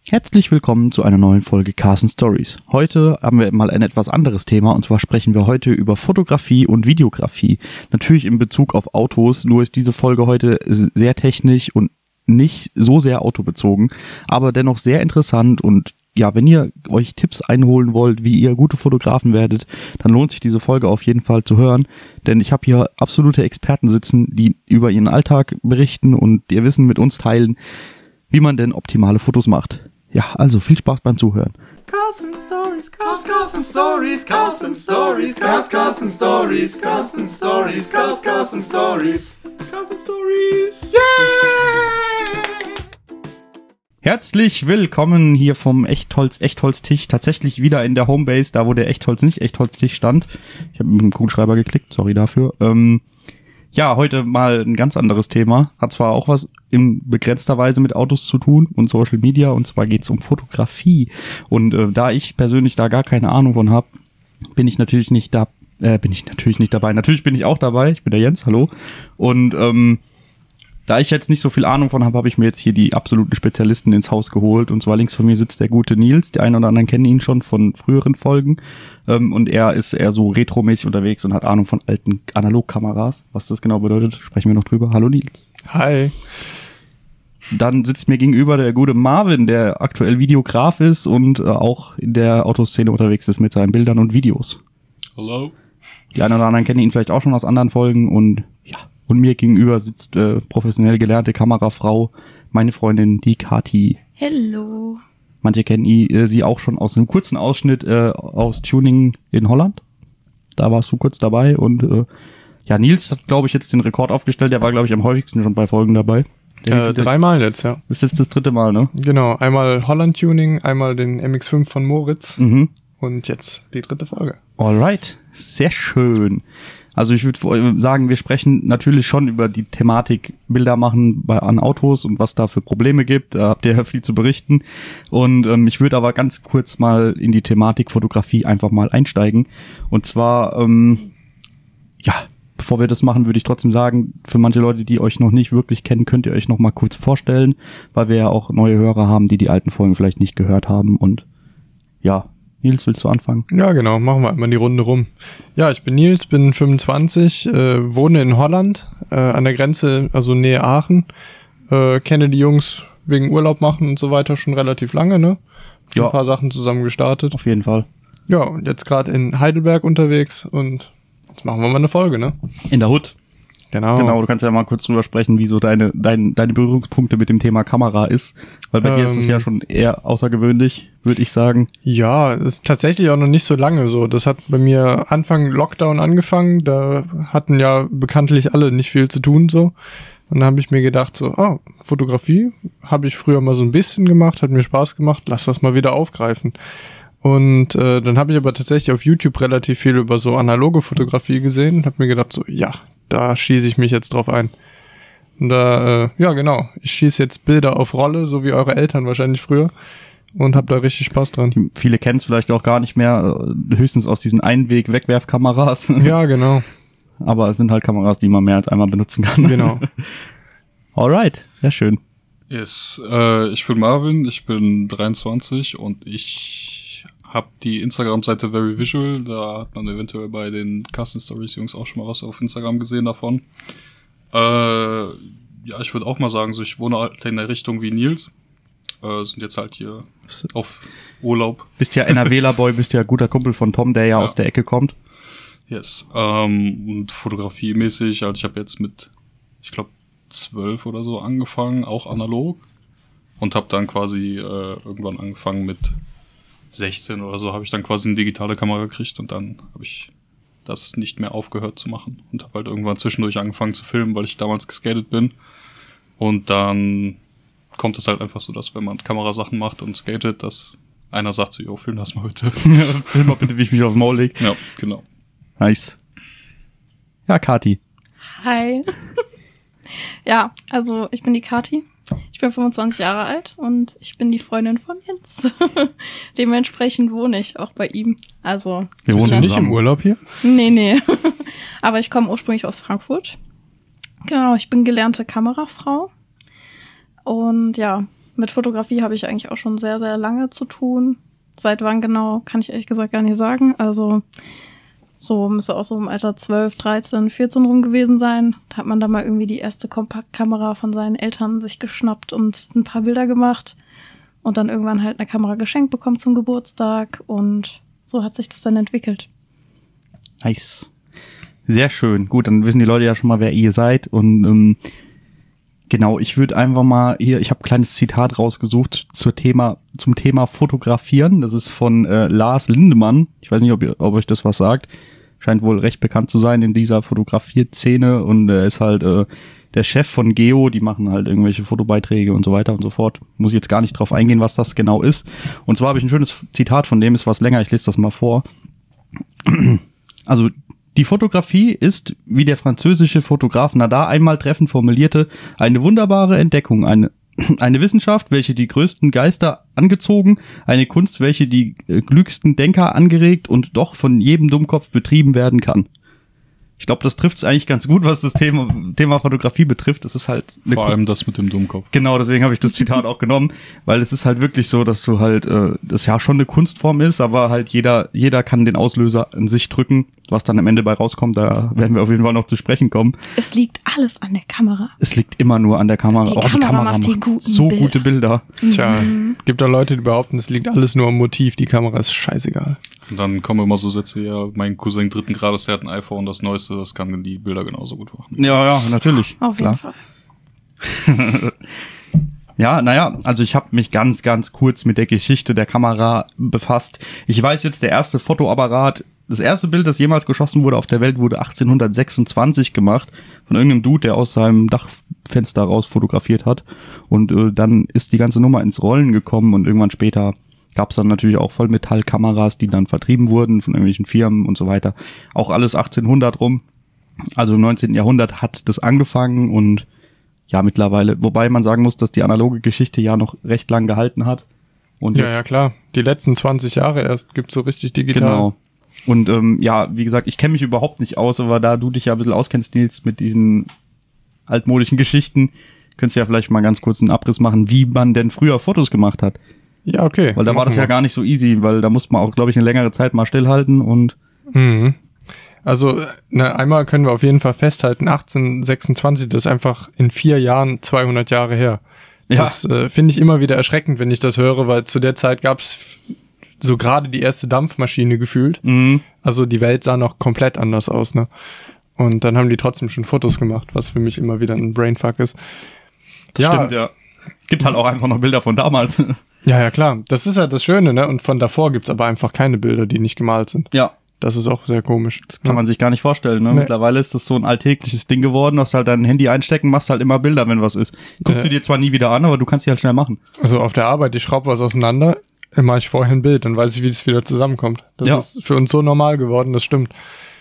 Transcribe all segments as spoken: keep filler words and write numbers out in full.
Herzlich willkommen zu einer neuen Folge Carson Stories. Heute haben wir mal ein etwas anderes Thema, und zwar sprechen wir heute über Fotografie und Videografie. Natürlich in Bezug auf Autos, nur ist diese Folge heute sehr technisch und nicht so sehr autobezogen, aber dennoch sehr interessant. Und ja, wenn ihr euch Tipps einholen wollt, wie ihr gute Fotografen werdet, dann lohnt sich diese Folge auf jeden Fall zu hören, denn ich habe hier absolute Experten sitzen, die über ihren Alltag berichten und ihr Wissen mit uns teilen, wie man denn optimale Fotos macht. Ja, also viel Spaß beim Zuhören. Carson Stories, Carson Stories, Carson Stories, Carson Stories, Carson Stories, Carson Stories, Carson Stories. Yeah! Herzlich willkommen hier vom Echtholz-Echtholz-Tisch. Tatsächlich wieder in der Homebase, da wo der Echtholz nicht Echtholz-Tisch stand. Ich habe mit dem Kugelschreiber geklickt, sorry dafür. Ähm, ja, heute mal ein ganz anderes Thema. Hat zwar auch was in begrenzter Weise mit Autos zu tun und Social Media, und zwar geht's um Fotografie. Und äh, da ich persönlich da gar keine Ahnung von habe, bin ich natürlich nicht da, äh, bin ich natürlich nicht dabei. Natürlich bin ich auch dabei. Ich bin der Jens, hallo. Und ähm, da ich jetzt nicht so viel Ahnung von habe, habe ich mir jetzt hier die absoluten Spezialisten ins Haus geholt. Und zwar links von mir sitzt der gute Nils. Die einen oder anderen kennen ihn schon von früheren Folgen. Ähm, und er ist eher so retromäßig unterwegs und hat Ahnung von alten Analogkameras. Was das genau bedeutet, sprechen wir noch drüber. Hallo Nils. Hi. Dann sitzt mir gegenüber der gute Marvin, der aktuell Videograf ist und äh, auch in der Autoszene unterwegs ist mit seinen Bildern und Videos. Hallo. Die einen oder anderen kennen ihn vielleicht auch schon aus anderen Folgen. Und ja, und mir gegenüber sitzt äh, professionell gelernte Kamerafrau, meine Freundin, die Kati. Hello. Manche kennen äh, sie auch schon aus einem kurzen Ausschnitt äh, aus Tuning in Holland. Da warst du kurz dabei. Und äh, ja, Nils hat, glaube ich, jetzt den Rekord aufgestellt. Der war, glaube ich, am häufigsten schon bei Folgen dabei. Äh, dreimal jetzt, ja. Das ist jetzt das dritte Mal, ne? Genau, einmal Holland Tuning, einmal den M X fünf von Moritz Mhm. und jetzt die dritte Folge. Alright, sehr schön. Also ich würde sagen, wir sprechen natürlich schon über die Thematik Bilder machen bei an Autos und was da für Probleme gibt. Da habt ihr ja viel zu berichten. Und ähm, ich würde aber ganz kurz mal in die Thematik Fotografie einfach mal einsteigen. Und zwar, ähm, ja, bevor wir das machen, würde ich trotzdem sagen, für manche Leute, die euch noch nicht wirklich kennen, könnt ihr euch noch mal kurz vorstellen, weil wir ja auch neue Hörer haben, die die alten Folgen vielleicht nicht gehört haben. Und ja, Nils, willst du anfangen? Ja, genau, machen wir einmal die Runde rum. Ja, ich bin Nils, bin fünfundzwanzig, äh, wohne in Holland, äh, an der Grenze, also Nähe Aachen. Äh, kenne die Jungs wegen Urlaub machen und so weiter schon relativ lange, ne? Ja. Ein paar Sachen zusammen gestartet. Auf jeden Fall. Ja, und jetzt gerade in Heidelberg unterwegs und jetzt machen wir mal eine Folge, ne? In der Hood. Genau. Genau, du kannst ja mal kurz drüber sprechen, wie so deine, dein, deine Berührungspunkte mit dem Thema Kamera ist. Weil bei ähm, dir ist es ja schon eher außergewöhnlich, würde ich sagen. Ja, das ist tatsächlich auch noch nicht so lange so. Das hat bei mir Anfang Lockdown angefangen. Da hatten ja bekanntlich alle nicht viel zu tun so. Und dann habe ich mir gedacht so, oh, Fotografie habe ich früher mal so ein bisschen gemacht, hat mir Spaß gemacht, lass das mal wieder aufgreifen. Und äh, dann habe ich aber tatsächlich auf YouTube relativ viel über so analoge Fotografie gesehen und habe mir gedacht so, ja, da schieße ich mich jetzt drauf ein. Und da, äh, ja genau, ich schieße jetzt Bilder auf Rolle, so wie eure Eltern wahrscheinlich früher, und habe da richtig Spaß dran. Die, viele kennen es vielleicht auch gar nicht mehr, höchstens aus diesen Einweg-Wegwerfkameras. Ja, genau. Aber es sind halt Kameras, die man mehr als einmal benutzen kann. Genau. Alright, sehr schön. Yes, äh, ich bin Marvin, ich bin dreiundzwanzig und ich habe die Instagram-Seite Very Visual. Da hat man eventuell bei den Carson Stories Jungs auch schon mal was auf Instagram gesehen davon. Äh, ja, ich würde auch mal sagen, so ich wohne halt in der Richtung wie Nils. Äh, sind jetzt halt hier auf Urlaub. Bist ja NRWler-Boy, bist ja guter Kumpel von Tom, der ja, ja. aus der Ecke kommt. Yes, ähm, und fotografiemäßig, also ich habe jetzt mit, ich glaube, zwölf oder so angefangen, auch analog. Und habe dann quasi äh, irgendwann angefangen mit sechzehn oder so, habe ich dann quasi eine digitale Kamera gekriegt und dann habe ich das nicht mehr aufgehört zu machen und habe halt irgendwann zwischendurch angefangen zu filmen, weil ich damals geskatet bin. Und dann kommt es halt einfach so, dass wenn man Kamerasachen macht und skatet, dass einer sagt so, jo, film das mal bitte. Film mal bitte, wie ich mich aufs Maul leg. Ja, genau. Nice. Ja, Kati. Hi. Ja, also ich bin die Kati. Ich bin fünfundzwanzig Jahre alt und ich bin die Freundin von Jens. Dementsprechend wohne ich auch bei ihm. Also wir wohnen nicht im Urlaub hier? Nee, nee. Aber ich komme ursprünglich aus Frankfurt. Genau, ich bin gelernte Kamerafrau. Und ja, mit Fotografie habe ich eigentlich auch schon sehr, sehr lange zu tun. Seit wann genau, kann ich ehrlich gesagt gar nicht sagen. Also so müsste auch so im Alter zwölf, dreizehn, vierzehn rum gewesen sein. Da hat man da mal irgendwie die erste Kompaktkamera von seinen Eltern sich geschnappt und ein paar Bilder gemacht. Und dann irgendwann halt eine Kamera geschenkt bekommen zum Geburtstag. Und so hat sich das dann entwickelt. Nice. Sehr schön. Gut, dann wissen die Leute ja schon mal, wer ihr seid. Und ähm, genau, ich würde einfach mal hier, ich habe ein kleines Zitat rausgesucht zur Thema, zum Thema Fotografieren. Das ist von äh, Lars Lindemann. Ich weiß nicht, ob, ihr, ob euch das was sagt. Scheint wohl recht bekannt zu sein in dieser Fotografierszene. Und er äh, ist halt äh, der Chef von Geo. Die machen halt irgendwelche Fotobeiträge und so weiter und so fort. Muss ich jetzt gar nicht drauf eingehen, was das genau ist. Und zwar habe ich ein schönes Zitat von dem, ist was länger. Ich lese das mal vor. Also, die Fotografie ist, wie der französische Fotograf Nadar einmal treffend formulierte, eine wunderbare Entdeckung, eine, eine Wissenschaft, welche die größten Geister angezogen, eine Kunst, welche die äh, klügsten Denker angeregt und doch von jedem Dummkopf betrieben werden kann. Ich glaube, das trifft es eigentlich ganz gut, was das Thema, Thema Fotografie betrifft. Es ist halt eine Vor allem das mit dem Dummkopf. Genau, deswegen habe ich das Zitat auch genommen, weil es ist halt wirklich so, dass du halt, äh, das ja schon eine Kunstform ist, aber halt jeder, jeder kann den Auslöser an sich drücken, was dann am Ende bei rauskommt, da werden wir auf jeden Fall noch zu sprechen kommen. Es liegt alles an der Kamera. Es liegt immer nur an der Kamera. Die oh, Kamera die Kamera macht macht, die guten so Bilder. gute Bilder. Tja, gibt da Leute, die behaupten, es liegt alles nur am Motiv, die Kamera ist scheißegal. Und dann kommen immer so Sätze, ja, mein Cousin dritten Grades, der hat ein iPhone, das Neueste, das kann die Bilder genauso gut machen. Ja, ja, natürlich. Auf klar. jeden Fall. Ja, naja, also ich habe mich ganz, ganz kurz mit der Geschichte der Kamera befasst. Ich weiß jetzt, der erste Fotoapparat, das erste Bild, das jemals geschossen wurde auf der Welt, wurde achtzehnhundertsechsundzwanzig gemacht von irgendeinem Dude, der aus seinem Dachfenster raus fotografiert hat. Und äh, dann ist die ganze Nummer ins Rollen gekommen und irgendwann später gab es dann natürlich auch Vollmetallkameras, die dann vertrieben wurden von irgendwelchen Firmen und so weiter. Auch alles achtzehnhundert rum. Also im neunzehnten Jahrhundert hat das angefangen und ja, mittlerweile, wobei man sagen muss, dass die analoge Geschichte ja noch recht lang gehalten hat. Und Ja, jetzt, ja, klar. Die letzten zwanzig Jahre erst gibt's so richtig digital. Genau. Und ähm, ja, wie gesagt, ich kenne mich überhaupt nicht aus, aber da du dich ja ein bisschen auskennst, Nils, mit diesen altmodischen Geschichten, könntest du ja vielleicht mal ganz kurz einen Abriss machen, wie man denn früher Fotos gemacht hat. Ja, okay. Weil da war das ja gar nicht so easy, weil da musste man auch, glaube ich, eine längere Zeit mal stillhalten und Mhm. Also, ne, einmal können wir auf jeden Fall festhalten, achtzehnhundertsechsundzwanzig, das ist einfach in vier Jahren zweihundert Jahre her. Ja. Das äh, finde ich immer wieder erschreckend, wenn ich das höre, weil zu der Zeit gab's so gerade die erste Dampfmaschine gefühlt. mhm. Also die Welt sah noch komplett anders aus, ne? Und dann haben die trotzdem schon Fotos gemacht, was für mich immer wieder ein Brainfuck ist. Das stimmt, ja. Es gibt halt auch einfach noch Bilder von damals. Ja, ja, klar. Das ist ja das Schöne, ne? Und von davor gibt's aber einfach keine Bilder, die nicht gemalt sind. Ja. Das ist auch sehr komisch. Das kann man sich gar nicht vorstellen, ne? Nee. Mittlerweile ist das so ein alltägliches Ding geworden, dass halt dein Handy einstecken, machst halt immer Bilder, wenn was ist. Guckst Ja. du dir zwar nie wieder an, aber du kannst die halt schnell machen. Also auf der Arbeit, ich schraube was auseinander, dann mache ich vorher ein Bild, dann weiß ich, wie das wieder zusammenkommt. Das Ja. ist für uns so normal geworden, das stimmt.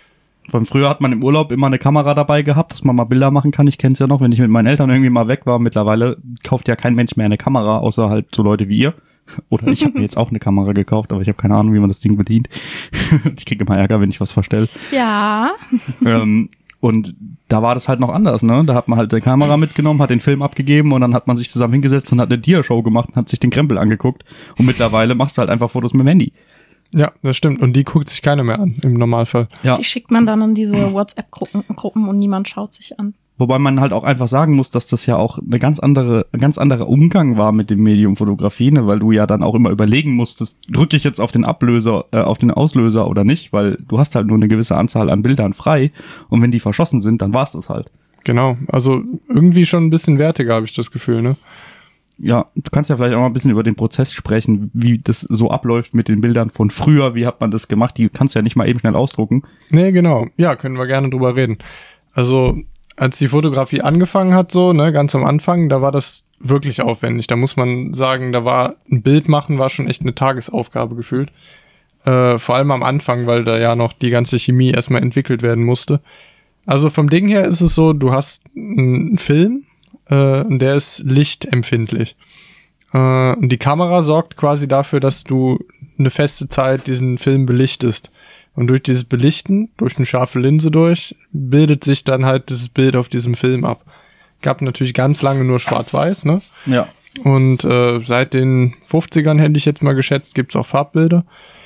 Von früher hat man im Urlaub immer eine Kamera dabei gehabt, dass man mal Bilder machen kann. Ich kenn's ja noch, wenn ich mit meinen Eltern irgendwie mal weg war. Mittlerweile kauft ja kein Mensch mehr eine Kamera, außer halt so Leute wie ihr. Oder ich habe mir jetzt auch eine Kamera gekauft, aber ich habe keine Ahnung, wie man das Ding bedient. Ich kriege immer Ärger, wenn ich was verstelle. Ja. ähm, und da war das halt noch anders, ne? Da hat man halt die Kamera mitgenommen, hat den Film abgegeben und dann hat man sich zusammen hingesetzt und hat eine Dia-Show gemacht und hat sich den Krempel angeguckt. Und mittlerweile machst du halt einfach Fotos mit dem Handy. Ja, das stimmt. Und die guckt sich keiner mehr an, im Normalfall. Ja. Die schickt man dann in diese WhatsApp-Gruppen Gruppen und niemand schaut sich an. Wobei man halt auch einfach sagen muss, dass das ja auch eine ganz andere, ein ganz anderer Umgang war mit dem Medium Fotografie, ne? Weil du ja dann auch immer überlegen musstest, drücke ich jetzt auf den Ablöser, äh, auf den Auslöser oder nicht, weil du hast halt nur eine gewisse Anzahl an Bildern frei und wenn die verschossen sind, dann war's das halt. Genau. Also irgendwie schon ein bisschen wertiger, habe ich das Gefühl, ne? Ja, du kannst ja vielleicht auch mal ein bisschen über den Prozess sprechen, wie das so abläuft mit den Bildern von früher, wie hat man das gemacht, die kannst du ja nicht mal eben schnell ausdrucken. Nee, genau. Ja, können wir gerne drüber reden. Also, als die Fotografie angefangen hat, so, ne, ganz am Anfang, da war das wirklich aufwendig. Da muss man sagen, da war ein Bild machen, war schon echt eine Tagesaufgabe gefühlt. Äh, vor allem am Anfang, weil da ja noch die ganze Chemie erstmal entwickelt werden musste. Also vom Ding her ist es so, du hast einen Film, äh, und der ist lichtempfindlich. Äh, und die Kamera sorgt quasi dafür, dass du eine feste Zeit diesen Film belichtest. Und durch dieses Belichten, durch eine scharfe Linse durch, bildet sich dann halt dieses Bild auf diesem Film ab. Gab natürlich ganz lange nur schwarz-weiß, ne? Ja. Und äh, seit den fünfzigern, hätte ich jetzt mal geschätzt, gibt's auch Farbbilder.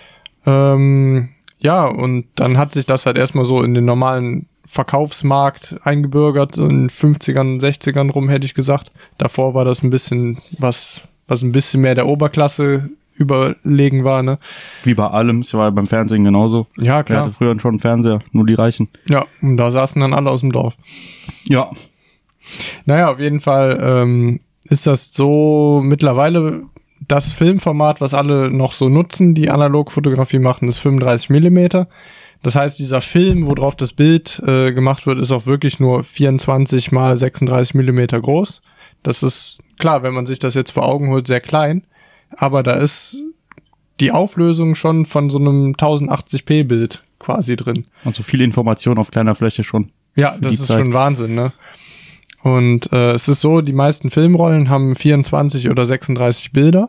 Ähm, ja, und dann hat sich das halt erstmal so in den normalen Verkaufsmarkt eingebürgert, so in den fünfzigern, sechzigern rum, hätte ich gesagt. Davor war das ein bisschen was, was ein bisschen mehr der Oberklasse überlegen war, ne? Wie bei allem, es war beim Fernsehen genauso. Ja, Wer klar. hatte früher schon einen Fernseher, nur die Reichen. Ja, und da saßen dann alle aus dem Dorf. Ja. Naja, auf jeden Fall ähm, ist das so mittlerweile das Filmformat, was alle noch so nutzen, die Analogfotografie machen, ist fünfunddreißig Millimeter. Das heißt, dieser Film, worauf das Bild äh, gemacht wird, ist auch wirklich nur vierundzwanzig mal sechsunddreißig Millimeter groß. Das ist klar, wenn man sich das jetzt vor Augen holt, sehr klein. Aber da ist die Auflösung schon von so einem tausendachtzig p Bild quasi drin. Und so viel Information auf kleiner Fläche schon. Ja, das ist schon Wahnsinn, ne? Und äh, es ist so, die meisten Filmrollen haben vierundzwanzig oder sechsunddreißig Bilder.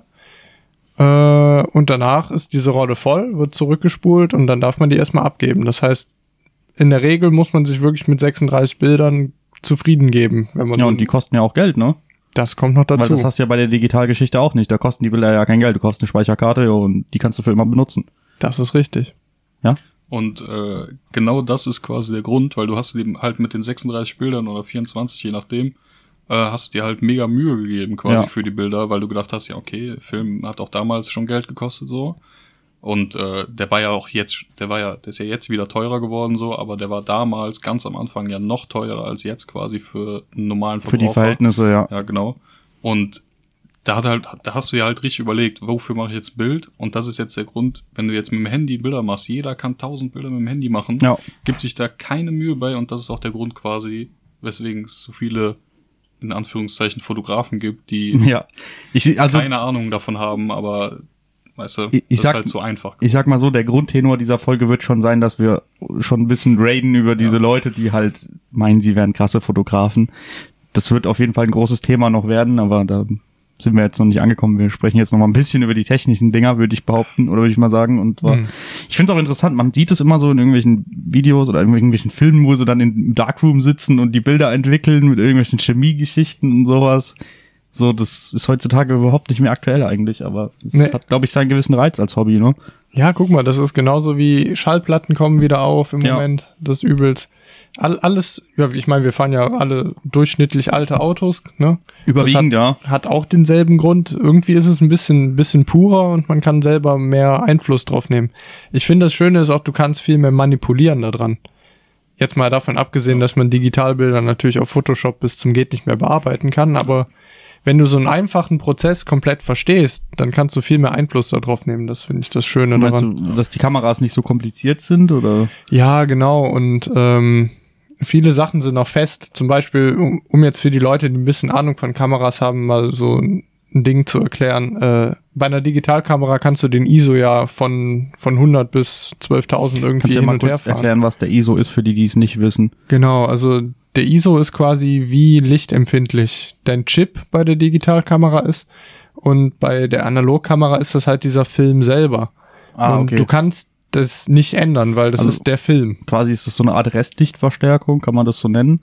Äh, und danach ist diese Rolle voll, wird zurückgespult und dann darf man die erstmal abgeben. Das heißt, in der Regel muss man sich wirklich mit sechsunddreißig Bildern zufrieden geben. Wenn man Ja, so und die kosten ja auch Geld, ne? Das kommt noch dazu. Weil das hast du ja bei der Digitalgeschichte auch nicht. Da kosten die Bilder ja kein Geld. Du kaufst eine Speicherkarte und die kannst du für immer benutzen. Das ist richtig. Ja? Und äh, genau das ist quasi der Grund, weil du hast dir halt mit den sechsunddreißig Bildern oder vierundzwanzig, je nachdem, äh, hast du dir halt mega Mühe gegeben quasi Ja. für die Bilder, weil du gedacht hast, ja okay, Film hat auch damals schon Geld gekostet so. Und äh, der war ja auch jetzt, der war ja, der ist ja jetzt wieder teurer geworden so, aber der war damals ganz am Anfang ja noch teurer als jetzt quasi für einen normalen Verbraucher. Für die Verhältnisse, ja. Ja, genau. Und da hat halt, da hast du ja halt richtig überlegt, wofür mache ich jetzt Bild? Und das ist jetzt der Grund, wenn du jetzt mit dem Handy Bilder machst, jeder kann tausend Bilder mit dem Handy machen, Ja. gibt sich da keine Mühe bei und das ist auch der Grund quasi, weswegen es so viele, in Anführungszeichen, Fotografen gibt, die Ja. Ich, also, keine Ahnung davon haben, aber weißt du, Ich- ich das sag- ist halt so einfach. ich sag mal so, der Grundtenor dieser Folge wird schon sein, dass wir schon ein bisschen raiden über diese Leute, die halt meinen, sie wären krasse Fotografen. Das wird auf jeden Fall ein großes Thema noch werden, aber da sind wir jetzt noch nicht angekommen. Wir sprechen jetzt noch mal ein bisschen über die technischen Dinger, würde ich behaupten, oder würde ich mal sagen. Und zwar, Mhm. ich finde es auch interessant, man sieht es immer so in irgendwelchen Videos oder in irgendwelchen Filmen, wo sie dann im Darkroom sitzen und die Bilder entwickeln mit irgendwelchen Chemiegeschichten und sowas. So, das ist heutzutage überhaupt nicht mehr aktuell eigentlich, aber es Nee. hat, glaube ich, seinen gewissen Reiz als Hobby, ne? Ja, guck mal, das ist genauso wie Schallplatten kommen wieder auf im Ja. Moment. Das ist übelst. All, alles, ja, ich meine, wir fahren ja alle durchschnittlich alte Autos, ne? Überwiegend, ja. Das hat, hat auch denselben Grund. Irgendwie ist es ein bisschen, bisschen purer und man kann selber mehr Einfluss drauf nehmen. Ich finde, das Schöne ist auch, du kannst viel mehr manipulieren daran. Jetzt mal davon abgesehen, dass man Digitalbilder natürlich auf Photoshop bis zum geht nicht mehr bearbeiten kann, aber wenn du so einen einfachen Prozess komplett verstehst, dann kannst du viel mehr Einfluss darauf nehmen. Das finde ich das Schöne Meinst daran. du, dass die Kameras nicht so kompliziert sind, oder? Ja, genau. Und ähm, viele Sachen sind auch fest. Zum Beispiel, um, um jetzt für die Leute, die ein bisschen Ahnung von Kameras haben, mal so ein Ding zu erklären. Äh, bei einer Digitalkamera kannst du den I S O ja von von hundert bis zwölftausend irgendwie Kannst du ja hin mal und her kurz fahren. erklären, was der I S O ist, für die, die es nicht wissen? Genau, also der I S O ist quasi wie lichtempfindlich dein Chip bei der Digitalkamera ist. Und bei der Analogkamera ist das halt dieser Film selber. Ah, und du kannst das nicht ändern, weil das Also- ist der Film. Quasi ist es so eine Art Restlichtverstärkung, kann man das so nennen?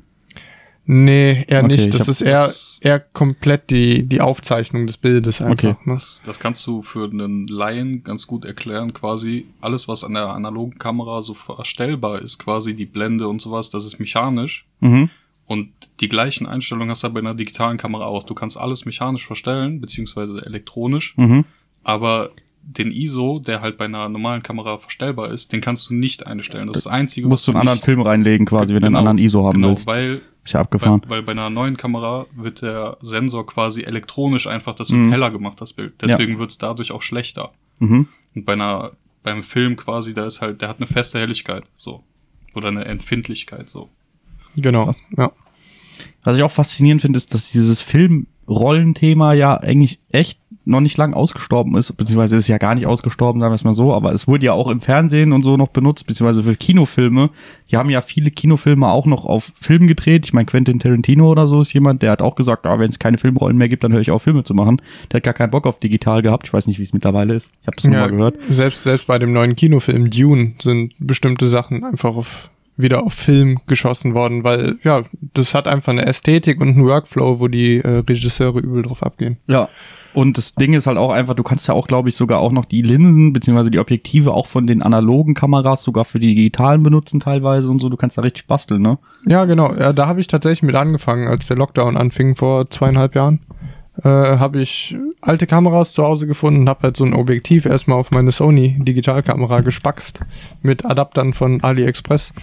Nee, eher Okay, nicht. ich Das hab ist eher, das- eher komplett die, die Aufzeichnung des Bildes einfach. Okay. Ne? Das, das kannst du für einen Laien ganz gut erklären, quasi alles, was an der analogen Kamera so verstellbar ist, quasi die Blende und sowas, das ist mechanisch. Mhm. Und die gleichen Einstellungen hast du bei einer digitalen Kamera auch. Du kannst alles mechanisch verstellen, beziehungsweise elektronisch, Mhm. aber den I S O, der halt bei einer normalen Kamera verstellbar ist, den kannst du nicht einstellen. Das ist das Einzige, Musst du einen anderen nicht, Film reinlegen, quasi, wenn du einen anderen I S O haben genau, willst. weil Ist ja Weil, abgefahren. weil bei einer neuen Kamera wird der Sensor quasi elektronisch einfach, das wird Mhm. heller gemacht, das Bild. Deswegen wird's dadurch auch schlechter. Mhm. Und bei einer, beim Film quasi, da ist halt, der hat eine feste Helligkeit, so. Oder eine Empfindlichkeit, so. Genau. Krass. Ja. Was ich auch faszinierend finde, ist, dass dieses Filmrollenthema ja eigentlich echt noch nicht lang ausgestorben ist, beziehungsweise ist ja gar nicht ausgestorben, sagen wir es mal so, aber es wurde ja auch im Fernsehen und so noch benutzt, beziehungsweise für Kinofilme. Die haben ja viele Kinofilme auch noch auf Film gedreht. Ich meine, Quentin Tarantino oder so ist jemand, der hat auch gesagt, ah, wenn es keine Filmrollen mehr gibt, dann höre ich auf, Filme zu machen. Der hat gar keinen Bock auf digital gehabt. Ich weiß nicht, wie es mittlerweile ist. Ich habe das nur Ja, mal gehört. Selbst, selbst bei dem neuen Kinofilm Dune sind bestimmte Sachen einfach auf wieder auf Film geschossen worden, weil, ja, das hat einfach eine Ästhetik und einen Workflow, wo die äh, Regisseure übel drauf abgehen. Ja. Und das Ding ist halt auch einfach, du kannst ja auch, glaube ich, sogar auch noch die Linsen beziehungsweise die Objektive auch von den analogen Kameras sogar für die digitalen benutzen teilweise und so. Du kannst da richtig basteln, ne? Ja, genau. Ja, da habe ich tatsächlich mit angefangen, als der Lockdown anfing vor zweieinhalb Jahren. Äh, habe ich alte Kameras zu Hause gefunden und habe halt so ein Objektiv erstmal auf meine Sony Digitalkamera gespackst mit Adaptern von AliExpress.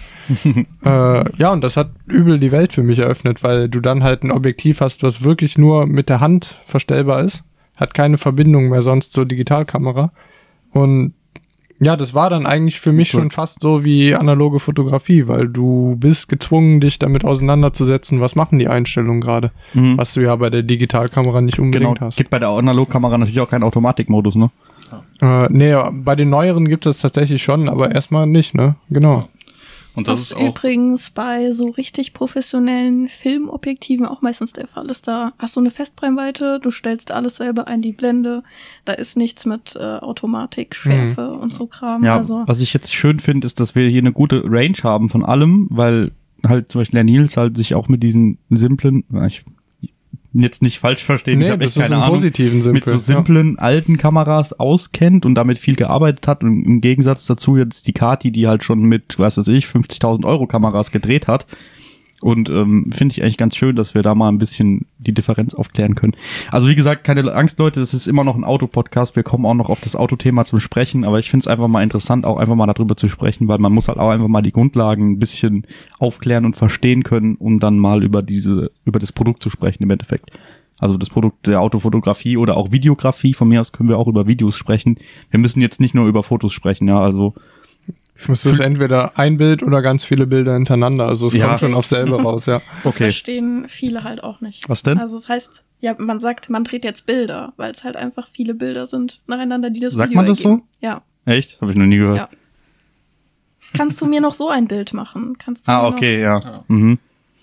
äh, ja, und das hat übel die Welt für mich eröffnet, weil du dann halt ein Objektiv hast, was wirklich nur mit der Hand verstellbar ist, hat keine Verbindung mehr sonst zur Digitalkamera und ja, das war dann eigentlich für mich schon fast so wie analoge Fotografie, weil du bist gezwungen, dich damit auseinanderzusetzen, was machen die Einstellungen gerade, mhm. was du ja bei der Digitalkamera nicht unbedingt genau. hast. Gibt bei der Analogkamera natürlich auch keinen Automatikmodus, ne? Ja. Äh, nee, bei den neueren gibt es tatsächlich schon, aber erstmal nicht, ne? Genau. Ja. Und das Was ist auch übrigens bei so richtig professionellen Filmobjektiven auch meistens der Fall ist. Da hast du eine Festbrennweite, du stellst alles selber ein, die Blende. Da ist nichts mit äh, Automatik, Schärfe hm. und so Kram. Ja, also. was ich jetzt schön finde, ist, dass wir hier eine gute Range haben von allem, weil halt zum Beispiel der Nils halt sich auch mit diesen simplen, ich jetzt nicht falsch verstehen, nee, ich habe echt das ist keine im Ahnung, positiven Simpel, mit so simplen ja. alten Kameras auskennt und damit viel gearbeitet hat und im Gegensatz dazu jetzt die Kati, die halt schon mit, was weiß ich, fünfzigtausend Euro Kameras gedreht hat. Und ähm, finde ich eigentlich ganz schön, dass wir da mal ein bisschen die Differenz aufklären können. Also wie gesagt, keine Angst, Leute, es ist immer noch ein Autopodcast. Wir kommen auch noch auf das Autothema zum Sprechen, aber ich finde es einfach mal interessant, auch einfach mal darüber zu sprechen, weil man muss halt auch einfach mal die Grundlagen ein bisschen aufklären und verstehen können, um dann mal über diese, über das Produkt zu sprechen im Endeffekt. Also das Produkt der Autofotografie oder auch Videografie. Von mir aus können wir auch über Videos sprechen. Wir müssen jetzt nicht nur über Fotos sprechen, ja, also es ist entweder ein Bild oder ganz viele Bilder hintereinander. Also es ja. kommt schon auf selber raus, ja. Das okay. verstehen viele halt auch nicht. Was denn? Also das heißt, ja, man sagt, man dreht jetzt Bilder, weil es halt einfach viele Bilder sind nacheinander, die das Sagt Video man das ergeben. so? Ja. Echt? Habe ich noch nie gehört. Ja. Kannst du mir noch so ein Bild machen? Kannst du Ah, mir okay, noch ja. Ja. Mhm.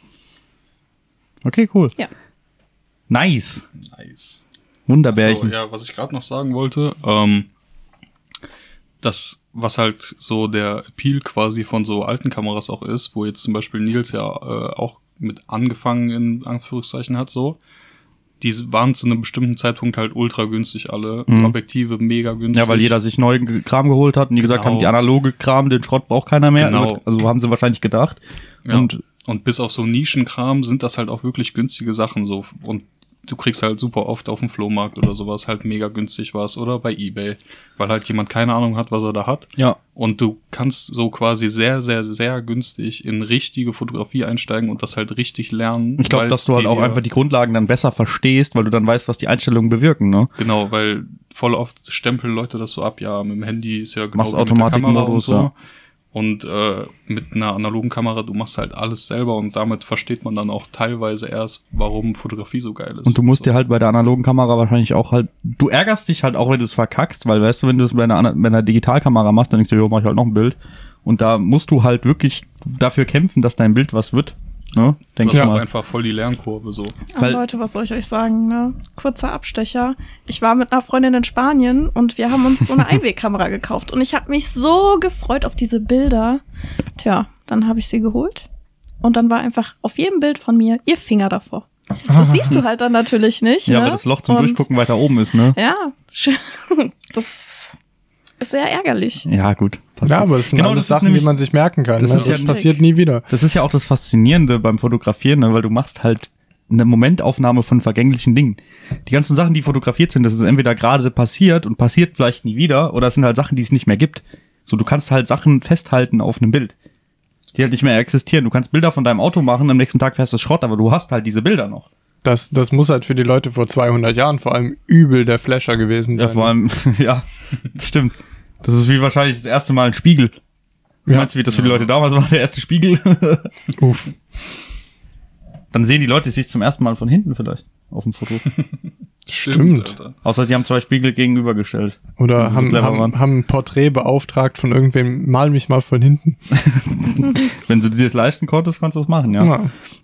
Okay, cool. Ja. Nice. nice. Wunderbärchen. So, ja, was ich gerade noch sagen wollte, ähm, das, was halt so der Appeal quasi von so alten Kameras auch ist, wo jetzt zum Beispiel Nils ja äh, auch mit angefangen in Anführungszeichen hat, so, die waren zu einem bestimmten Zeitpunkt halt ultra günstig alle, Mhm. Objektive mega günstig. Ja, weil jeder sich neuen Kram geholt hat und die gesagt Genau. haben, die analoge Kram, den Schrott braucht keiner mehr. Genau. Also haben sie wahrscheinlich gedacht. Ja. Und Und bis auf so Nischenkram sind das halt auch wirklich günstige Sachen so. Und du kriegst halt super oft auf dem Flohmarkt oder sowas halt mega günstig was oder bei eBay, weil halt jemand keine Ahnung hat, was er da hat. ja, Und du kannst so quasi sehr, sehr, sehr günstig in richtige Fotografie einsteigen und das halt richtig lernen. ich glaube, weil dass du halt die auch dir- einfach die Grundlagen dann besser verstehst, weil du dann weißt, was die Einstellungen bewirken, ne? Genau, weil voll oft stempeln Leute das so ab, ja, mit dem Handy ist ja genau Machst wie mit der Kamera und Automatikmodus, so. ja. Und äh, mit einer analogen Kamera, du machst halt alles selber und damit versteht man dann auch teilweise erst, warum Fotografie so geil ist. Und du musst so. dir halt bei der analogen Kamera wahrscheinlich auch halt, du ärgerst dich halt auch, wenn du es verkackst, weil weißt du, wenn du es bei einer, bei einer Digitalkamera machst, dann denkst du, jo, mach ich halt noch ein Bild. Und da musst du halt wirklich dafür kämpfen, dass dein Bild was wird. Ne? Denk Das ich ist auch mal. einfach voll die Lernkurve so. Ah, Weil- Leute, was soll ich euch sagen, ne? Kurzer Abstecher. Ich war mit einer Freundin in Spanien und wir haben uns so eine Einwegkamera gekauft. Und ich habe mich so gefreut auf diese Bilder. Tja, dann habe ich sie geholt. Und dann war einfach auf jedem Bild von mir ihr Finger davor. Das siehst du halt dann natürlich nicht. Ja, ne? weil das Loch zum und, Durchgucken weiter oben ist, ne? Ja, das ist sehr ärgerlich. Ja, gut. Ja, aber es sind Genau, alles das ist Sachen, nämlich- die man sich merken kann. das Ne? ist Das, ja ein passiert nie wieder. Das ist ja auch das Faszinierende beim Fotografieren, ne? Weil du machst halt eine Momentaufnahme von vergänglichen Dingen. Die ganzen Sachen, die fotografiert sind, das ist entweder gerade passiert und passiert vielleicht nie wieder, oder es sind halt Sachen, die es nicht mehr gibt. So, du kannst halt Sachen festhalten auf einem Bild, die halt nicht mehr existieren. Du kannst Bilder von deinem Auto machen, am nächsten Tag fährst du Schrott, aber du hast halt diese Bilder noch. Das, das muss halt für die Leute vor zweihundert Jahren vor allem übel der Flasher gewesen sein. Ja, vor allem, ja, das stimmt. Das ist wie wahrscheinlich das erste Mal ein Spiegel. Du Ja. meinst du, wie das für die Leute damals war, der erste Spiegel? Uff. Dann sehen die Leute sich zum ersten Mal von hinten vielleicht auf dem Foto. Stimmt. Alter. Außer sie haben zwei Spiegel gegenübergestellt. Oder Das ist haben, clever, Mann. haben, haben ein Porträt beauftragt von irgendwem, mal mich mal von hinten. Wenn du dir das leisten konntest, kannst du das machen, ja. Ja.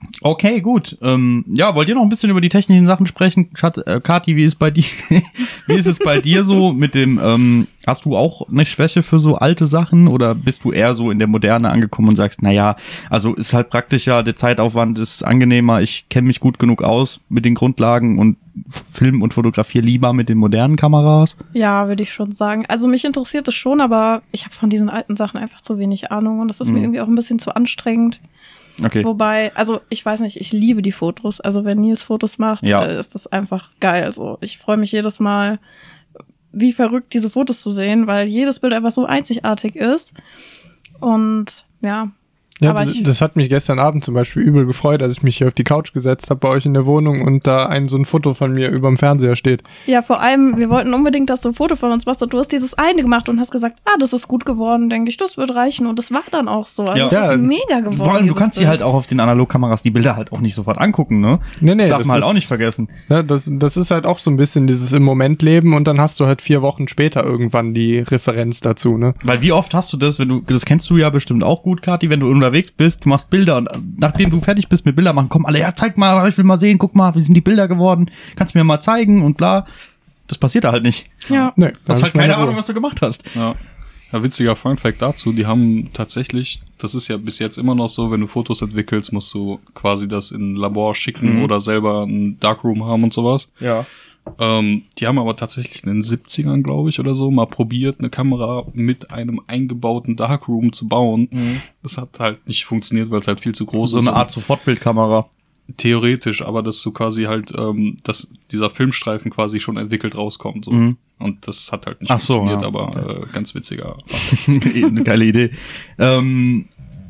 Okay, gut. Ähm, ja, wollt ihr noch ein bisschen über die technischen Sachen sprechen? Schat, äh, Kathi, wie ist bei dir? Wie ist es bei dir so mit dem, ähm, hast du auch eine Schwäche für so alte Sachen oder bist du eher so in der Moderne angekommen und sagst, naja, also ist halt praktischer, der Zeitaufwand ist angenehmer, ich kenne mich gut genug aus mit den Grundlagen und film und fotografiere lieber mit den modernen Kameras? Ja, würde ich schon sagen. Also mich interessiert es schon, aber ich habe von diesen alten Sachen einfach zu wenig Ahnung und das ist Mhm. mir irgendwie auch ein bisschen zu anstrengend. Okay. Wobei, also ich weiß nicht, ich liebe die Fotos. Also wenn Nils Fotos macht, Ja. äh, ist das einfach geil. Also ich freue mich jedes Mal, wie verrückt diese Fotos zu sehen, weil jedes Bild einfach so einzigartig ist. Und ja, Ja, aber das, ich, das hat mich gestern Abend zum Beispiel übel gefreut, als ich mich hier auf die Couch gesetzt habe bei euch in der Wohnung und da ein so ein Foto von mir überm Fernseher steht. ja, vor allem, wir wollten unbedingt, dass du ein Foto von uns machst und du hast dieses eine gemacht und hast gesagt, ah, das ist gut geworden, denke ich, das wird reichen. Und das war dann auch so. Also Ja. es Ja. ist mega geworden. Vor allem, du dieses kannst dir Bild. halt auch auf den Analogkameras die Bilder halt auch nicht sofort angucken, ne? Nee, nee, das darf das man halt ist- auch nicht vergessen. Ja, das, das ist halt auch so ein bisschen dieses im Moment leben und dann hast du halt vier Wochen später irgendwann die Referenz dazu, ne? Weil wie oft hast du das, wenn du, das kennst du ja bestimmt auch gut, Kathi, wenn du unterwegs bist, du machst Bilder und nachdem du fertig bist mit Bilder machen, kommen alle, ja, zeig mal, ich will mal sehen, guck mal, wie sind die Bilder geworden, kannst du mir mal zeigen und bla. Das passiert da halt nicht. Ja. Nee, Du hast halt keine Ahnung, was du gemacht hast. Ja. Ja, witziger Funfact dazu, die haben tatsächlich, das ist ja bis jetzt immer noch so, wenn du Fotos entwickelst, musst du quasi das in ein Labor schicken Mhm. oder selber ein Darkroom haben und sowas. Ja. Ähm, die haben aber tatsächlich in den siebzigern, glaube ich, oder so, mal probiert, eine Kamera mit einem eingebauten Darkroom zu bauen. Das hat halt nicht funktioniert, weil es halt viel zu groß So ist. eine und Art Sofortbildkamera. theoretisch, aber dass du quasi halt, ähm, dass dieser Filmstreifen quasi schon entwickelt rauskommt. So. Mhm. Und das hat halt nicht Ach so, funktioniert, ja. aber äh, ganz witziger. Eine geile Idee. Ähm,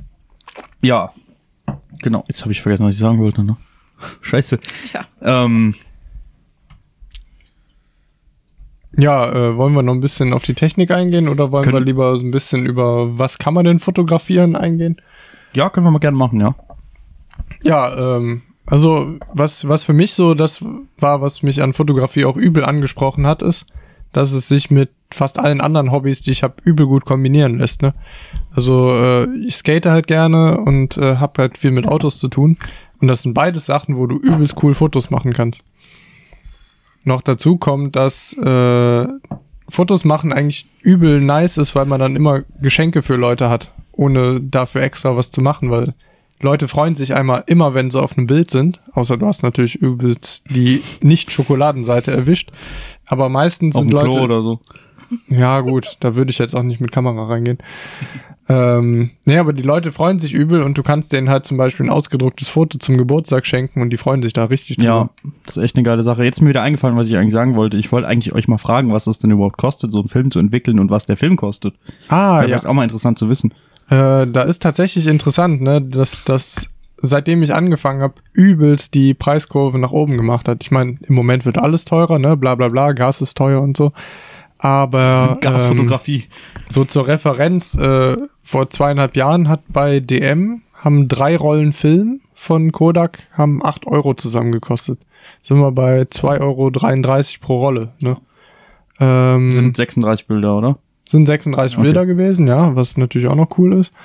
ja. Genau, jetzt habe ich vergessen, was ich sagen wollte, ne? Scheiße. Tja. Ähm, Ja, äh, wollen wir noch ein bisschen auf die Technik eingehen oder wollen Können- wir lieber so ein bisschen über was kann man denn fotografieren eingehen? ja, können wir mal gerne machen, ja. Ja, ähm, also was, was für mich so das war, was mich an Fotografie auch übel angesprochen hat, ist, dass es sich mit fast allen anderen Hobbys, die ich habe, übel gut kombinieren lässt. Ne? Also äh, ich skate halt gerne und äh, habe halt viel mit Autos zu tun. Und das sind beides Sachen, wo du übelst cool Fotos machen kannst. Noch dazu kommt, dass äh, Fotos machen eigentlich übel nice ist, weil man dann immer Geschenke für Leute hat, ohne dafür extra was zu machen, weil Leute freuen sich einmal immer, wenn sie auf einem Bild sind, außer du hast natürlich übelst die Nicht-Schokoladenseite erwischt, aber meistens Auf sind dem Klo Leute... oder so. Ja gut, da würde ich jetzt auch nicht mit Kamera reingehen. Ähm, nee, aber die Leute freuen sich übel und du kannst denen halt zum Beispiel ein ausgedrucktes Foto zum Geburtstag schenken und die freuen sich da richtig drüber. Ja, das ist echt eine geile Sache. Jetzt ist mir wieder eingefallen, was ich eigentlich sagen wollte. Ich wollte eigentlich euch mal fragen, was das denn überhaupt kostet, so einen Film zu entwickeln und was der Film kostet. Ah, Wäre ja. vielleicht auch mal interessant zu wissen. Äh, da ist tatsächlich interessant, ne, dass das, seitdem ich angefangen habe, übelst die Preiskurve nach oben gemacht hat. Ich meine, im Moment wird alles teurer, ne, bla bla bla, Gas ist teuer und so. Aber ähm, Gasfotografie. so zur Referenz, äh, vor zweieinhalb Jahren hat bei D M, haben drei Rollen Film von Kodak, haben acht Euro zusammengekostet. Sind wir bei zwei Euro dreiunddreißig pro Rolle, ne. Ähm, Sind sechsunddreißig Bilder, oder? Sind sechsunddreißig Okay. Bilder gewesen, ja, was natürlich auch noch cool ist.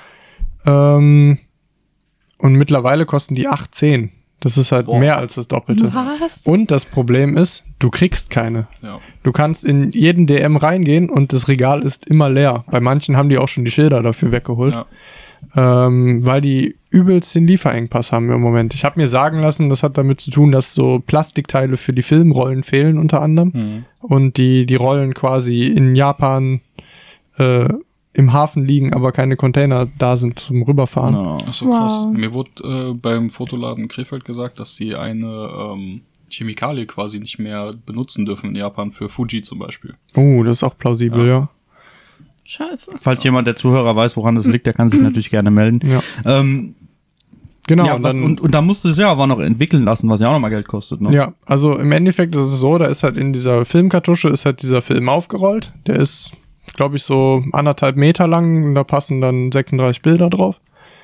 Ähm, und mittlerweile kosten die achtzehn. Das ist halt Boah. mehr als das Doppelte. Was? Und das Problem ist, du kriegst keine. Ja. Du kannst in jeden D M reingehen und das Regal ist immer leer. Bei manchen haben die auch schon die Schilder dafür weggeholt, Ja. ähm, weil die übelst den Lieferengpass haben im Moment. Ich habe mir sagen lassen, das hat damit zu tun, dass so Plastikteile für die Filmrollen fehlen unter anderem Mhm. und die die Rollen quasi in Japan äh, im Hafen liegen, aber keine Container da sind zum Rüberfahren. Ja. Ach so, krass. Wow. Mir wurde äh, beim Fotoladen in Krefeld gesagt, dass die eine ähm, Chemikalie quasi nicht mehr benutzen dürfen in Japan für Fuji zum Beispiel. Oh, das ist auch plausibel, ja. Scheiße. Falls jemand der Zuhörer weiß, woran das liegt, der kann sich natürlich gerne melden. Ja, Ähm, genau. ja, und, was, dann, und, und da musst du es ja aber noch entwickeln lassen, was ja auch nochmal Geld kostet. Ne? ja, also im Endeffekt ist es so, da ist halt in dieser Filmkartusche ist halt dieser Film aufgerollt. Der ist, glaube ich, so anderthalb Meter lang und da passen dann sechsunddreißig Bilder drauf.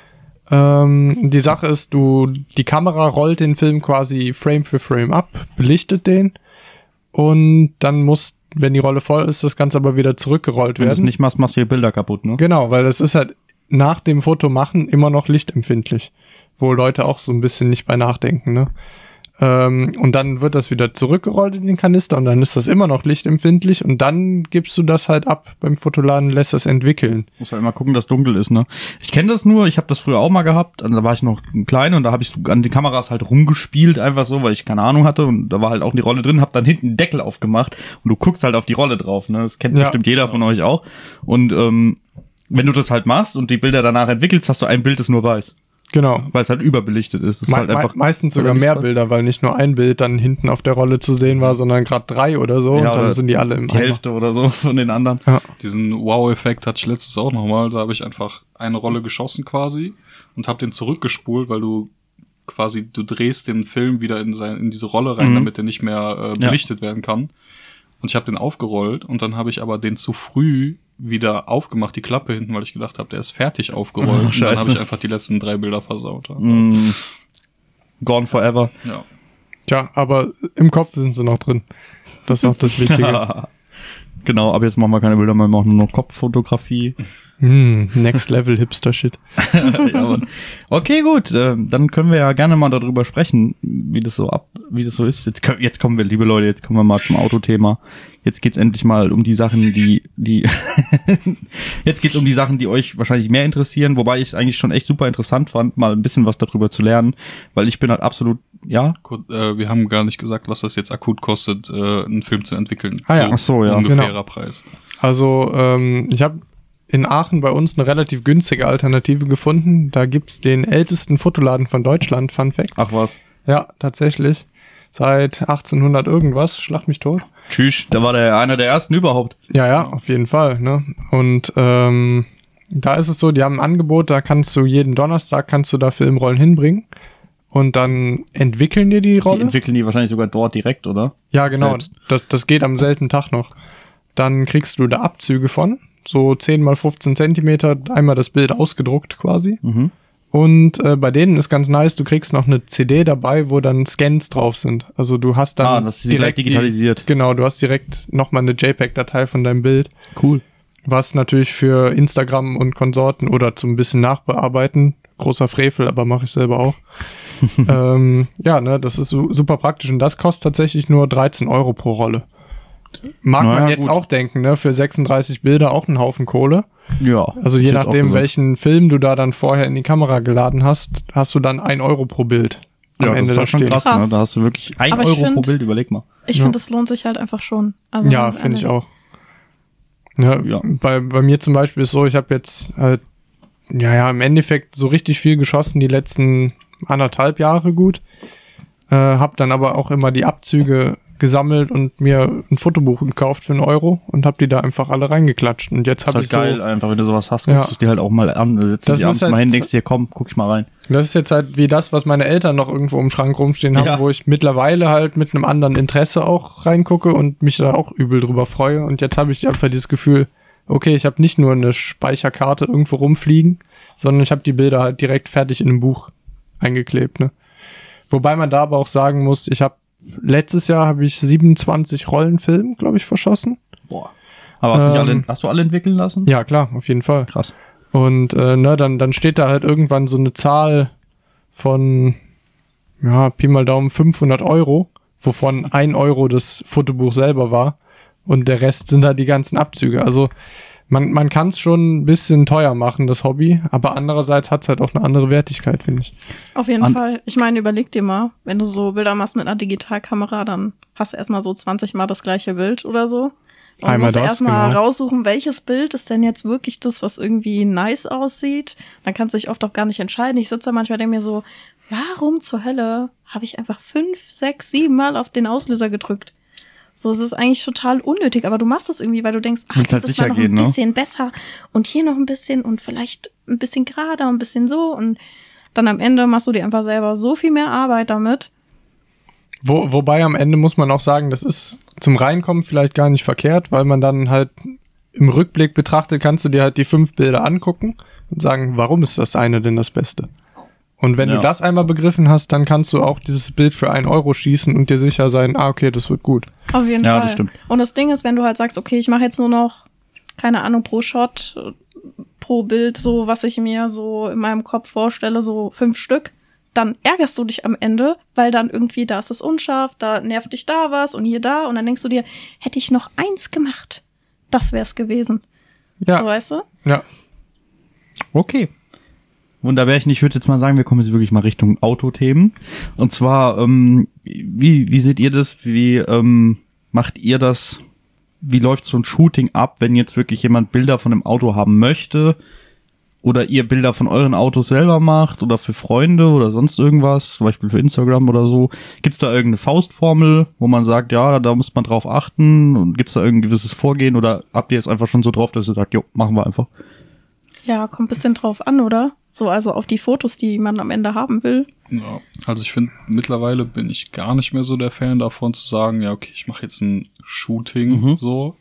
Ähm, die Sache ist, du, die Kamera rollt den Film quasi Frame für Frame ab, belichtet den und dann muss, wenn die Rolle voll ist, das Ganze aber wieder zurückgerollt Wenn du das werden. nicht machst, machst du die Bilder kaputt, ne? Genau, weil das ist halt nach dem Fotomachen immer noch lichtempfindlich. wo Leute auch so ein bisschen nicht bei nachdenken, ne? Ähm, und dann wird das wieder zurückgerollt in den Kanister und dann ist das immer noch lichtempfindlich und dann gibst du das halt ab beim Fotoladen, lässt das entwickeln. Muss halt immer gucken, dass dunkel ist, ne? Ich kenne das nur, ich habe das früher auch mal gehabt, da war ich noch klein und da habe ich an den Kameras halt rumgespielt, einfach so, weil ich keine Ahnung hatte und da war halt auch die Rolle drin, hab dann hinten den Deckel aufgemacht und du guckst halt auf die Rolle drauf, ne? Das kennt Ja. bestimmt jeder von euch auch. Und ähm, wenn du das halt machst und die Bilder danach entwickelst, hast du ein Bild, das nur weiß. Genau. Weil es halt überbelichtet ist. Das ist Me halt einfach me meistens sogar mehr Bilder, weil nicht nur ein Bild dann hinten auf der Rolle zu sehen war, sondern gerade drei oder so Ja, und dann oder sind die alle im die Eimer. Hälfte oder so von den anderen. Ja. Diesen Wow-Effekt hatte ich letztes auch nochmal. Da habe ich einfach eine Rolle geschossen quasi und habe den zurückgespult, weil du quasi, du drehst den Film wieder in, sein, in diese Rolle rein, Mhm. damit der nicht mehr äh, belichtet werden kann. Und ich habe den aufgerollt und dann habe ich aber den zu früh wieder aufgemacht, die Klappe hinten, weil ich gedacht habe, der ist fertig aufgerollt. Oh, und dann scheiße. habe ich einfach die letzten drei Bilder versaut. Mm. Gone forever. Ja. Tja, aber im Kopf sind sie noch drin. Das ist auch das Wichtige. Genau, aber jetzt machen wir keine Bilder mehr, wir machen nur noch Kopffotografie. hm, Next Level Hipster-Shit. Ja, aber- okay, gut, äh, dann können wir ja gerne mal darüber sprechen, wie das so ab, wie das so ist. Jetzt, können- jetzt kommen wir, liebe Leute, jetzt kommen wir mal zum Autothema. Jetzt geht's endlich mal um die Sachen, die, die, jetzt geht's um die Sachen, die euch wahrscheinlich mehr interessieren, wobei ich es eigentlich schon echt super interessant fand, mal ein bisschen was darüber zu lernen, weil ich bin halt absolut, ja, Gut, äh, wir haben gar nicht gesagt, was das jetzt akut kostet, äh, einen Film zu entwickeln. Ah ja. Ach so, ja, ungefährer genau. Preis. Also ähm, ich habe in Aachen bei uns eine relativ günstige Alternative gefunden. Da gibt's den ältesten Fotoladen von Deutschland, Fun Fact. ach was. Ja, tatsächlich. Seit achtzehnhundert irgendwas, schlag mich tot. Tschüss, da war der einer der ersten überhaupt. Ja, ja, auf jeden Fall. Ne? Und ähm, da ist es so, die haben ein Angebot, da kannst du jeden Donnerstag kannst du da Filmrollen hinbringen und dann entwickeln dir die Die Rolle. entwickeln die wahrscheinlich sogar dort direkt, oder? Ja, genau. Selbst. Das, das geht am selben Tag noch. Dann kriegst du da Abzüge von, so zehn mal fünfzehn Zentimeter, einmal das Bild ausgedruckt quasi. Mhm. Und äh, bei denen ist ganz nice, du kriegst noch eine C D dabei, wo dann Scans drauf sind. Also du hast dann Ah, das ist direkt digitalisiert. Die, genau, du hast direkt nochmal eine JPEG-Datei von deinem Bild. Cool. Was natürlich für Instagram und Konsorten oder zum bisschen nachbearbeiten, großer Frevel, aber mache ich selber auch. ähm, ja, ne, das ist su- super praktisch und das kostet tatsächlich nur dreizehn Euro pro Rolle. Mag Naja, man jetzt gut. auch denken, ne, für sechsunddreißig Bilder auch ein Haufen Kohle. Ja. Also je ich hätte auch nachdem, gesagt. welchen Film du da dann vorher in die Kamera geladen hast, hast du dann ein Euro pro Bild am Ja, das Ende ist da halt schon stehen. krass, Krass. ne? Da hast du wirklich ein Aber ich Euro pro find- Bild, überleg mal. Ich Ja. finde, das lohnt sich halt einfach schon. Also, Ja, ganz finde ich ehrlich. auch. Ja, Ja. Bei, bei mir zum Beispiel ist so, ich habe jetzt halt, ja, ja, im Endeffekt so richtig viel geschossen die letzten anderthalb Jahre gut. Äh, hab dann aber auch immer die Abzüge gesammelt und mir ein Fotobuch gekauft für einen Euro und hab die da einfach alle reingeklatscht. Und jetzt Das ist habe halt ich geil, so, einfach, wenn du sowas hast, Ja. guckst du es dir halt auch mal an, dann setzt du Das dich ist abends halt mal hin, so- denkst dir, komm, guck ich mal rein. das ist jetzt halt wie das, was meine Eltern noch irgendwo im Schrank rumstehen haben, Ja. wo ich mittlerweile halt mit einem anderen Interesse auch reingucke und mich da auch übel drüber freue. Und jetzt habe ich einfach dieses Gefühl, okay, ich habe nicht nur eine Speicherkarte irgendwo rumfliegen, sondern ich habe die Bilder halt direkt fertig in einem Buch eingeklebt. Ne? Wobei man da aber auch sagen muss, ich habe letztes Jahr habe ich siebenundzwanzig Rollenfilme, glaube ich, verschossen. Boah. Aber hast, du nicht Ähm, alle, hast du alle entwickeln lassen? Ja, klar, auf jeden Fall. Krass. Und äh, ne, dann, dann steht da halt irgendwann so eine Zahl von, ja, Pi mal Daumen fünfhundert Euro, wovon ein Euro das Fotobuch selber war. Und der Rest sind da die ganzen Abzüge. Also man, man kann es schon ein bisschen teuer machen, das Hobby, aber andererseits hat es halt auch eine andere Wertigkeit, finde ich. Auf jeden An- Fall. Ich meine, überleg dir mal, wenn du so Bilder machst mit einer Digitalkamera, dann hast du erstmal so zwanzig Mal das gleiche Bild oder so. Und Einmal musst du das, erstmal genau. raussuchen, welches Bild ist denn jetzt wirklich das, was irgendwie nice aussieht. Dann kannst du dich oft auch gar nicht entscheiden. Ich sitze da manchmal und denke mir so, warum zur Hölle habe ich einfach fünf, sechs, sieben Mal auf den Auslöser gedrückt? So, es ist eigentlich total unnötig, aber du machst das irgendwie, weil du denkst, ach, Willst das halt ist mal sicher noch ein gehen, ne? bisschen besser und hier noch ein bisschen und vielleicht ein bisschen gerader und ein bisschen so und dann am Ende machst du dir einfach selber so viel mehr Arbeit damit. Wo, wobei am Ende muss man auch sagen, das ist zum Reinkommen vielleicht gar nicht verkehrt, weil man dann halt im Rückblick betrachtet, kannst du dir halt die fünf Bilder angucken und sagen, warum ist das eine denn das Beste? Und wenn Ja. du das einmal begriffen hast, dann kannst du auch dieses Bild für einen Euro schießen und dir sicher sein, ah, okay, das wird gut. Auf jeden Ja, Fall. das stimmt. Und das Ding ist, wenn du halt sagst, okay, ich mache jetzt nur noch, keine Ahnung, pro Shot, äh, pro Bild, so was ich mir so in meinem Kopf vorstelle, so fünf Stück, dann ärgerst du dich am Ende, weil dann irgendwie, da ist es unscharf, da nervt dich da was und hier da und dann denkst du dir, hätte ich noch eins gemacht, das wär's gewesen. Ja. So, weißt du? Ja. Okay. Wunderbar. Ich würde jetzt mal sagen, wir kommen jetzt wirklich mal Richtung Autothemen. Und zwar, ähm, wie, wie seht ihr das? Wie ähm, macht ihr das? Wie läuft so ein Shooting ab, wenn jetzt wirklich jemand Bilder von dem Auto haben möchte? Oder ihr Bilder von euren Autos selber macht oder für Freunde oder sonst irgendwas, zum Beispiel für Instagram oder so. Gibt's da irgendeine Faustformel, wo man sagt, ja, da muss man drauf achten? Und gibt's da irgendein gewisses Vorgehen oder habt ihr jetzt einfach schon so drauf, dass ihr sagt, jo, machen wir einfach? Ja, kommt ein bisschen drauf an, oder? So, also auf die Fotos, die man am Ende haben will. Ja, also ich finde, mittlerweile bin ich gar nicht mehr so der Fan davon zu sagen, ja, okay, ich mache jetzt ein Shooting, Mhm. so.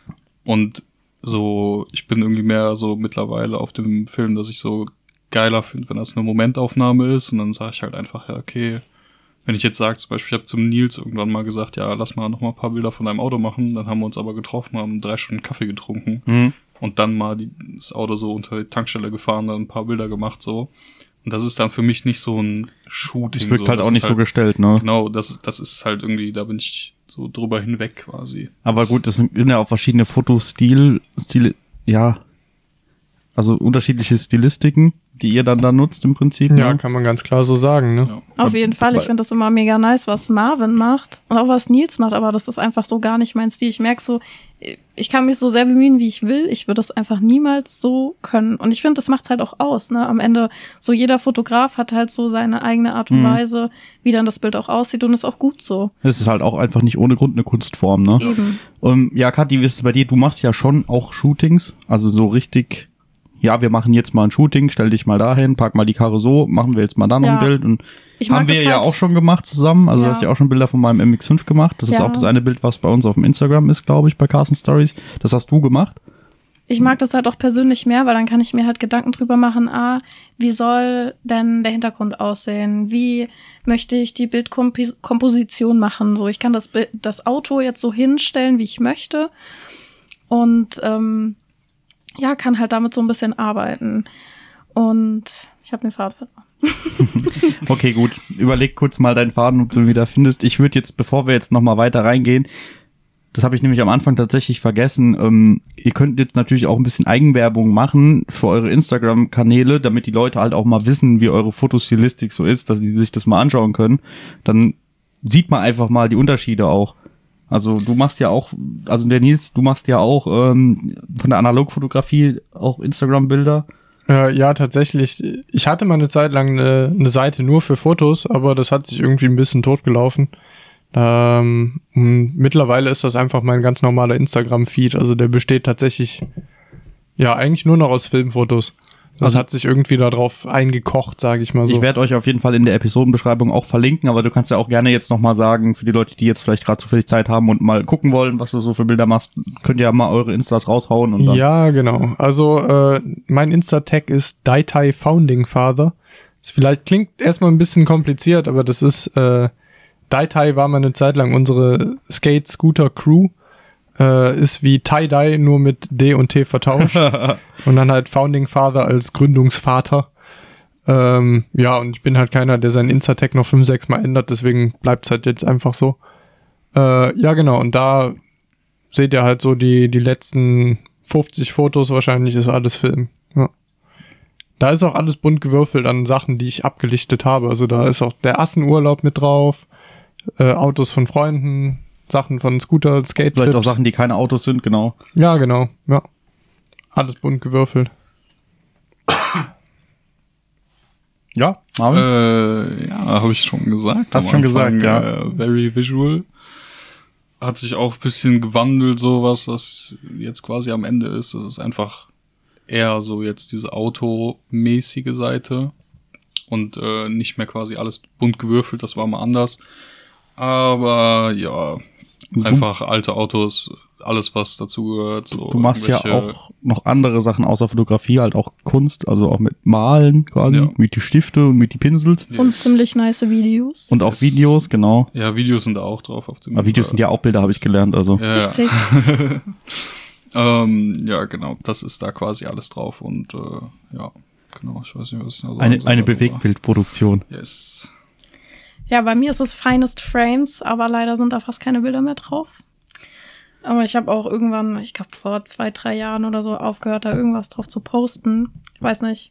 Und so, ich bin irgendwie mehr so mittlerweile auf dem Film, dass ich so geiler finde, wenn das eine Momentaufnahme ist. Und dann sage ich halt einfach, ja, okay, wenn ich jetzt sage, zum Beispiel, ich habe zum Nils irgendwann mal gesagt, ja, lass mal noch mal ein paar Bilder von deinem Auto machen. Dann haben wir uns aber getroffen, haben drei Stunden Kaffee getrunken. Mhm. Und dann mal die, das Auto so unter die Tankstelle gefahren, dann ein paar Bilder gemacht, so. Und das ist dann für mich nicht so ein Shooting. Das wirkt so. halt Das auch ist nicht so gestellt, ne? Genau, das ist, das ist halt irgendwie, da bin ich so drüber hinweg quasi. Aber gut, das sind ja auch verschiedene Fotostil, Stile, ja, also unterschiedliche Stilistiken, die ihr dann da nutzt im Prinzip. Ja, ne? kann man ganz klar so sagen, ne? Ja. Auf jeden Fall. Ich finde das immer mega nice, was Marvin macht und auch was Nils macht, aber das ist einfach so gar nicht mein Stil. Ich merke so, ich kann mich so sehr bemühen, wie ich will. Ich würde das einfach niemals so können. Und ich finde, das macht's halt auch aus, ne? Am Ende, so jeder Fotograf hat halt so seine eigene Art und Mhm. Weise, wie dann das Bild auch aussieht und ist auch gut so. Das ist halt auch einfach nicht ohne Grund eine Kunstform, ne? Eben. Um, ja, Kathi, wie ist es bei dir? Du machst ja schon auch Shootings, also so richtig, ja, wir machen jetzt mal ein Shooting, stell dich mal dahin, pack mal die Karre so, machen wir jetzt mal da noch Ja. ein Bild und Ich mag haben wir das ja halt- auch schon gemacht zusammen, also Ja. du hast ja auch schon Bilder von meinem M X fünf gemacht, das ist Ja. auch das eine Bild, was bei uns auf dem Instagram ist, glaube ich, bei Carson Stories, das hast du gemacht. Ich mag das halt auch persönlich mehr, weil dann kann ich mir halt Gedanken drüber machen, ah, wie soll denn der Hintergrund aussehen? Wie möchte ich die Bildkomposition machen? So, ich kann das, Bild, das Auto jetzt so hinstellen, wie ich möchte. Und ähm, ja, kann halt damit so ein bisschen arbeiten. Und ich habe den Faden verloren. Okay, gut. Überleg kurz mal deinen Faden, ob du ihn wieder findest. Ich würde jetzt, bevor wir jetzt noch mal weiter reingehen, das habe ich nämlich am Anfang tatsächlich vergessen, ähm, ihr könnt jetzt natürlich auch ein bisschen Eigenwerbung machen für eure Instagram-Kanäle, damit die Leute halt auch mal wissen, wie eure Fotostilistik so ist, dass sie sich das mal anschauen können. Dann sieht man einfach mal die Unterschiede auch. Also du machst ja auch, also der Nils, du machst ja auch ähm, von der Analogfotografie auch Instagram-Bilder. Äh, ja, tatsächlich. Ich hatte mal eine Zeit lang eine, eine Seite nur für Fotos, aber das hat sich irgendwie ein bisschen totgelaufen. Ähm, und mittlerweile ist das einfach mein ganz normaler Instagram-Feed. Also der besteht tatsächlich, ja, eigentlich nur noch aus Filmfotos. Das Also- hat sich irgendwie da drauf eingekocht, sage ich mal so. Ich werde euch auf jeden Fall in der Episodenbeschreibung auch verlinken, aber du kannst ja auch gerne jetzt nochmal sagen, für die Leute, die jetzt vielleicht gerade zufällig Zeit haben und mal gucken wollen, was du so für Bilder machst, könnt ihr ja mal eure Instas raushauen und dann. Ja, genau. Also äh, mein Insta-Tag ist Daitai Founding Father. Das vielleicht klingt erstmal ein bisschen kompliziert, aber das ist äh, Daitai war mal eine Zeit lang unsere Skate-Scooter-Crew. Äh, ist wie Tie-Dye, nur mit D und T vertauscht. Und dann halt Founding Father als Gründungsvater. Ähm, ja, und ich bin halt keiner, der seinen Insta-Tag noch fünf, sechs Mal ändert, deswegen bleibt's halt jetzt einfach so. Äh, ja, genau, und da seht ihr halt so die, die letzten fünfzig Fotos, wahrscheinlich ist alles Film. Ja. Da ist auch alles bunt gewürfelt an Sachen, die ich abgelichtet habe. Also da ist auch der Assenurlaub mit drauf, äh, Autos von Freunden, Sachen von Scooter, Skate-Trips. Vielleicht auch Sachen, die keine Autos sind, genau. Ja, genau, ja. Alles bunt gewürfelt. Ja, Marvin? Äh, ja, habe ich schon gesagt. Hast am schon gesagt, ja. Äh, very visual. Hat sich auch ein bisschen gewandelt, so was das jetzt quasi am Ende ist. Das ist einfach eher so jetzt diese automäßige Seite und äh, nicht mehr quasi alles bunt gewürfelt. Das war mal anders. Aber ja, einfach alte Autos, alles was dazu gehört. So Du machst ja irgendwelche- auch noch andere Sachen außer Fotografie, halt auch Kunst, also auch mit Malen quasi, Ja. mit die Stifte und mit die Pinsels Yes. Und ziemlich nice Videos. und auch Yes. Videos, genau. Ja, Videos sind da auch drauf auf dem. Aber Videos sind ja auch Bilder, habe ich gelernt, also. Ja, ja. Richtig. Ähm, ja, genau, das ist da quasi alles drauf und äh, ja. Genau, ich weiß nicht, was ich da sagen Eine, soll, eine aber- Bewegtbildproduktion. Yes. Ja, bei mir ist es Finest Frames, aber leider sind da fast keine Bilder mehr drauf. Aber ich habe auch irgendwann, ich glaube vor zwei, drei Jahren oder so, aufgehört, da irgendwas drauf zu posten. Ich weiß nicht.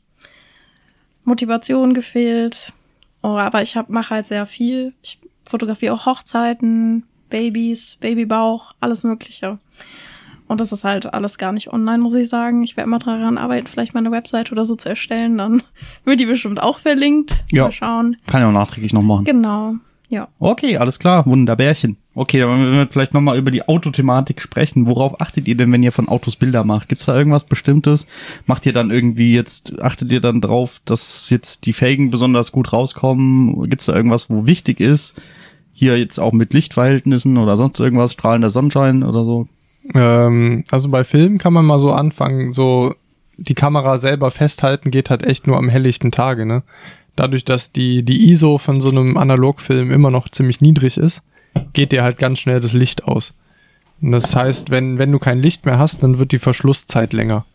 Motivation gefehlt. Oh, aber ich hab, mache halt sehr viel. Ich fotografiere auch Hochzeiten, Babys, Babybauch, alles Mögliche. Und das ist halt alles gar nicht online, muss ich sagen. Ich werde immer daran arbeiten, vielleicht mal eine Website oder so zu erstellen. Dann wird die bestimmt auch verlinkt. Ja. Mal schauen. Kann ich auch nachträglich noch machen. Genau, ja. Okay, alles klar, Wunderbärchen. Okay, dann wollen wir vielleicht nochmal über die Autothematik sprechen. Worauf achtet ihr denn, wenn ihr von Autos Bilder macht? Gibt's da irgendwas Bestimmtes? Macht ihr dann irgendwie jetzt, achtet ihr dann drauf, dass jetzt die Felgen besonders gut rauskommen? Gibt's da irgendwas, wo wichtig ist? Hier jetzt auch mit Lichtverhältnissen oder sonst irgendwas, strahlender Sonnenschein oder so? Ähm, also bei Filmen kann man mal so anfangen, so die Kamera selber festhalten geht halt echt nur am helllichten Tage, ne? Dadurch, dass die, die I S O von so einem Analogfilm immer noch ziemlich niedrig ist, geht dir halt ganz schnell das Licht aus. Und das heißt, wenn, wenn du kein Licht mehr hast, dann wird die Verschlusszeit länger.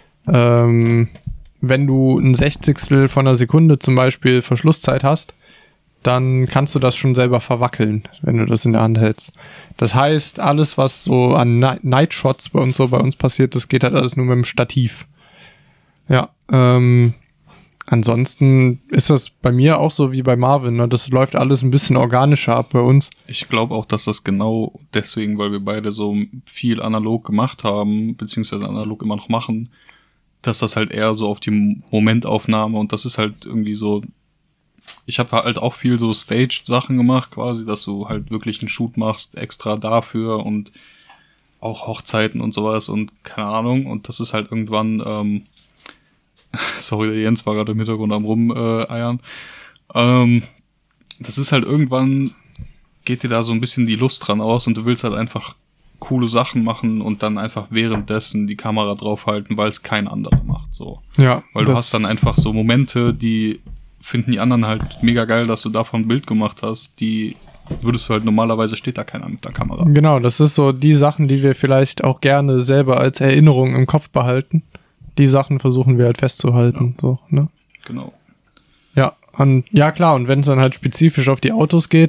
Ähm, wenn du ein Sechzigstel von einer Sekunde zum Beispiel Verschlusszeit hast, dann kannst du das schon selber verwackeln, wenn du das in der Hand hältst. Das heißt, alles, was so an Nightshots bei uns so bei uns passiert, das geht halt alles nur mit dem Stativ. Ja, ähm, ansonsten ist das bei mir auch so wie bei Marvin, ne? Das läuft alles ein bisschen organischer ab bei uns. Ich glaube auch, dass das genau deswegen, weil wir beide so viel analog gemacht haben, beziehungsweise analog immer noch machen, dass das halt eher so auf die Momentaufnahme und das ist halt irgendwie so. Ich habe halt auch viel so Stage-Sachen gemacht, quasi, dass du halt wirklich einen Shoot machst, extra dafür und auch Hochzeiten und sowas und keine Ahnung. Und das ist halt irgendwann, ähm, sorry, der Jens war gerade im Hintergrund am Rumeiern. Äh, ähm, das ist halt irgendwann, geht dir da so ein bisschen die Lust dran aus und du willst halt einfach coole Sachen machen und dann einfach währenddessen die Kamera draufhalten, weil es kein anderer macht, so. Ja. Weil du hast dann einfach so Momente, die finden die anderen halt mega geil, dass du davon ein Bild gemacht hast, die würdest du halt normalerweise, steht da keiner mit der Kamera. Genau, das ist so die Sachen, die wir vielleicht auch gerne selber als Erinnerung im Kopf behalten. Die Sachen versuchen wir halt festzuhalten, ja. So, ne? Genau. Ja, und ja klar, und wenn es dann halt spezifisch auf die Autos geht,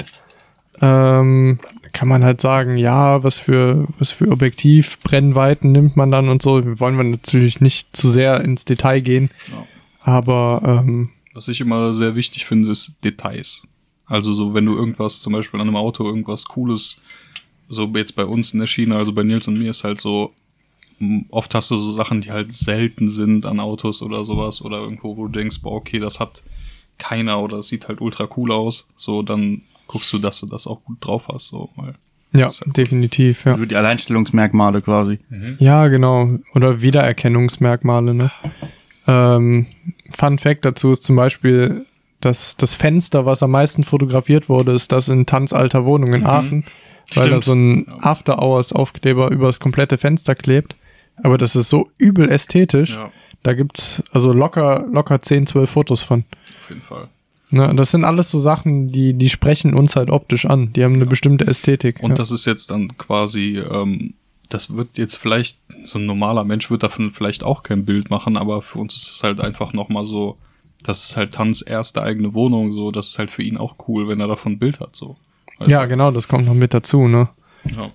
ähm, kann man halt sagen, ja, was für was für Objektivbrennweiten nimmt man dann und so. Wir wollen wir natürlich nicht zu sehr ins Detail gehen, Ja. aber ähm, Was ich immer sehr wichtig finde, ist Details. Also so, wenn du irgendwas, zum Beispiel an einem Auto, irgendwas Cooles, so jetzt bei uns in der Schiene, also bei Nils und mir ist halt so, m, oft hast du so Sachen, die halt selten sind an Autos oder sowas oder irgendwo, wo du denkst, boah, okay, das hat keiner oder es sieht halt ultra cool aus, so, dann guckst du, dass du das auch gut drauf hast, so, weil. ja, das ist halt definitiv, ja. Also die Alleinstellungsmerkmale quasi. Ja, genau. Oder Wiedererkennungsmerkmale, ne? Ähm, Fun Fact dazu ist zum Beispiel, dass das Fenster, was am meisten fotografiert wurde, ist das in Tanz alter Wohnung in Aachen, weil da so ein After-Hours-Aufkleber über das komplette Fenster klebt. Aber das ist so übel ästhetisch. Ja, Da gibt's also locker, locker zehn, zwölf Fotos von. auf jeden Fall. Ne? Und das sind alles so Sachen, die, die sprechen uns halt optisch an. Die haben eine bestimmte Ästhetik. Und ja. das ist jetzt dann quasi, ähm, das wird jetzt vielleicht, so ein normaler Mensch wird davon vielleicht auch kein Bild machen, aber für uns ist es halt einfach nochmal so, das ist halt Tanz erste eigene Wohnung, so, das ist halt für ihn auch cool, wenn er davon ein Bild hat, so. Weißt Ja, du? genau, das kommt noch mit dazu, ne? Ja.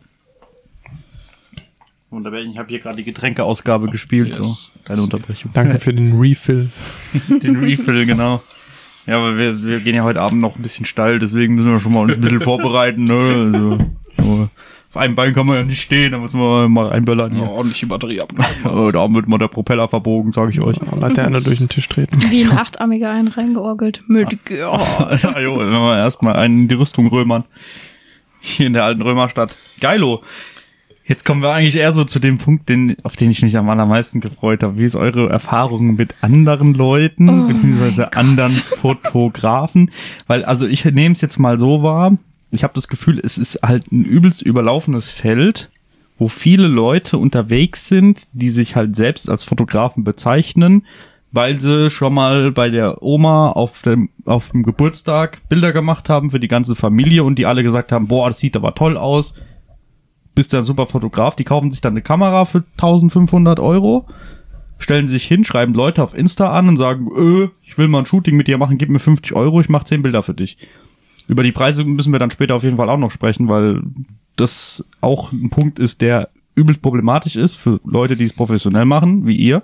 Wunderbar, ich habe hier gerade die Getränkeausgabe gespielt, Yes. so. Deine Unterbrechung. Danke für den Refill. Den Refill, genau. Ja, aber wir, wir gehen ja heute Abend noch ein bisschen steil, deswegen müssen wir schon mal uns ein bisschen vorbereiten, ne? Also, so. Auf einem Bein kann man ja nicht stehen, da muss man mal reinböllern Ja, hier. ordentlich die Batterie abgeladen. Ja, da wird mal der Propeller verbogen, sage ich euch. Laterne durch den Tisch treten. Wie ein achtarmiger einen reingeorgelt. Mit Gör. Ja, jo, dann machen wir erstmal einen in die Rüstung römern. Hier in der alten Römerstadt. Geilo. Jetzt kommen wir eigentlich eher so zu dem Punkt, den, auf den ich mich am allermeisten gefreut habe. Wie ist eure Erfahrung mit anderen Leuten, Oh beziehungsweise anderen Fotografen? Weil, also ich nehme es jetzt mal so wahr, ich habe das Gefühl, es ist halt ein übelst überlaufenes Feld, wo viele Leute unterwegs sind, die sich halt selbst als Fotografen bezeichnen, weil sie schon mal bei der Oma auf dem, auf dem Geburtstag Bilder gemacht haben für die ganze Familie und die alle gesagt haben, boah, das sieht aber toll aus. Bist du ein super Fotograf, die kaufen sich dann eine Kamera für eintausendfünfhundert Euro, stellen sich hin, schreiben Leute auf Insta an und sagen, öh, ich will mal ein Shooting mit dir machen, gib mir fünfzig Euro, ich mache zehn Bilder für dich. Über die Preise müssen wir dann später auf jeden Fall auch noch sprechen, weil das auch ein Punkt ist, der übelst problematisch ist für Leute, die es professionell machen, wie ihr.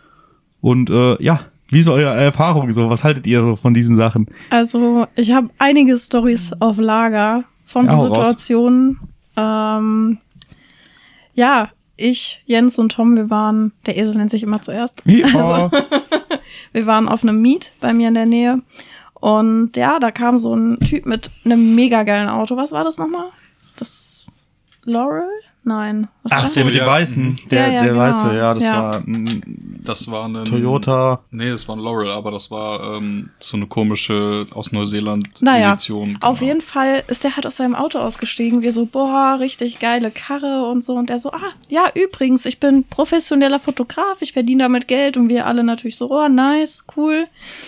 Und äh, ja, wie ist eure Erfahrung so? Was haltet ihr so von diesen Sachen? Also, ich habe einige Storys auf Lager von Ja, so hau raus. Situationen. Ähm, ja, ich, Jens und Tom, wir waren, der Esel nennt sich immer zuerst. Ja. Wir waren auf einem Meet bei mir in der Nähe. Und ja, da kam so ein Typ mit einem mega geilen Auto. Was war das nochmal? Das Laurel? Nein. Was Ach, war der das? mit den Weißen. Der, Ja, ja, der genau. Weiße, ja, das Ja. war ein Das war ein Toyota. Nee, das war ein Laurel, aber das war ähm, so eine komische aus Neuseeland Naja, Edition. auf genau. jeden Fall ist der halt aus seinem Auto ausgestiegen. Wir so, boah, richtig geile Karre und so. Und der so, ah, ja, übrigens, ich bin professioneller Fotograf, ich verdiene damit Geld. Und wir alle natürlich so, oh, nice, cool.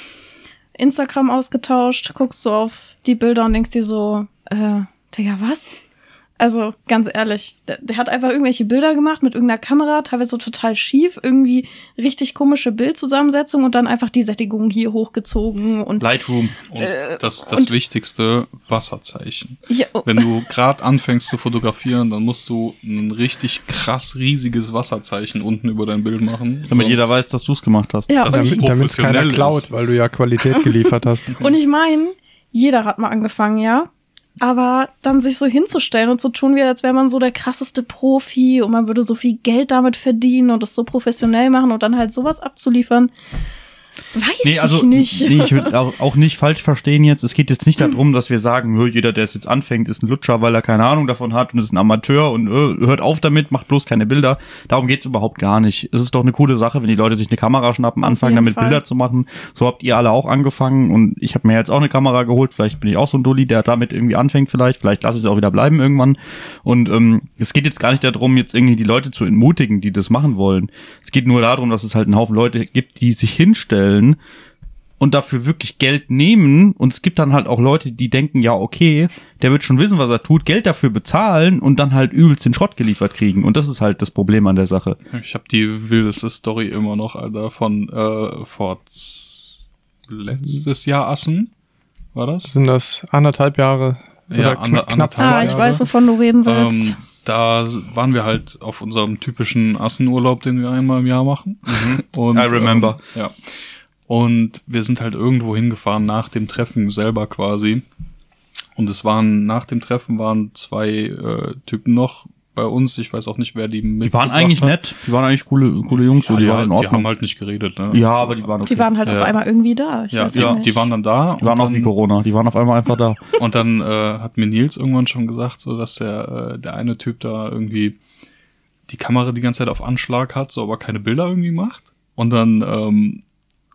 Instagram ausgetauscht, guckst du auf die Bilder und denkst dir so, äh, Digga, was? Also, ganz ehrlich, der, der hat einfach irgendwelche Bilder gemacht mit irgendeiner Kamera, teilweise so total schief, irgendwie richtig komische Bildzusammensetzung und dann einfach die Sättigung hier hochgezogen und Lightroom. Und das, das Wichtigste, Wasserzeichen. ja, Wenn du gerade anfängst zu fotografieren, dann musst du ein richtig krass riesiges Wasserzeichen unten über dein Bild machen. Damit Sonst- jeder weiß, dass du es gemacht hast. ja, das und ist ich, Damit damit's keiner professionell klaut, ist. weil du ja Qualität geliefert hast. und ich meine, jeder hat mal angefangen, ja. Aber dann sich so hinzustellen und so tun wir, als wäre man so der krasseste Profi und man würde so viel Geld damit verdienen und das so professionell machen und dann halt sowas abzuliefern, weiß Nee, also, ich nicht. nee, ich will auch, auch nicht falsch verstehen jetzt. Es geht jetzt nicht darum, dass wir sagen, hör, jeder, der es jetzt anfängt, ist ein Lutscher, weil er keine Ahnung davon hat und ist ein Amateur und äh, hört auf damit, macht bloß keine Bilder. Darum geht's überhaupt gar nicht. Es ist doch eine coole Sache, wenn die Leute sich eine Kamera schnappen, Auf anfangen jeden damit Fall. Bilder zu machen. So habt ihr alle auch angefangen und ich habe mir jetzt auch eine Kamera geholt. Vielleicht bin ich auch so ein Dulli, der damit irgendwie anfängt vielleicht. Vielleicht lasse ich es auch wieder bleiben irgendwann. Und ähm, es geht jetzt gar nicht darum, jetzt irgendwie die Leute zu entmutigen, die das machen wollen. Es geht nur darum, dass es halt einen Haufen Leute gibt, die sich hinstellen und dafür wirklich Geld nehmen. Und es gibt dann halt auch Leute, die denken, ja, okay, der wird schon wissen, was er tut, Geld dafür bezahlen und dann halt übelst den Schrott geliefert kriegen. Und das ist halt das Problem an der Sache. Ich habe die wildeste Story immer noch, Alter, von äh, vor z- letztes Jahr Assen. War das? Sind das anderthalb Jahre Ja, oder ander- knapp, knapp anderthalb zwei Ah, ich Jahre? weiß, wovon du reden willst. Ähm, da waren wir halt auf unserem typischen Assenurlaub, den wir einmal im Jahr machen. Und, I remember. Ähm, ja. Und wir sind halt irgendwo hingefahren nach dem Treffen selber quasi. Und es waren, nach dem Treffen waren zwei äh, Typen noch bei uns. Ich weiß auch nicht, wer die mit. Die waren eigentlich nett. Die waren eigentlich coole, coole Jungs. Ja, so, die, die waren in die haben Ordnung. halt nicht geredet, ne? Ja, aber die waren okay. Die waren halt auf Ja. einmal irgendwie da. Ich ja, weiß ja, auch nicht. die waren dann da. Die waren und auch dann, wie Corona. Die waren auf einmal einfach da. Und dann äh, hat mir Nils irgendwann schon gesagt, so dass der äh, der eine Typ da irgendwie die Kamera die ganze Zeit auf Anschlag hat, so aber keine Bilder irgendwie macht. Und dann ähm,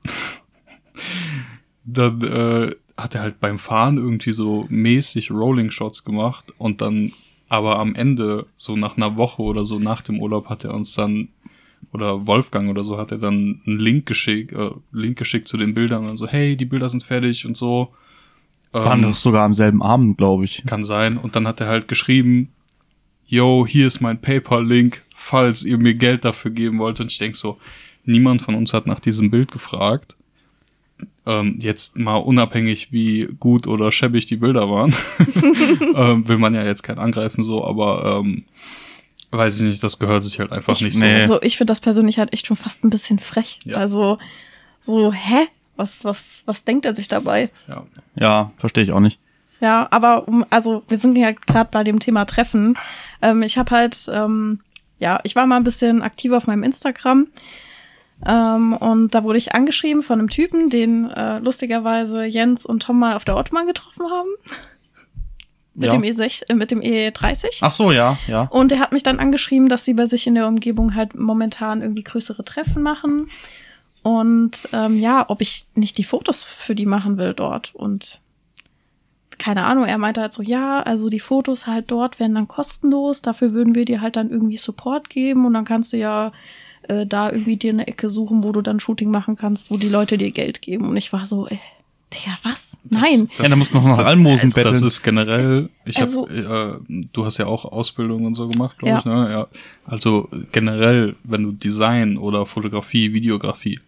dann äh, hat er halt beim Fahren irgendwie so mäßig Rolling Shots gemacht und dann aber am Ende, so nach einer Woche oder so nach dem Urlaub, hat er uns dann, oder Wolfgang oder so, hat er dann einen Link geschickt, äh, Link geschickt zu den Bildern und so, hey, die Bilder sind fertig und so. Waren Ähm, doch sogar am selben Abend, glaube ich. kann sein. Und dann hat er halt geschrieben, yo, hier ist mein PayPal-Link, falls ihr mir Geld dafür geben wollt. Und ich denk so, niemand von uns hat nach diesem Bild gefragt. Ähm, jetzt mal unabhängig, wie gut oder schäbig die Bilder waren. ähm, will man ja jetzt kein angreifen so, aber ähm, weiß ich nicht, das gehört sich halt einfach Ich- nicht nee. so. Also ich finde das persönlich halt echt schon fast ein bisschen frech. Ja. Also so, hä? Was, was, was denkt er sich dabei? Ja. Ja, verstehe ich auch nicht. Ja, aber um, also wir sind ja gerade bei dem Thema Treffen. Ähm, ich habe halt, ähm, ja, ich war mal ein bisschen aktiv auf meinem Instagram. Ähm, und da wurde ich angeschrieben von einem Typen, den äh, lustigerweise Jens und Tom mal auf der Autobahn getroffen haben. Mit Ja. dem E sechzig, äh, mit dem E dreißig. Ach so, ja, ja. Und er hat mich dann angeschrieben, dass sie bei sich in der Umgebung halt momentan irgendwie größere Treffen machen. Und ähm, ja, ob ich nicht die Fotos für die machen will dort. Und keine Ahnung, er meinte halt so, ja, also die Fotos halt dort werden dann kostenlos. Dafür würden wir dir halt dann irgendwie Support geben. Und dann kannst du ja äh, da irgendwie dir eine Ecke suchen, wo du dann Shooting machen kannst, wo die Leute dir Geld geben. Und ich war so, ey, Digga, was? Nein. Ja, da musst du noch nach Almosen das, betteln. Das ist generell, ich Also- hab, äh, du hast ja auch Ausbildung und so gemacht, glaube Ja. ich, ne? Ja. Also generell, wenn du Design oder Fotografie, Videografie,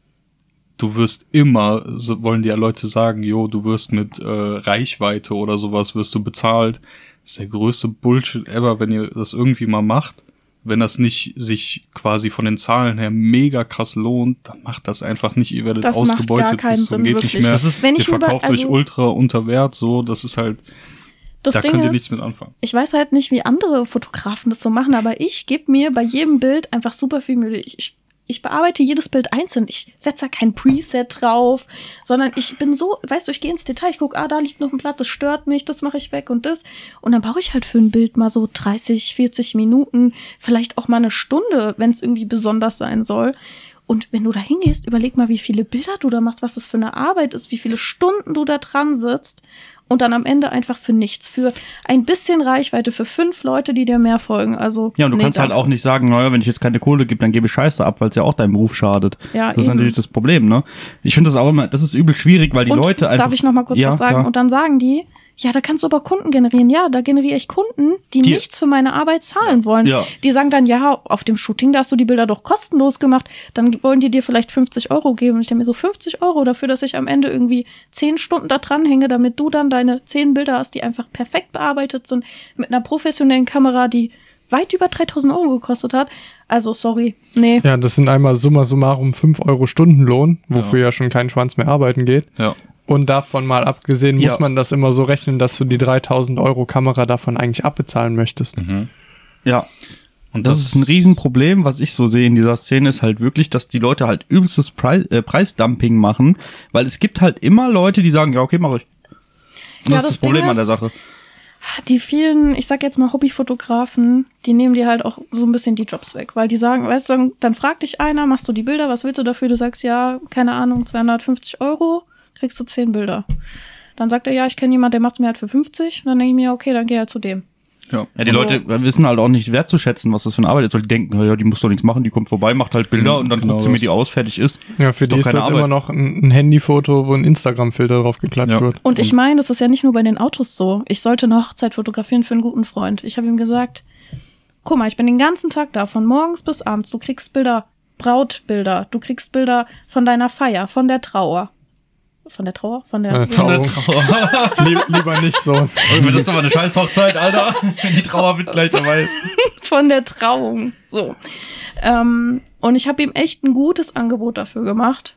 du wirst immer, so wollen dir ja Leute sagen, jo, du wirst mit äh, Reichweite oder sowas wirst du bezahlt. Das ist der größte Bullshit ever, wenn ihr das irgendwie mal macht. Wenn das nicht sich quasi von den Zahlen her mega krass lohnt, dann macht das einfach nicht. Ihr werdet Das macht ausgebeutet gar keinen bis zum Sinn, geht wirklich. nicht mehr. Das ist- wenn ich ihr mir über- verkauft euch also- ultra unter Wert, so, das ist halt, Das da Ding könnt ihr ist, nichts mit anfangen. Ich weiß halt nicht, wie andere Fotografen das so machen, aber ich gebe mir bei jedem Bild einfach super viel Mühe. Ich, ich bearbeite jedes Bild einzeln. Ich setze da kein Preset drauf, sondern ich bin so, weißt du, ich gehe ins Detail, ich gucke, ah, da liegt noch ein Blatt, das stört mich, das mache ich weg und das. Und dann brauche ich halt für ein Bild mal so dreißig, vierzig Minuten, vielleicht auch mal eine Stunde, wenn es irgendwie besonders sein soll. Und wenn du da hingehst, überleg mal, wie viele Bilder du da machst, was das für eine Arbeit ist, wie viele Stunden du da dran sitzt. Und dann am Ende einfach für nichts. Für ein bisschen Reichweite, für fünf Leute, die dir mehr folgen. Also, Ja, und du nee, kannst halt danke. auch nicht sagen, naja, wenn ich jetzt keine Kohle gebe, dann gebe ich Scheiße ab, weil es ja auch deinem Beruf schadet. Ja, das ist eben. natürlich das Problem, ne? Ich finde das auch immer, das ist übel schwierig, weil die Und Leute einfach... darf ich noch mal kurz ja, was sagen? klar. Und dann sagen die, ja, da kannst du aber Kunden generieren. Ja, da generiere ich Kunden, die, Die- nichts für meine Arbeit zahlen wollen. Ja. Die sagen dann, ja, auf dem Shooting, da hast du die Bilder doch kostenlos gemacht. Dann wollen die dir vielleicht fünfzig Euro geben. Und ich denke mir so, fünfzig Euro dafür, dass ich am Ende irgendwie zehn Stunden da dran hänge, damit du dann deine zehn Bilder hast, die einfach perfekt bearbeitet sind, mit einer professionellen Kamera, die weit über dreitausend Euro gekostet hat. Also, sorry, nee. Ja, das sind einmal summa summarum fünf Euro Stundenlohn, wofür ja. ja schon kein Schwanz mehr arbeiten geht. Ja. Und davon mal abgesehen, muss Ja. man das immer so rechnen, dass du die dreitausend Euro Kamera davon eigentlich abbezahlen möchtest. Mhm. Ja. Und Das ist ein Riesenproblem, was ich so sehe in dieser Szene, ist halt wirklich, dass die Leute halt übelstes Preis, äh, Preisdumping machen, weil es gibt halt immer Leute, die sagen, ja, okay, mach ich. Und Ja, das ist das das Problem Ding an der ist- Sache. Die vielen, ich sag jetzt mal Hobbyfotografen, die nehmen dir halt auch so ein bisschen die Jobs weg, weil die sagen, weißt du, dann, dann fragt dich einer, machst du die Bilder, was willst du dafür? Du sagst, ja, keine Ahnung, zweihundertfünfzig Euro, kriegst du zehn Bilder. Dann sagt er, ja, ich kenne jemanden, der macht's mir halt für fünfzig. Und dann denke ich mir, okay, dann geh halt zu dem. Ja. Ja, die Also- Leute wissen halt auch nicht wertzuschätzen, was das für eine Arbeit ist, weil die denken, ja, die muss doch nichts machen, die kommt vorbei, macht halt Bilder Mhm, und dann genau guckt sie mir das. die aus, fertig ist. Ja, für Ist die doch ist keine das Arbeit. immer noch ein, ein Handyfoto, wo ein Instagram-Filter drauf geklatscht Ja. wird. Und ich meine, das ist ja nicht nur bei den Autos so. Ich sollte eine Hochzeit fotografieren für einen guten Freund. Ich habe ihm gesagt, guck mal, ich bin den ganzen Tag da, von morgens bis abends. Du kriegst Bilder, Brautbilder, du kriegst Bilder von deiner Feier, von der Trauer. Von der Trauer? Von der... Äh, Trauung. Lieb, lieber nicht so. Das ist aber eine scheiß Hochzeit, Alter. Wenn die Trauer mit gleich dabei ist. von der Trauung. So. Ähm, und ich habe ihm echt ein gutes Angebot dafür gemacht.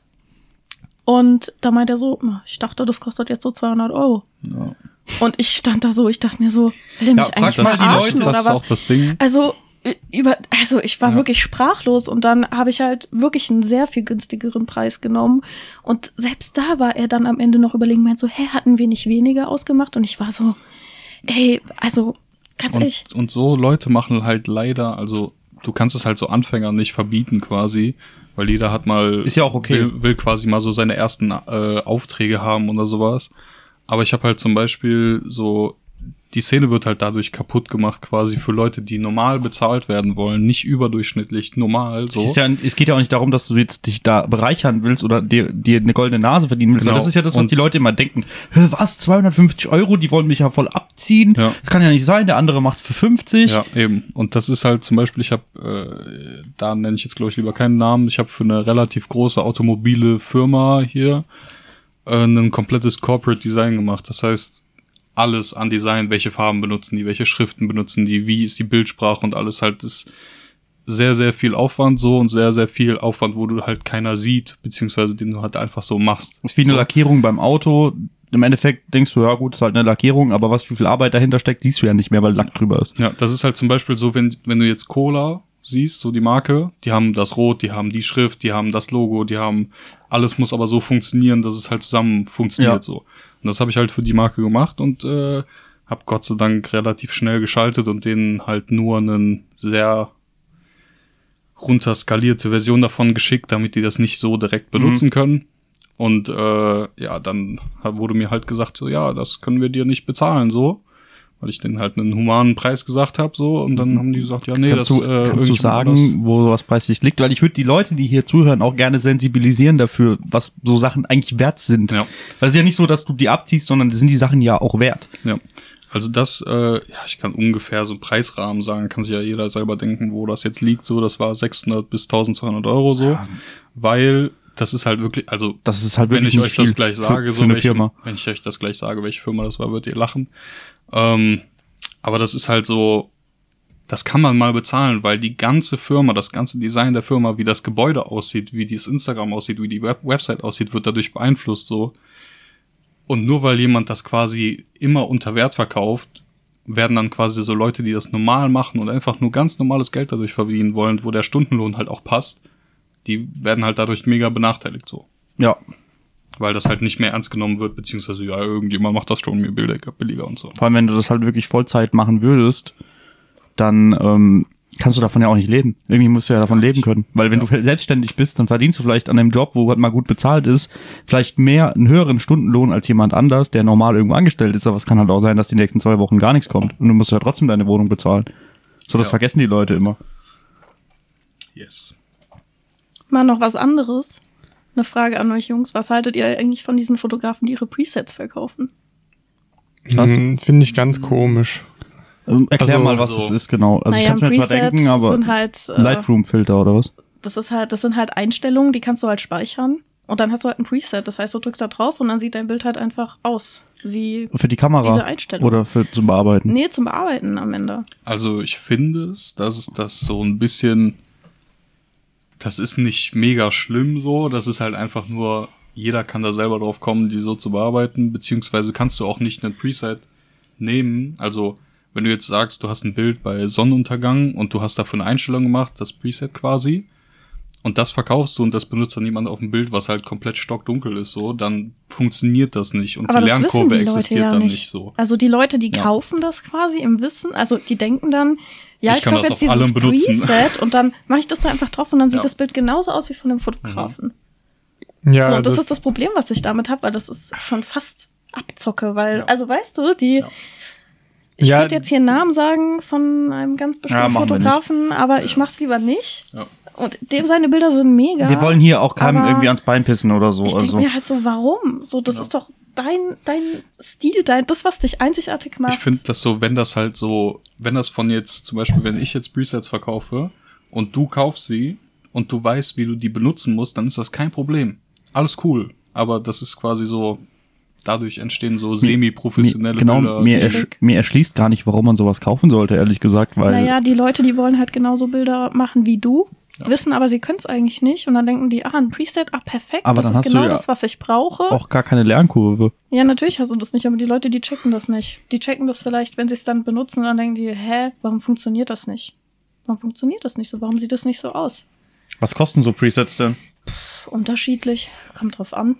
Und da meint er so, ich dachte, das kostet jetzt so zweihundert Euro. Ja. Und ich stand da so, ich dachte mir so, will er mich Ja, frag eigentlich mal die verarschen Leute, oder das ist was? auch das Ding. Also, über, also ich war Ja. wirklich sprachlos und dann habe ich halt wirklich einen sehr viel günstigeren Preis genommen. Und selbst da war er dann am Ende noch überlegen, meint so, hä, hatten wir nicht weniger ausgemacht? Und ich war so, ey, also, ganz ehrlich. Und, und so Leute machen halt leider, also du kannst es halt so Anfängern nicht verbieten quasi, weil jeder hat mal, Ist ja auch okay. will, will quasi mal so seine ersten äh, Aufträge haben oder sowas. Aber ich habe halt zum Beispiel so, die Szene wird halt dadurch kaputt gemacht quasi für Leute, die normal bezahlt werden wollen, nicht überdurchschnittlich, normal so. Es, ist ja, es geht ja auch nicht darum, dass du jetzt dich da bereichern willst oder dir, dir eine goldene Nase verdienen willst. Genau. Weil das ist ja das, was Und- die Leute immer denken. Hä, was, zweihundertfünfzig Euro? Die wollen mich ja voll abziehen. Ja. Das kann ja nicht sein. Der andere macht für fünfzig. Ja, eben. Und das ist halt zum Beispiel, ich habe, äh, da nenne ich jetzt glaube ich lieber keinen Namen, ich habe für eine relativ große automobile Firma hier äh, ein komplettes Corporate Design gemacht. Das heißt, alles an Design, welche Farben benutzen die, welche Schriften benutzen die, wie ist die Bildsprache und alles halt ist sehr, sehr viel Aufwand so und sehr, sehr viel Aufwand, wo du halt keiner sieht, beziehungsweise den du halt einfach so machst. Das ist wie eine Lackierung beim Auto. Im Endeffekt denkst du, ja gut, ist halt eine Lackierung, aber was, wie viel Arbeit dahinter steckt, siehst du ja nicht mehr, weil Lack drüber ist. Ja, das ist halt zum Beispiel so, wenn, wenn du jetzt Cola siehst, so die Marke, die haben das Rot, die haben die Schrift, die haben das Logo, die haben, alles muss aber so funktionieren, dass es halt zusammen funktioniert Ja. so. Und das habe ich halt für die Marke gemacht und äh, habe Gott sei Dank relativ schnell geschaltet und denen halt nur einen sehr runterskalierte Version davon geschickt, damit die das nicht so direkt benutzen Mhm. können. Und äh, ja, dann wurde mir halt gesagt, so ja, das können wir dir nicht bezahlen so. weil ich denen halt einen humanen Preis gesagt habe, so, und dann haben die gesagt, ja, nee, kannst das du, äh, kannst du irgendjemand sagen, anders- wo sowas preislich liegt? Weil ich würde die Leute, die hier zuhören, auch gerne sensibilisieren dafür, was so Sachen eigentlich wert sind. Ja. Weil es ist ja nicht so, dass du die abziehst, sondern sind die Sachen ja auch wert. Ja, also das, äh, ja, ich kann ungefähr so einen Preisrahmen sagen, kann sich ja jeder selber denken, wo das jetzt liegt, so, das war sechshundert bis eintausendzweihundert Euro so, ja. Weil das ist halt wirklich, also Das ist halt wenn wirklich ich nicht euch viel das gleich sage, für, so für eine welche, Firma. wenn ich euch das gleich sage, welche Firma das war, würdet ihr lachen. Ähm, aber das ist halt so, das kann man mal bezahlen, weil die ganze Firma, das ganze Design der Firma, wie das Gebäude aussieht, wie das Instagram aussieht, wie die Web- Website aussieht, wird dadurch beeinflusst so. Und nur weil jemand das quasi immer unter Wert verkauft, werden dann quasi so Leute, die das normal machen und einfach nur ganz normales Geld dadurch verdienen wollen, wo der Stundenlohn halt auch passt, die werden halt dadurch mega benachteiligt so. Ja. Weil das halt nicht mehr ernst genommen wird, beziehungsweise ja, irgendjemand macht das schon mir billiger, billiger und so. Vor allem, wenn du das halt wirklich Vollzeit machen würdest, dann ähm, kannst du davon ja auch nicht leben. Irgendwie musst du ja davon leben können. Weil wenn Ja. du selbstständig bist, dann verdienst du vielleicht an einem Job, wo halt mal gut bezahlt ist, vielleicht mehr, einen höheren Stundenlohn als jemand anders, der normal irgendwo angestellt ist. Aber es kann halt auch sein, dass die nächsten zwei Wochen gar nichts kommt. Und du musst ja trotzdem deine Wohnung bezahlen. So, das Ja. vergessen die Leute immer. Yes. Mal noch was anderes. Eine Frage an euch Jungs. Was haltet ihr eigentlich von diesen Fotografen, die ihre Presets verkaufen? Was? Hm, Finde ich ganz komisch. Ähm, erklär Also, mal, was so- das ist, genau. Also ich naja, kann es mir ein zwar Preset denken, aber sind halt, äh, Lightroom-Filter oder was? das ist halt, das sind halt Einstellungen, die kannst du halt speichern. Und dann hast du halt ein Preset. Das heißt, du drückst da drauf und dann sieht dein Bild halt einfach aus. Wie, Für die Kamera Diese Einstellung. oder für zum Bearbeiten? nee, zum Bearbeiten am Ende. Also ich finde es, dass es das so ein bisschen, das ist nicht mega schlimm so, das ist halt einfach nur, jeder kann da selber drauf kommen, die so zu bearbeiten, beziehungsweise kannst du auch nicht ein Preset nehmen, also wenn du jetzt sagst, du hast ein Bild bei Sonnenuntergang und du hast dafür eine Einstellung gemacht, das Preset quasi, und das verkaufst du und das benutzt dann jemand auf dem Bild, was halt komplett stockdunkel ist, so, dann funktioniert das nicht und Aber die das wissen Lernkurve die Leute existiert ja dann nicht. nicht so. Also die Leute, die Ja. kaufen das quasi im Wissen, also die denken dann, ja, Ich ich, kann kaufe das jetzt auf dieses allem benutzen. Preset und dann mache ich das da einfach drauf und dann sieht Ja. das Bild genauso aus wie von dem Fotografen. Ja, so, und das, das, ist das Problem, was ich damit habe, weil das ist schon fast Abzocke, weil, also weißt du, die, Ja. ich Ja. könnte jetzt hier einen Namen sagen von einem ganz bestimmten machen wir Fotografen, aber ich mach's lieber nicht. Ja. Und dem seine Bilder sind mega. Wir wollen hier auch keinem aber irgendwie ans Bein pissen oder so. Ich Also denke mir halt so, warum? So, das Ja. ist doch dein, dein Stil, dein, das, was dich einzigartig macht. Ich finde das so, wenn das halt so, wenn das von jetzt, zum Beispiel, wenn ich jetzt Presets verkaufe und du kaufst sie und du weißt, wie du die benutzen musst, dann ist das kein Problem. Alles cool. Aber das ist quasi so, dadurch entstehen so semi-professionelle mir, genau, Bilder. mir, die- ersch mir erschließt gar nicht, warum man sowas kaufen sollte, ehrlich gesagt, weil Naja, die Leute, die wollen halt genauso Bilder machen wie du, Ja. wissen aber, sie können es eigentlich nicht. Und dann denken die, ah, ein Preset, ah, perfekt, Aber das dann ist hast du genau ja das, was ich brauche. auch gar keine Lernkurve. Ja, natürlich hast du das nicht, aber die Leute, die checken das nicht. Die checken das vielleicht, wenn sie es dann benutzen und dann denken die, hä, warum funktioniert das nicht? Warum funktioniert das nicht so? Warum sieht das nicht so aus? Was kosten so Presets denn? Pff, unterschiedlich, kommt drauf an.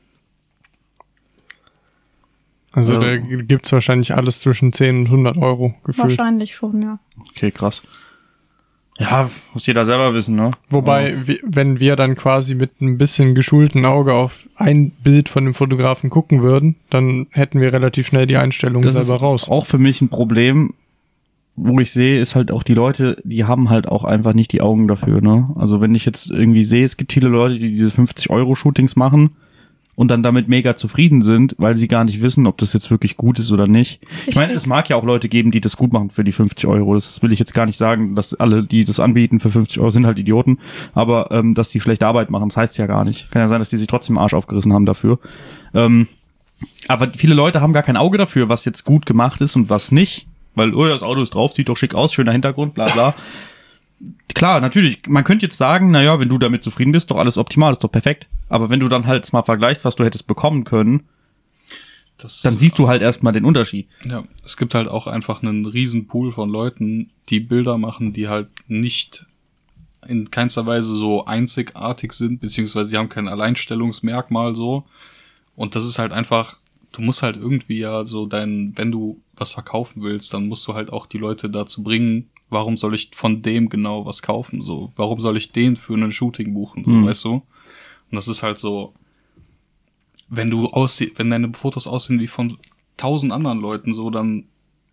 also Ja. da gibt's wahrscheinlich alles zwischen zehn und hundert Euro gefühlt. Wahrscheinlich schon, ja. Okay, krass. Ja, muss jeder selber wissen, ne? Wobei, wie, wenn wir dann quasi mit ein bisschen geschulten Auge auf ein Bild von dem Fotografen gucken würden, dann hätten wir relativ schnell die Einstellungen Das selber ist raus. auch für mich ein Problem, wo ich sehe, ist halt auch die Leute, die haben halt auch einfach nicht die Augen dafür, ne? Also wenn ich jetzt irgendwie sehe, es gibt viele Leute, die diese fünfzig-Euro-Shootings machen und dann damit mega zufrieden sind, weil sie gar nicht wissen, ob das jetzt wirklich gut ist oder nicht. Ich meine, es mag ja auch Leute geben, die das gut machen für die fünfzig Euro. Das will ich jetzt gar nicht sagen, dass alle, die das anbieten für fünfzig Euro, sind halt Idioten. Aber ähm, dass die schlechte Arbeit machen, das heißt ja gar nicht. Kann ja sein, dass die sich trotzdem den Arsch aufgerissen haben dafür. Ähm, aber viele Leute haben gar kein Auge dafür, was jetzt gut gemacht ist und was nicht. Weil, oh ja, das Auto ist drauf, sieht doch schick aus, schöner Hintergrund, bla bla. Klar, natürlich, man könnte jetzt sagen, naja, wenn du damit zufrieden bist, doch alles optimal, ist doch perfekt. Aber wenn du dann halt mal vergleichst, was du hättest bekommen können, das, dann siehst du halt erstmal den Unterschied. Ja, es gibt halt auch einfach einen riesen Pool von Leuten, die Bilder machen, die halt nicht in keinster Weise so einzigartig sind, beziehungsweise die haben kein Alleinstellungsmerkmal so. Und das ist halt einfach, du musst halt irgendwie ja so dein, wenn du was verkaufen willst, dann musst du halt auch die Leute dazu bringen, warum soll ich von dem genau was kaufen, so? Warum soll ich den für einen Shooting buchen, so, Mhm. weißt du? Und das ist halt so, wenn du ausseh, wenn deine Fotos aussehen wie von tausend anderen Leuten, so, dann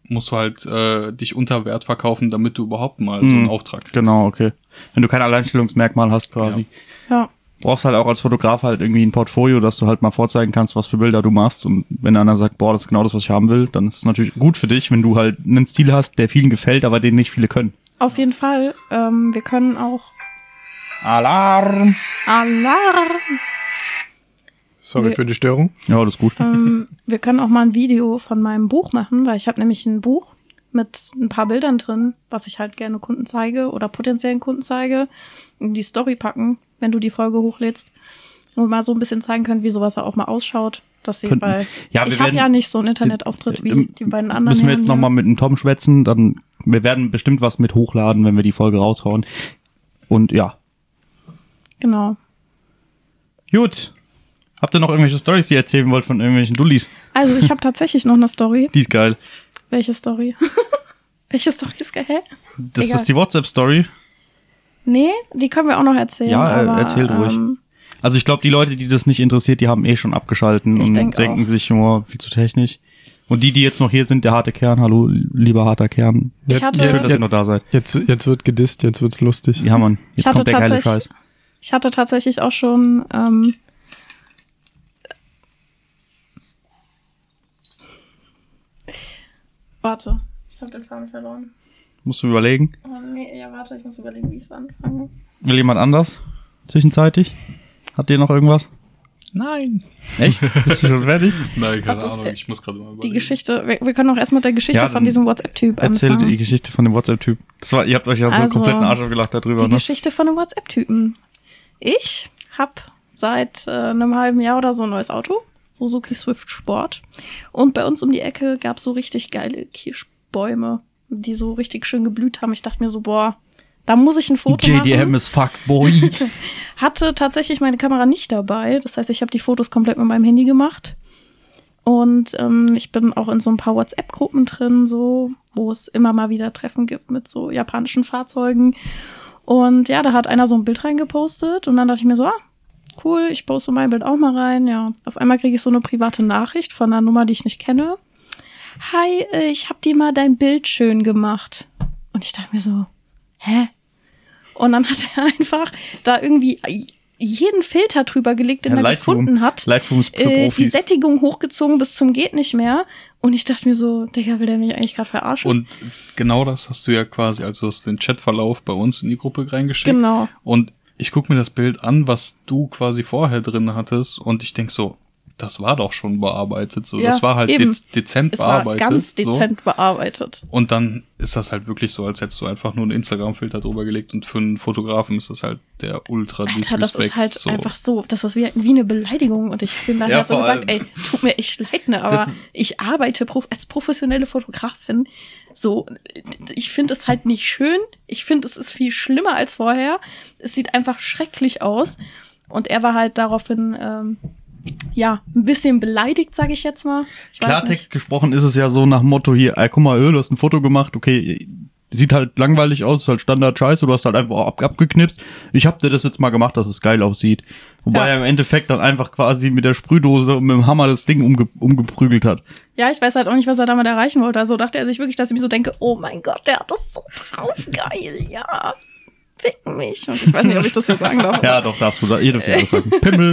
musst du halt äh, dich unter Wert verkaufen, damit du überhaupt mal so einen Mhm. Auftrag kriegst. Genau, okay. Wenn du kein Alleinstellungsmerkmal hast quasi. Ja. Brauchst halt auch als Fotograf halt irgendwie ein Portfolio, dass du halt mal vorzeigen kannst, was für Bilder du machst. Und wenn einer sagt, boah, das ist genau das, was ich haben will, dann ist es natürlich gut für dich, wenn du halt einen Stil hast, der vielen gefällt, aber den nicht viele können. Auf jeden Fall. Ähm, wir können auch Alarm! Alarm. Sorry Wir- für die Störung. Ja, das ist gut. ähm, wir können auch mal ein Video von meinem Buch machen, weil ich habe nämlich ein Buch mit ein paar Bildern drin, was ich halt gerne Kunden zeige oder potenziellen Kunden zeige, in die Story packen, wenn du die Folge hochlädst und mal so ein bisschen zeigen können, wie sowas auch mal ausschaut. Dass sie, Könnten- weil Ja, wir ich habe werden- ja nicht so einen Internetauftritt wie Ähm, die beiden anderen. Müssen wir Herren jetzt hier. nochmal mit dem Tom schwätzen, dann, wir werden bestimmt was mit hochladen, wenn wir die Folge raushauen. Und ja. Genau. Gut. Habt ihr noch irgendwelche Storys, die ihr erzählen wollt von irgendwelchen Dullis? Also ich habe tatsächlich noch eine Story. Die ist geil. Welche Story? Welche Story ist geil? Hä? Das Egal. ist die WhatsApp-Story. Nee, die können wir auch noch erzählen. Ja, äh, aber, erzählt ruhig. Ähm, Also ich glaube, die Leute, die das nicht interessiert, die haben eh schon abgeschalten Ich und denk denken auch. sich nur viel zu technisch. Und die, die jetzt noch hier sind, der harte Kern, hallo, lieber harter Kern. Ich hatte- Schön, dass ihr noch da seid. Jetzt, jetzt wird gedisst, jetzt wird's lustig. Ja, Mann, Ich jetzt hatte kommt der geile tatsächlich- Scheiß. Ich hatte tatsächlich auch schon ähm, warte, ich habe den Faden verloren. Musst du überlegen. Oh, nee, ja, warte, ich muss überlegen, wie ich es anfange. Will jemand anders? Zwischenzeitig? Habt ihr noch irgendwas? Nein. Echt? Bist du schon fertig? Nein, keine Was ist, Ahnung, äh, ich muss gerade mal überlegen. Die Geschichte, wir, wir können auch erst mit der Geschichte Ja, von dann diesem WhatsApp-Typ Erzähl anfangen. die Geschichte von dem WhatsApp-Typ. Das war, ihr habt euch ja so Also, kompletten Arsch aufgelacht darüber, Die ne? Geschichte von dem WhatsApp-Typen. Ich hab seit äh, einem halben Jahr oder so ein neues Auto. Suzuki Swift Sport. Und bei uns um die Ecke gab's so richtig geile Kirschbäume, die so richtig schön geblüht haben. Ich dachte mir so, boah, da muss ich ein Foto J D M machen. ist Fuckboy. Hatte tatsächlich meine Kamera nicht dabei. Das heißt, ich habe die Fotos komplett mit meinem Handy gemacht. Und ähm, ich bin auch in so ein paar WhatsApp-Gruppen drin, so, wo es immer mal wieder Treffen gibt mit so japanischen Fahrzeugen. Und ja, da hat einer so ein Bild reingepostet und dann dachte ich mir so, ah, cool, ich poste mein Bild auch mal rein. Ja, auf einmal kriege ich so eine private Nachricht von einer Nummer, die ich nicht kenne. Hi, äh, ich hab dir mal dein Bild schön gemacht. Und ich dachte mir so, hä? Und dann hat er einfach da irgendwie jeden Filter drüber gelegt, den Ja, er Lightroom. gefunden hat. Lightroom ist für Äh, die Profis. Sättigung hochgezogen bis zum geht nicht mehr. Und ich dachte mir so, Digga, will der mich eigentlich gerade verarschen? Und genau das hast du ja quasi, also du hast den Chatverlauf bei uns in die Gruppe reingeschickt. Genau. Und ich guck mir das Bild an, was du quasi vorher drin hattest, und ich denk so, das war doch schon bearbeitet. So, Ja, das war halt eben. dez dezent Es war bearbeitet. ganz dezent bearbeitet. So. Und dann ist das halt wirklich so, als hättest du einfach nur einen Instagram-Filter drüber gelegt, und für einen Fotografen ist das halt der ultra Alter, Disrespect. das ist halt so. einfach so, das ist wie, wie eine Beleidigung. Und ich habe ihm dann Ja, halt so vor gesagt, allem- ey, tut mir echt leid, ne, aber Das ist- ich arbeite prof als professionelle Fotografin. So, ich finde es halt nicht schön. Ich finde, es ist viel schlimmer als vorher. Es sieht einfach schrecklich aus. Und er war halt daraufhin, ähm, ja, ein bisschen beleidigt, sage ich jetzt mal. Ich weiß Klartext nicht. gesprochen ist es ja so nach dem Motto hier, ey, guck mal, äh, du hast ein Foto gemacht, okay, sieht halt langweilig aus, ist halt Standard-Scheiße, du hast halt einfach ab abgeknipst. Ich hab dir das jetzt mal gemacht, dass es geil aussieht. Wobei Ja. er im Endeffekt dann einfach quasi mit der Sprühdose und mit dem Hammer das Ding umge umgeprügelt hat. Ja, ich weiß halt auch nicht, was er damit erreichen wollte. Also dachte er sich wirklich, dass ich mir so denke, oh mein Gott, der hat das so drauf, geil, ja. Fick mich. Und ich weiß nicht, ob ich das jetzt sagen darf. Ja, doch, darfst du da, jede Fähre sagen. Pimmel.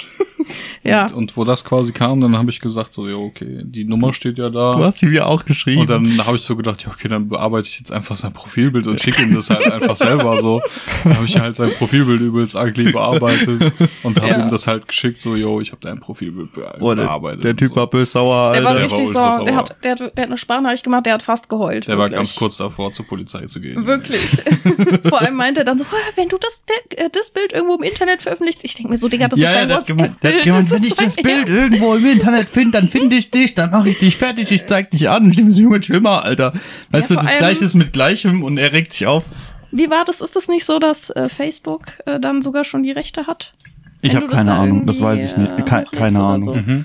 Ja. Und, und wo das quasi kam, dann habe ich gesagt, so, ja, okay, die Nummer steht ja da. Du hast sie mir auch geschrieben. Und dann habe ich so gedacht, ja, okay, dann bearbeite ich jetzt einfach sein Profilbild und schicke ihm das halt einfach selber so. Dann habe ich halt sein Profilbild übelst ugly bearbeitet und habe Ja. ihm das halt geschickt, so, yo, ich habe dein Profilbild be oh, der, bearbeitet. der und Typ so. war bös sauer, Der Alter. war der richtig war ultra sauer. Der sauer. hat, der, hat, der hat eine Sprachnachricht gemacht, der hat fast geheult. Der war wirklich. ganz kurz davor, zur Polizei zu gehen. Wirklich. Vor allem meinte er dann so, "Oh, wenn du das, der, äh, das Bild irgendwo im Internet veröffentlichst, ich denke mir so, Digga, das ja, ist ja, dein der hat gemeint, der hat WhatsApp-Bild. gemeint, das wenn ist ich das dein Bild Ernst." irgendwo im Internet finde, dann finde ich dich, dann mache ich dich fertig, ich zeig dich an. Ich denke mir so, Junge, chill mal, Alter. Weißt Ja, du, vor das allem- Gleiche ist mit Gleichem und er regt sich auf. Wie war das? Ist das nicht so, dass äh, Facebook äh, dann sogar schon die Rechte hat? Ich Wenn habe du das keine da Ahnung, das irgendwie, weiß ich nicht. äh, Ke hochlädst keine oder Ahnung. so. Mhm.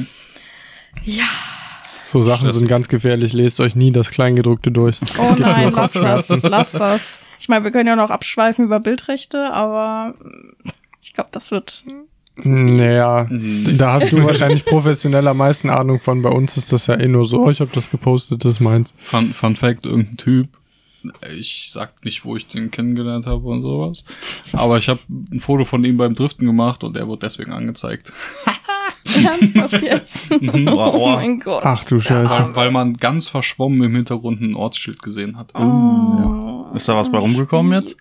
Ja. So Sachen Stressig. sind ganz gefährlich. Lest euch nie das Kleingedruckte durch. Oh Gibt nein, nur lass das, lass das. Ich meine, wir können ja noch abschweifen über Bildrechte, aber mm, ich glaube, das wird Naja, da hast du wahrscheinlich professionell am meisten Ahnung von. Bei uns ist das ja eh nur so, oh, ich habe das gepostet, das ist meins. Fun, Fun Fact, irgendein Typ, ich sag nicht, wo ich den kennengelernt habe und sowas, aber ich habe ein Foto von ihm beim Driften gemacht und er wurde deswegen angezeigt. Ernsthaft jetzt? Oh mein Gott. Ach du Scheiße. Weil, weil man ganz verschwommen im Hintergrund ein Ortsschild gesehen hat. Oh. Ja. Ist da was bei rumgekommen jetzt?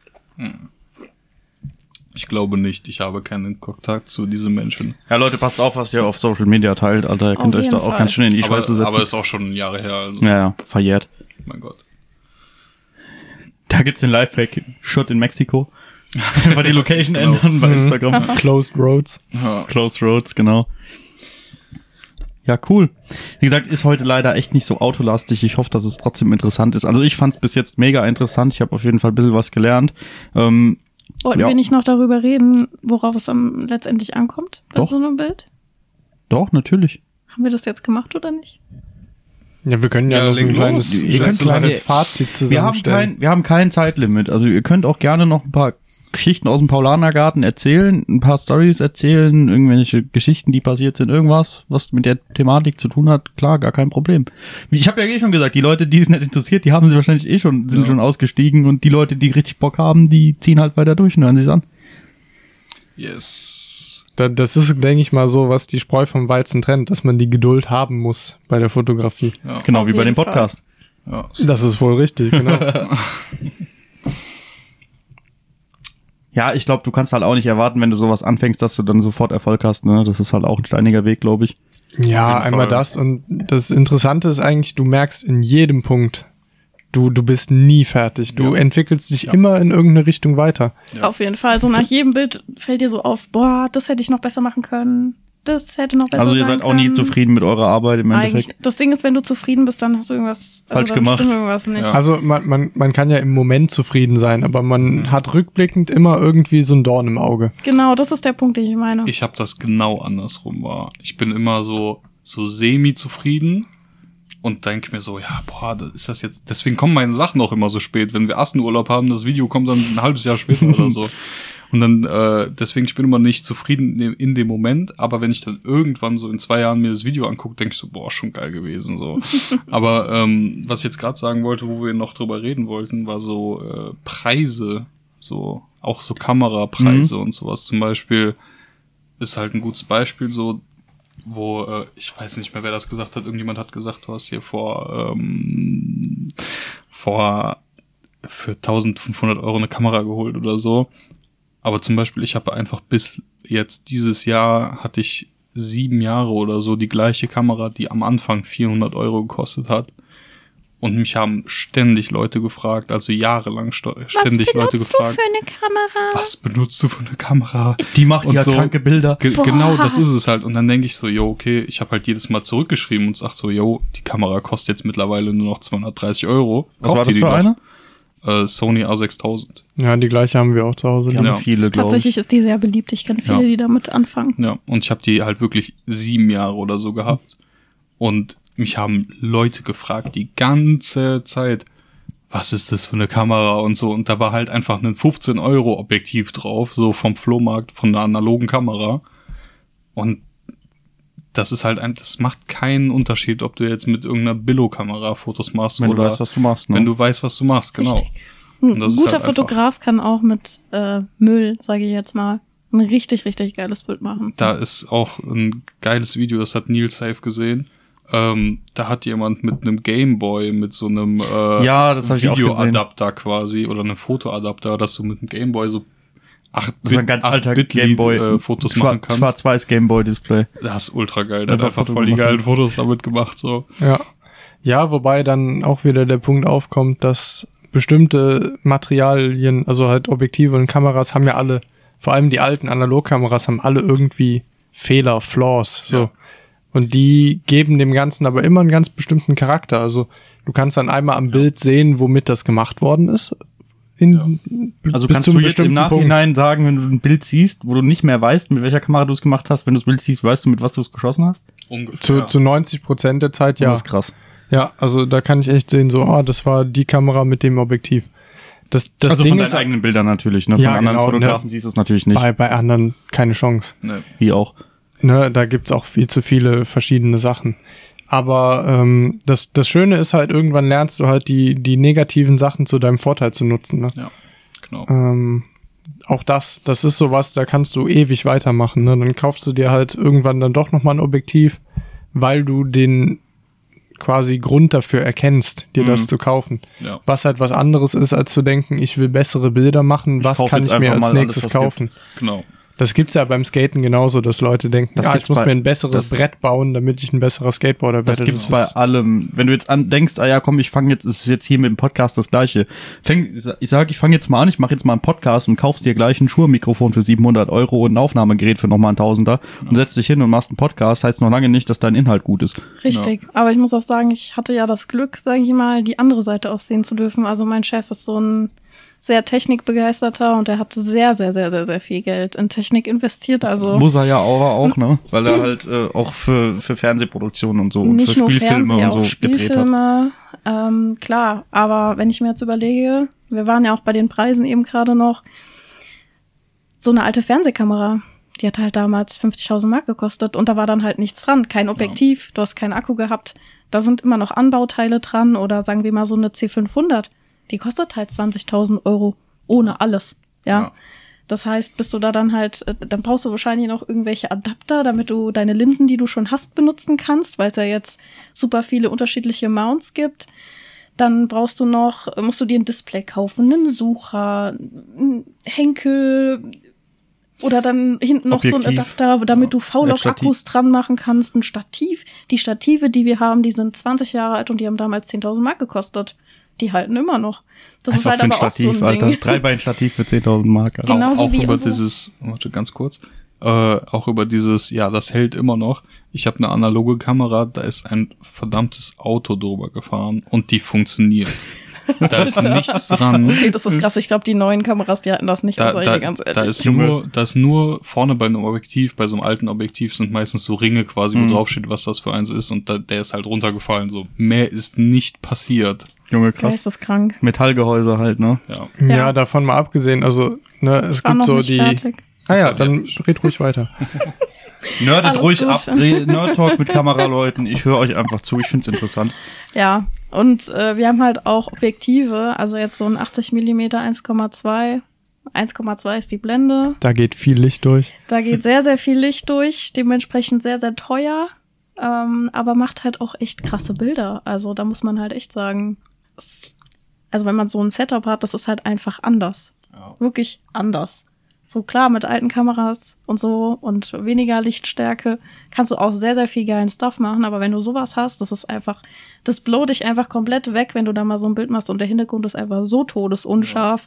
Ich glaube nicht, ich habe keinen Kontakt zu diesem Menschen. Ja, Leute, passt auf, was ihr auf Social Media teilt, Alter. Ihr könnt Auf euch da jeden auch Fall. ganz schön in die aber, Scheiße setzen. aber ist auch schon Jahre her, also. ja, ja, verjährt. Mein Gott. Da gibt's den Lifehack, Shot in Mexiko. Einfach die Location Genau. ändern bei Instagram. Closed Roads. Ja. Closed Roads, genau. Ja, cool. Wie gesagt, ist heute leider echt nicht so autolastig. Ich hoffe, dass es trotzdem interessant ist. Also ich fand's bis jetzt mega interessant. Ich habe auf jeden Fall ein bisschen was gelernt. Ähm, Wollten Ja. wir nicht noch darüber reden, worauf es am letztendlich ankommt bei Doch. so einem Bild? doch, natürlich. Haben wir das jetzt gemacht oder nicht? Ja, wir können ja, Ja, noch so ein leg kleines, los. ihr Ihr könnt könnt ein kleines lange- Fazit Wir haben, zusammenstellen. kein, wir haben kein Zeitlimit. Also ihr könnt auch gerne noch ein paar Geschichten aus dem Paulanergarten erzählen, ein paar Stories erzählen, irgendwelche Geschichten, die passiert sind, irgendwas, was mit der Thematik zu tun hat. Klar, gar kein Problem. Wie- Ich habe ja eh schon gesagt, die Leute, die es nicht interessiert, die haben sie wahrscheinlich eh schon, sind Ja. schon ausgestiegen und die Leute, die richtig Bock haben, die ziehen halt weiter durch und hören sich's an. Yes. Da, das ist, denke ich mal, so, was die Spreu vom Weizen trennt, dass man die Geduld haben muss bei der Fotografie. Ja. Genau, Auf wie bei jeden dem Podcast. Ja. Das ist wohl richtig, genau. Ja, ich glaube, du kannst halt auch nicht erwarten, wenn du sowas anfängst, dass du dann sofort Erfolg hast. Ne? Das ist halt auch ein steiniger Weg, glaube ich. Ja, jeden einmal Fall. das. Und das Interessante ist eigentlich, du merkst in jedem Punkt, du, du bist nie fertig. Du Ja. entwickelst dich immer in irgendeine Richtung weiter. Ja. Auf jeden Fall. So nach jedem Bild fällt dir so auf, boah, das hätte ich noch besser machen können. Das hätte noch besser Also ihr sein seid auch nie können. zufrieden mit eurer Arbeit im Eigentlich. Endeffekt. Das Ding ist, wenn du zufrieden bist, dann hast du irgendwas also Falsch dann gemacht. stimmt irgendwas nicht. Ja. Also man, man, man kann ja im Moment zufrieden sein, aber man hat rückblickend immer irgendwie so ein Dorn im Auge. Genau, das ist der Punkt, den ich meine. Ich habe das genau andersrum war. Ich bin immer so so semi zufrieden und denke mir so, ja, boah, das ist das jetzt. Deswegen kommen meine Sachen auch immer so spät. Wenn wir Assenurlaub haben, das Video kommt dann ein halbes Jahr später oder so. Und dann äh, deswegen ich bin immer nicht zufrieden in, in dem Moment. Aber wenn ich dann irgendwann so in zwei Jahren mir das Video angucke, denke ich so, boah, schon geil gewesen so. Aber ähm, was ich jetzt gerade sagen wollte, wo wir noch drüber reden wollten, war so äh, Preise, so auch so Kamerapreise und sowas. Zum Beispiel ist halt ein gutes Beispiel so, wo, äh, ich weiß nicht mehr, wer das gesagt hat, irgendjemand hat gesagt, du hast hier vor, ähm, vor, für eintausendfünfhundert Euro eine Kamera geholt oder so. Aber zum Beispiel, ich habe einfach bis jetzt dieses Jahr hatte ich sieben Jahre oder so die gleiche Kamera, die am Anfang vierhundert Euro gekostet hat. Und mich haben ständig Leute gefragt, also jahrelang sto- ständig Leute gefragt, eine Kamera? was benutzt du für eine Kamera? Die macht Und ja so. kranke Bilder. Ge Boah. genau, das ist es halt. Und dann denke ich so, yo, okay, ich habe halt jedes Mal zurückgeschrieben und sag so, yo, die Kamera kostet jetzt mittlerweile nur noch zweihundertdreißig Euro. Was Kauft war das ihr die für doch? eine? Äh, Sony A sechstausend. Ja, die gleiche haben wir auch zu Hause. Die liegen. haben Ja. viele, glaube ich. Tatsächlich ist die sehr beliebt. Ich kenne viele, Ja. die damit anfangen. Ja, und ich habe die halt wirklich sieben Jahre oder so gehabt. Und mich haben Leute gefragt die ganze Zeit, was ist das für eine Kamera und so. Und da war halt einfach ein fünfzehn Euro Objektiv drauf, so vom Flohmarkt, von einer analogen Kamera. Und das ist halt ein, das macht keinen Unterschied, ob du jetzt mit irgendeiner Billo-Kamera Fotos machst Wenn oder du weißt, was du machst. Ne? wenn du weißt, was du machst, genau. Richtig. Und Ein das ist guter halt einfach- Fotograf kann auch mit äh, Müll, sage ich jetzt mal, ein richtig, richtig geiles Bild machen. Da ist auch ein geiles Video, das hat Neil Safe gesehen. Ähm, da hat jemand mit einem Gameboy, mit so einem äh, Ja, das hab ich auch gesehen. Videoadapter quasi oder einem Fotoadapter, dass du mit einem Gameboy so acht Das ist ein ganz alter Bit Gameboy. äh, Fotos Schwar- machen kannst. Schwarz-weiß Gameboy-Display. Das ist ultra geil. Der hat Einfach einfach Foto voll die gemacht. geilen Fotos damit gemacht. So. Ja. Ja, wobei dann auch wieder der Punkt aufkommt, dass bestimmte Materialien, also halt Objektive und Kameras haben ja alle, vor allem die alten Analogkameras haben alle irgendwie Fehler, Flaws, so. Ja. Und die geben dem Ganzen aber immer einen ganz bestimmten Charakter. Also du kannst dann einmal am Bild sehen, womit das gemacht worden ist. In, Also bis kannst zu du einem jetzt im bestimmten Nachhinein sagen, wenn du ein Bild siehst, wo du nicht mehr weißt, mit welcher Kamera du es gemacht hast, wenn du das Bild siehst, weißt du, mit was du es geschossen hast? Ungefähr. Zu, zu neunzig Prozent der Zeit, ja. Das ist krass. Ja, also da kann ich echt sehen, so, ah, das war die Kamera mit dem Objektiv. Das, das also Ding von deinen ist, eigenen Bildern natürlich, ne? Von Ja, anderen genau, Fotografen ne? siehst du es natürlich nicht. bei, bei anderen keine Chance. Nee. Wie auch. Ne, da gibt's auch viel zu viele verschiedene Sachen. Aber ähm, das, das Schöne ist halt, irgendwann lernst du halt die, die negativen Sachen zu deinem Vorteil zu nutzen. Ne? Ja, genau. Ähm, auch das, das ist sowas, da kannst du ewig weitermachen. Ne? Dann kaufst du dir halt irgendwann dann doch nochmal ein Objektiv, weil du den quasi Grund dafür erkennst, dir Mhm. das zu kaufen. Ja. Was halt was anderes ist, als zu denken, ich will bessere Bilder machen, was kauf kann jetzt ich mir einfach als mal nächstes alles, was kaufen. Genau. Das gibt's ja beim Skaten genauso, dass Leute denken, Das ja, gibt's ich muss bei- mir ein besseres das- Brett bauen, damit ich ein besserer Skateboarder werde. Das gibt's ist- bei allem. Wenn du jetzt an denkst, ah ja, komm, ich fange jetzt, ist jetzt hier mit dem Podcast das Gleiche. Fäng, ich sag, ich fange jetzt mal an, ich mache jetzt mal einen Podcast und kaufst dir gleich ein Shure-Mikrofon für siebenhundert Euro und ein Aufnahmegerät für nochmal ein Tausender und setzt dich hin und machst einen Podcast, heißt noch lange nicht, dass dein Inhalt gut ist. Richtig. Aber ich muss auch sagen, ich hatte ja das Glück, sage ich mal, die andere Seite auch sehen zu dürfen. Also mein Chef ist so ein sehr technikbegeisterter und er hat sehr, sehr, sehr, sehr, sehr viel Geld in Technik investiert. Also Muss er ja auch, auch ne? Weil er halt äh, auch für, für Fernsehproduktionen und so und nicht für nur Spielfilme Fernseher, und so auch gedreht hat. Spielfilme. Ähm, klar, aber wenn ich mir jetzt überlege, wir waren ja auch bei den Preisen eben gerade noch, so eine alte Fernsehkamera, die hat halt damals fünfzigtausend Mark gekostet und da war dann halt nichts dran, kein Objektiv, du hast keinen Akku gehabt, da sind immer noch Anbauteile dran oder sagen wir mal so eine C fünfhundert, die kostet halt zwanzigtausend Euro ohne alles, ja. Ja. Das heißt, bist du da dann halt, äh, dann brauchst du wahrscheinlich noch irgendwelche Adapter, damit du deine Linsen, die du schon hast, benutzen kannst, weil es ja jetzt super viele unterschiedliche Mounts gibt. Dann brauchst du noch, musst du dir ein Display kaufen, einen Sucher, einen Henkel oder dann hinten noch so ein Objektiv. Adapter, damit Ja. du V-Log-Akkus dran machen kannst, ein Stativ. Die Stative, die wir haben, die sind zwanzig Jahre alt und die haben damals zehntausend Mark gekostet. Die halten immer noch. Das Einfach ist halt für ein aber Stativ, auch so ein Alter. Ding. Dreibein-Stativ für zehntausend Mark. Alter. Genau. Genauso auch wie über unsere- dieses, warte ganz kurz, äh, auch über dieses, ja, das hält immer noch. Ich habe eine analoge Kamera, da ist ein verdammtes Auto drüber gefahren und die funktioniert. Da ist nichts dran. Okay, das ist krass. Ich glaube, die neuen Kameras, die hatten das nicht. Da, Also, ich da, bin ganz ehrlich. da ist nur, da ist nur vorne bei einem Objektiv, bei so einem alten Objektiv sind meistens so Ringe quasi, wo Mhm. drauf steht, was das für eins ist und da, der ist halt runtergefallen. So, mehr ist nicht passiert. Junge, krass. Geisteskrank. Metallgehäuse halt, ne? Ja. Ja, Ja. davon mal abgesehen, also, ne, es War gibt noch so nicht die. fertig. Ah ja, dann red ruhig weiter. Nerdet Alles ruhig gut. ab. Re- Nerd Talk mit Kameraleuten. Ich höre euch einfach zu. Ich find's interessant. Ja, und äh, wir haben halt auch Objektive, also jetzt so ein achtzig Millimeter eins Komma zwei. eins Komma zwei ist die Blende. Da geht viel Licht durch. Da geht sehr, sehr viel Licht durch, dementsprechend sehr, sehr teuer, ähm, aber macht halt auch echt krasse Bilder. Also da muss man halt echt sagen, es, also wenn man so ein Setup hat, das ist halt einfach anders. Ja. Wirklich anders. So klar, mit alten Kameras und so und weniger Lichtstärke kannst du auch sehr, sehr viel geilen Stuff machen, aber wenn du sowas hast, das ist einfach, das blowt dich einfach komplett weg, wenn du da mal so ein Bild machst und der Hintergrund ist einfach so todesunscharf.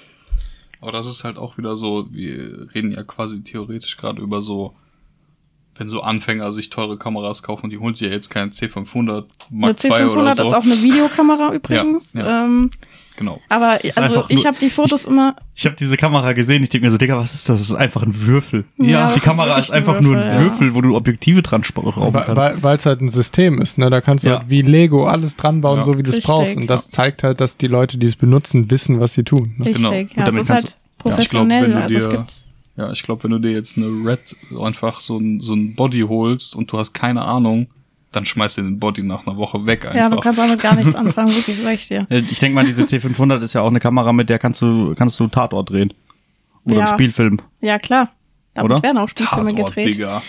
Aber das ist halt auch wieder so, wir reden ja quasi theoretisch gerade über so, wenn so Anfänger sich teure Kameras kaufen und die holen sich ja jetzt keinen C fünfhundert Mark Eine C zwei oder fünfhundert so. ist auch eine Videokamera übrigens. Ja, ja. Ähm, Genau. aber ist also einfach ich nur- habe die Fotos immer. Ich habe diese Kamera gesehen. Ich denke mir so, Digga, was ist das? Das ist einfach ein Würfel. Ja, das die ist Kamera wirklich ist ein einfach nur ein Würfel, ja. Würfel, wo du Objektive dran schrauben kannst. Weil weil es halt ein System ist, ne? Da kannst du Ja. halt wie Lego alles dran bauen, Ja. so wie du es Richtig. brauchst. Und das zeigt halt, dass die Leute, die es benutzen, wissen, was sie tun. Ne? Richtig, Genau. ja, Und es damit ist kannst halt Ja, ich glaub, professionell. wenn du also es dir- gibt. Ja, ich glaube, wenn du dir jetzt eine Red einfach so ein, so ein Body holst und du hast keine Ahnung, dann schmeißt du den Body nach einer Woche weg einfach. Ja, du kannst damit gar nichts anfangen, wirklich, sag ich dir. Äh, Ich denke mal, diese C fünfhundert ist ja auch eine Kamera, mit der kannst du kannst du Tatort drehen. Oder Ja. einen Spielfilm Ja, klar. Damit Oder? werden auch Spielfilme Tatort, gedreht. Digga.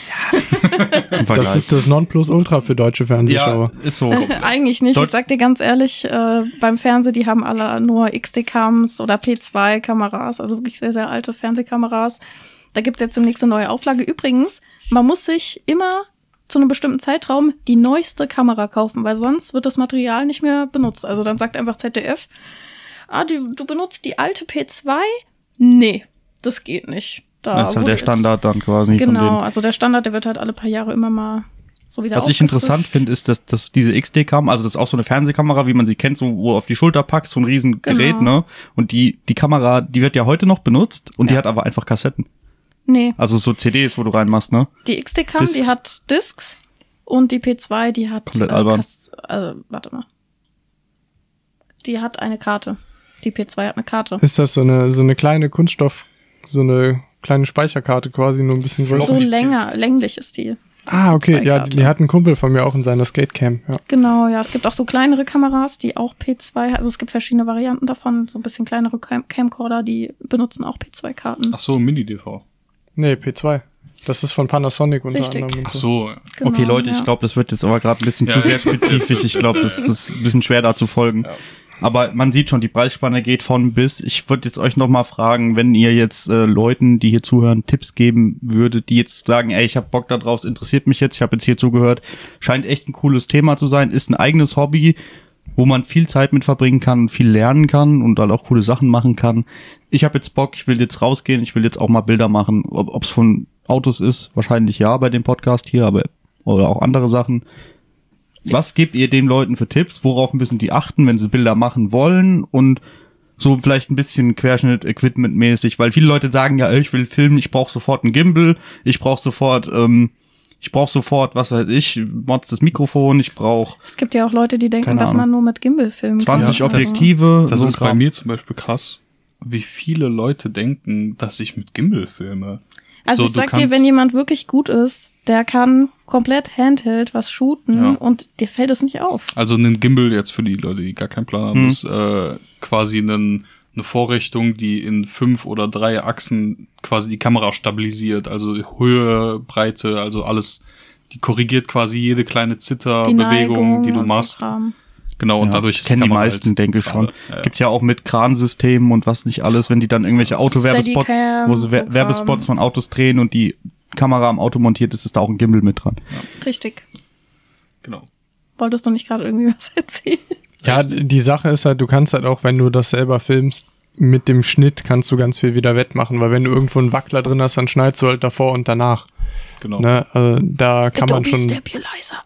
zum Vergleich. Das ist das Nonplusultra für deutsche Fernsehschauer. ja, ist so. Äh, eigentlich nicht. Deut- Ich sag dir ganz ehrlich, äh, beim Fernsehen, die haben alle nur X D-Cams oder P zwei Kameras, also wirklich sehr, sehr alte Fernsehkameras. Da gibt's jetzt demnächst eine neue Auflage. Übrigens, man muss sich immer zu einem bestimmten Zeitraum die neueste Kamera kaufen, weil sonst wird das Material nicht mehr benutzt. Also dann sagt einfach Z D F, ah, du, du benutzt die alte P zwei? Nee, das geht nicht. Da Das ist halt wurde der jetzt- Standard dann quasi von Genau, denen. also der Standard, der wird halt alle paar Jahre immer mal so wieder Was ich aufgefrischt. interessant finde, ist, dass, dass diese X D-Cam, also das ist auch so eine Fernsehkamera, wie man sie kennt, so wo auf die Schulter packst, so ein riesen Gerät, Genau. ne? Und die die Kamera, die wird ja heute noch benutzt und die Ja. hat aber einfach Kassetten. Nee, Also so C Ds, wo du reinmachst, ne? die X D-Cam, die Discs. hat Discs und die P zwei, die hat Komplett albern. Kas- äh, warte mal. Die hat eine Karte. Die P zwei hat eine Karte. Ist das so eine, so eine kleine Kunststoff, so eine kleine Speicherkarte quasi, nur ein bisschen größer? So länger, länglich ist die. Ah, okay, ja, Karte. die hat ein Kumpel von mir auch in seiner Skatecam, ja. Genau, ja, es gibt auch so kleinere Kameras, die auch P zwei, also es gibt verschiedene Varianten davon, so ein bisschen kleinere Cam- Camcorder, die benutzen auch P zwei Karten. Ach so, Mini-D V. Nee, P zwei. Das ist von Panasonic unter Richtig. anderem. Und Ach so, ja. Genau, Okay, Leute, ja. ich glaube, das wird jetzt aber gerade ein bisschen Ja, zu sehr das wird spezifisch. jetzt- Ich glaube, das ist ein bisschen schwer da zu folgen. Ja. Aber man sieht schon, die Preisspanne geht von bis. Ich würde jetzt euch noch mal fragen, wenn ihr jetzt äh, Leuten, die hier zuhören, Tipps geben würdet, die jetzt sagen, ey, ich habe Bock da drauf, es interessiert mich jetzt, ich habe jetzt hier zugehört, scheint echt ein cooles Thema zu sein, ist ein eigenes Hobby, wo man viel Zeit mit verbringen kann, viel lernen kann und halt auch coole Sachen machen kann. Ich habe jetzt Bock, ich will jetzt rausgehen, ich will jetzt auch mal Bilder machen, ob es von Autos ist, wahrscheinlich ja bei dem Podcast hier, aber oder auch andere Sachen. Was gebt ihr den Leuten für Tipps? Worauf müssen die achten, wenn sie Bilder machen wollen? Und so vielleicht ein bisschen Querschnitt Equipment-mäßig, weil viele Leute sagen ja, ey, ich will filmen, ich brauche sofort einen Gimbal, ich brauche sofort, ähm, ich brauche sofort, was weiß ich, Mods das Mikrofon, ich brauche Es gibt ja auch Leute, die denken, Keine dass Ahnung. man nur mit Gimbal filmen zwanzig kann. Objektive. Das so ist bei Kram. mir zum Beispiel krass, wie viele Leute denken, dass ich mit Gimbal filme. Also So, ich du sag dir, kannst- wenn jemand wirklich gut ist, der kann komplett Handheld was shooten Ja. und dir fällt es nicht auf. Also ein Gimbal jetzt für die Leute, die gar keinen Plan haben, Hm. ist äh, quasi einen, eine Vorrichtung, die in fünf oder drei Achsen quasi die Kamera stabilisiert. Also Höhe, Breite, also alles. Die korrigiert quasi jede kleine Die Zitterbewegung, Neigung die du und so machst. Kram. Genau, und Ja, dadurch ist kennen die Kamera meisten, halt denke ich schon. gerade. Ja, ja. Gibt's ja auch mit Kransystemen und was nicht alles, wenn die dann irgendwelche Autowerbespots, Steadicam, wo sie so Wer- Kram. Werbespots von Autos drehen und die Kamera am Auto montiert ist, ist da auch ein Gimbal mit dran. Richtig. Genau. Wolltest du nicht gerade irgendwie was erzählen? Ja, die Sache ist halt, du kannst halt auch, wenn du das selber filmst, mit dem Schnitt kannst du ganz viel wieder wettmachen, weil wenn du irgendwo einen Wackler drin hast, dann schneidest du halt davor und danach. Genau. Ne? Also da kann man Adobe schon. Stabilizer.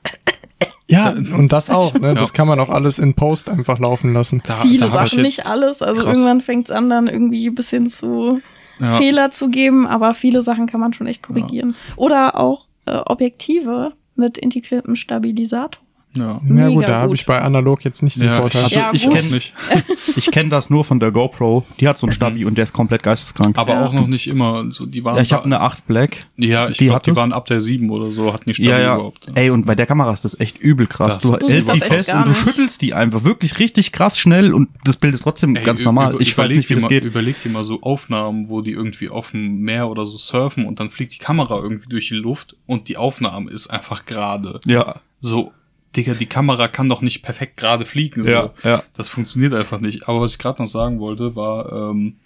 Ja, und das auch, ne? Ja. Das kann man auch alles in Post einfach laufen lassen. Da, Viele da hab ich Sachen, jetzt- nicht alles. Also Krass. irgendwann fängt es an, dann irgendwie ein bisschen zu Ja. Fehler zu geben, aber viele Sachen kann man schon echt korrigieren. Oder auch äh, Objektive mit integriertem Stabilisator. Ja. Ja gut, Mega da habe gut. ich bei Analog jetzt nicht den Ja, Vorteil. Also Ja, ich gut. kenne nicht. ich kenn das nur von der GoPro. Die hat so einen Stabi und der ist komplett geisteskrank. Aber Ja. auch noch nicht immer. So, die waren ja, ich da- habe eine acht Black. Ja, ich die glaube, hat die es. waren ab der sieben oder so, hatten die Stabil Ja, ja. überhaupt. Ey, und bei der Kamera ist das echt übel krass. Das- du du hältst siehst die das echt fest gar und du nicht. schüttelst die einfach wirklich richtig krass schnell und das Bild ist trotzdem Ey, ganz ü- normal. über- Ich weiß überleg nicht, wie dir das mal, geht. Überleg dir mal so Aufnahmen, wo die irgendwie auf dem Meer oder so surfen und dann fliegt die Kamera irgendwie durch die Luft und die Aufnahme ist einfach gerade. Ja, So, Digga, die Kamera kann doch nicht perfekt gerade fliegen. So. Ja, ja. Das funktioniert einfach nicht. Aber was ich gerade noch sagen wollte, war, ähm,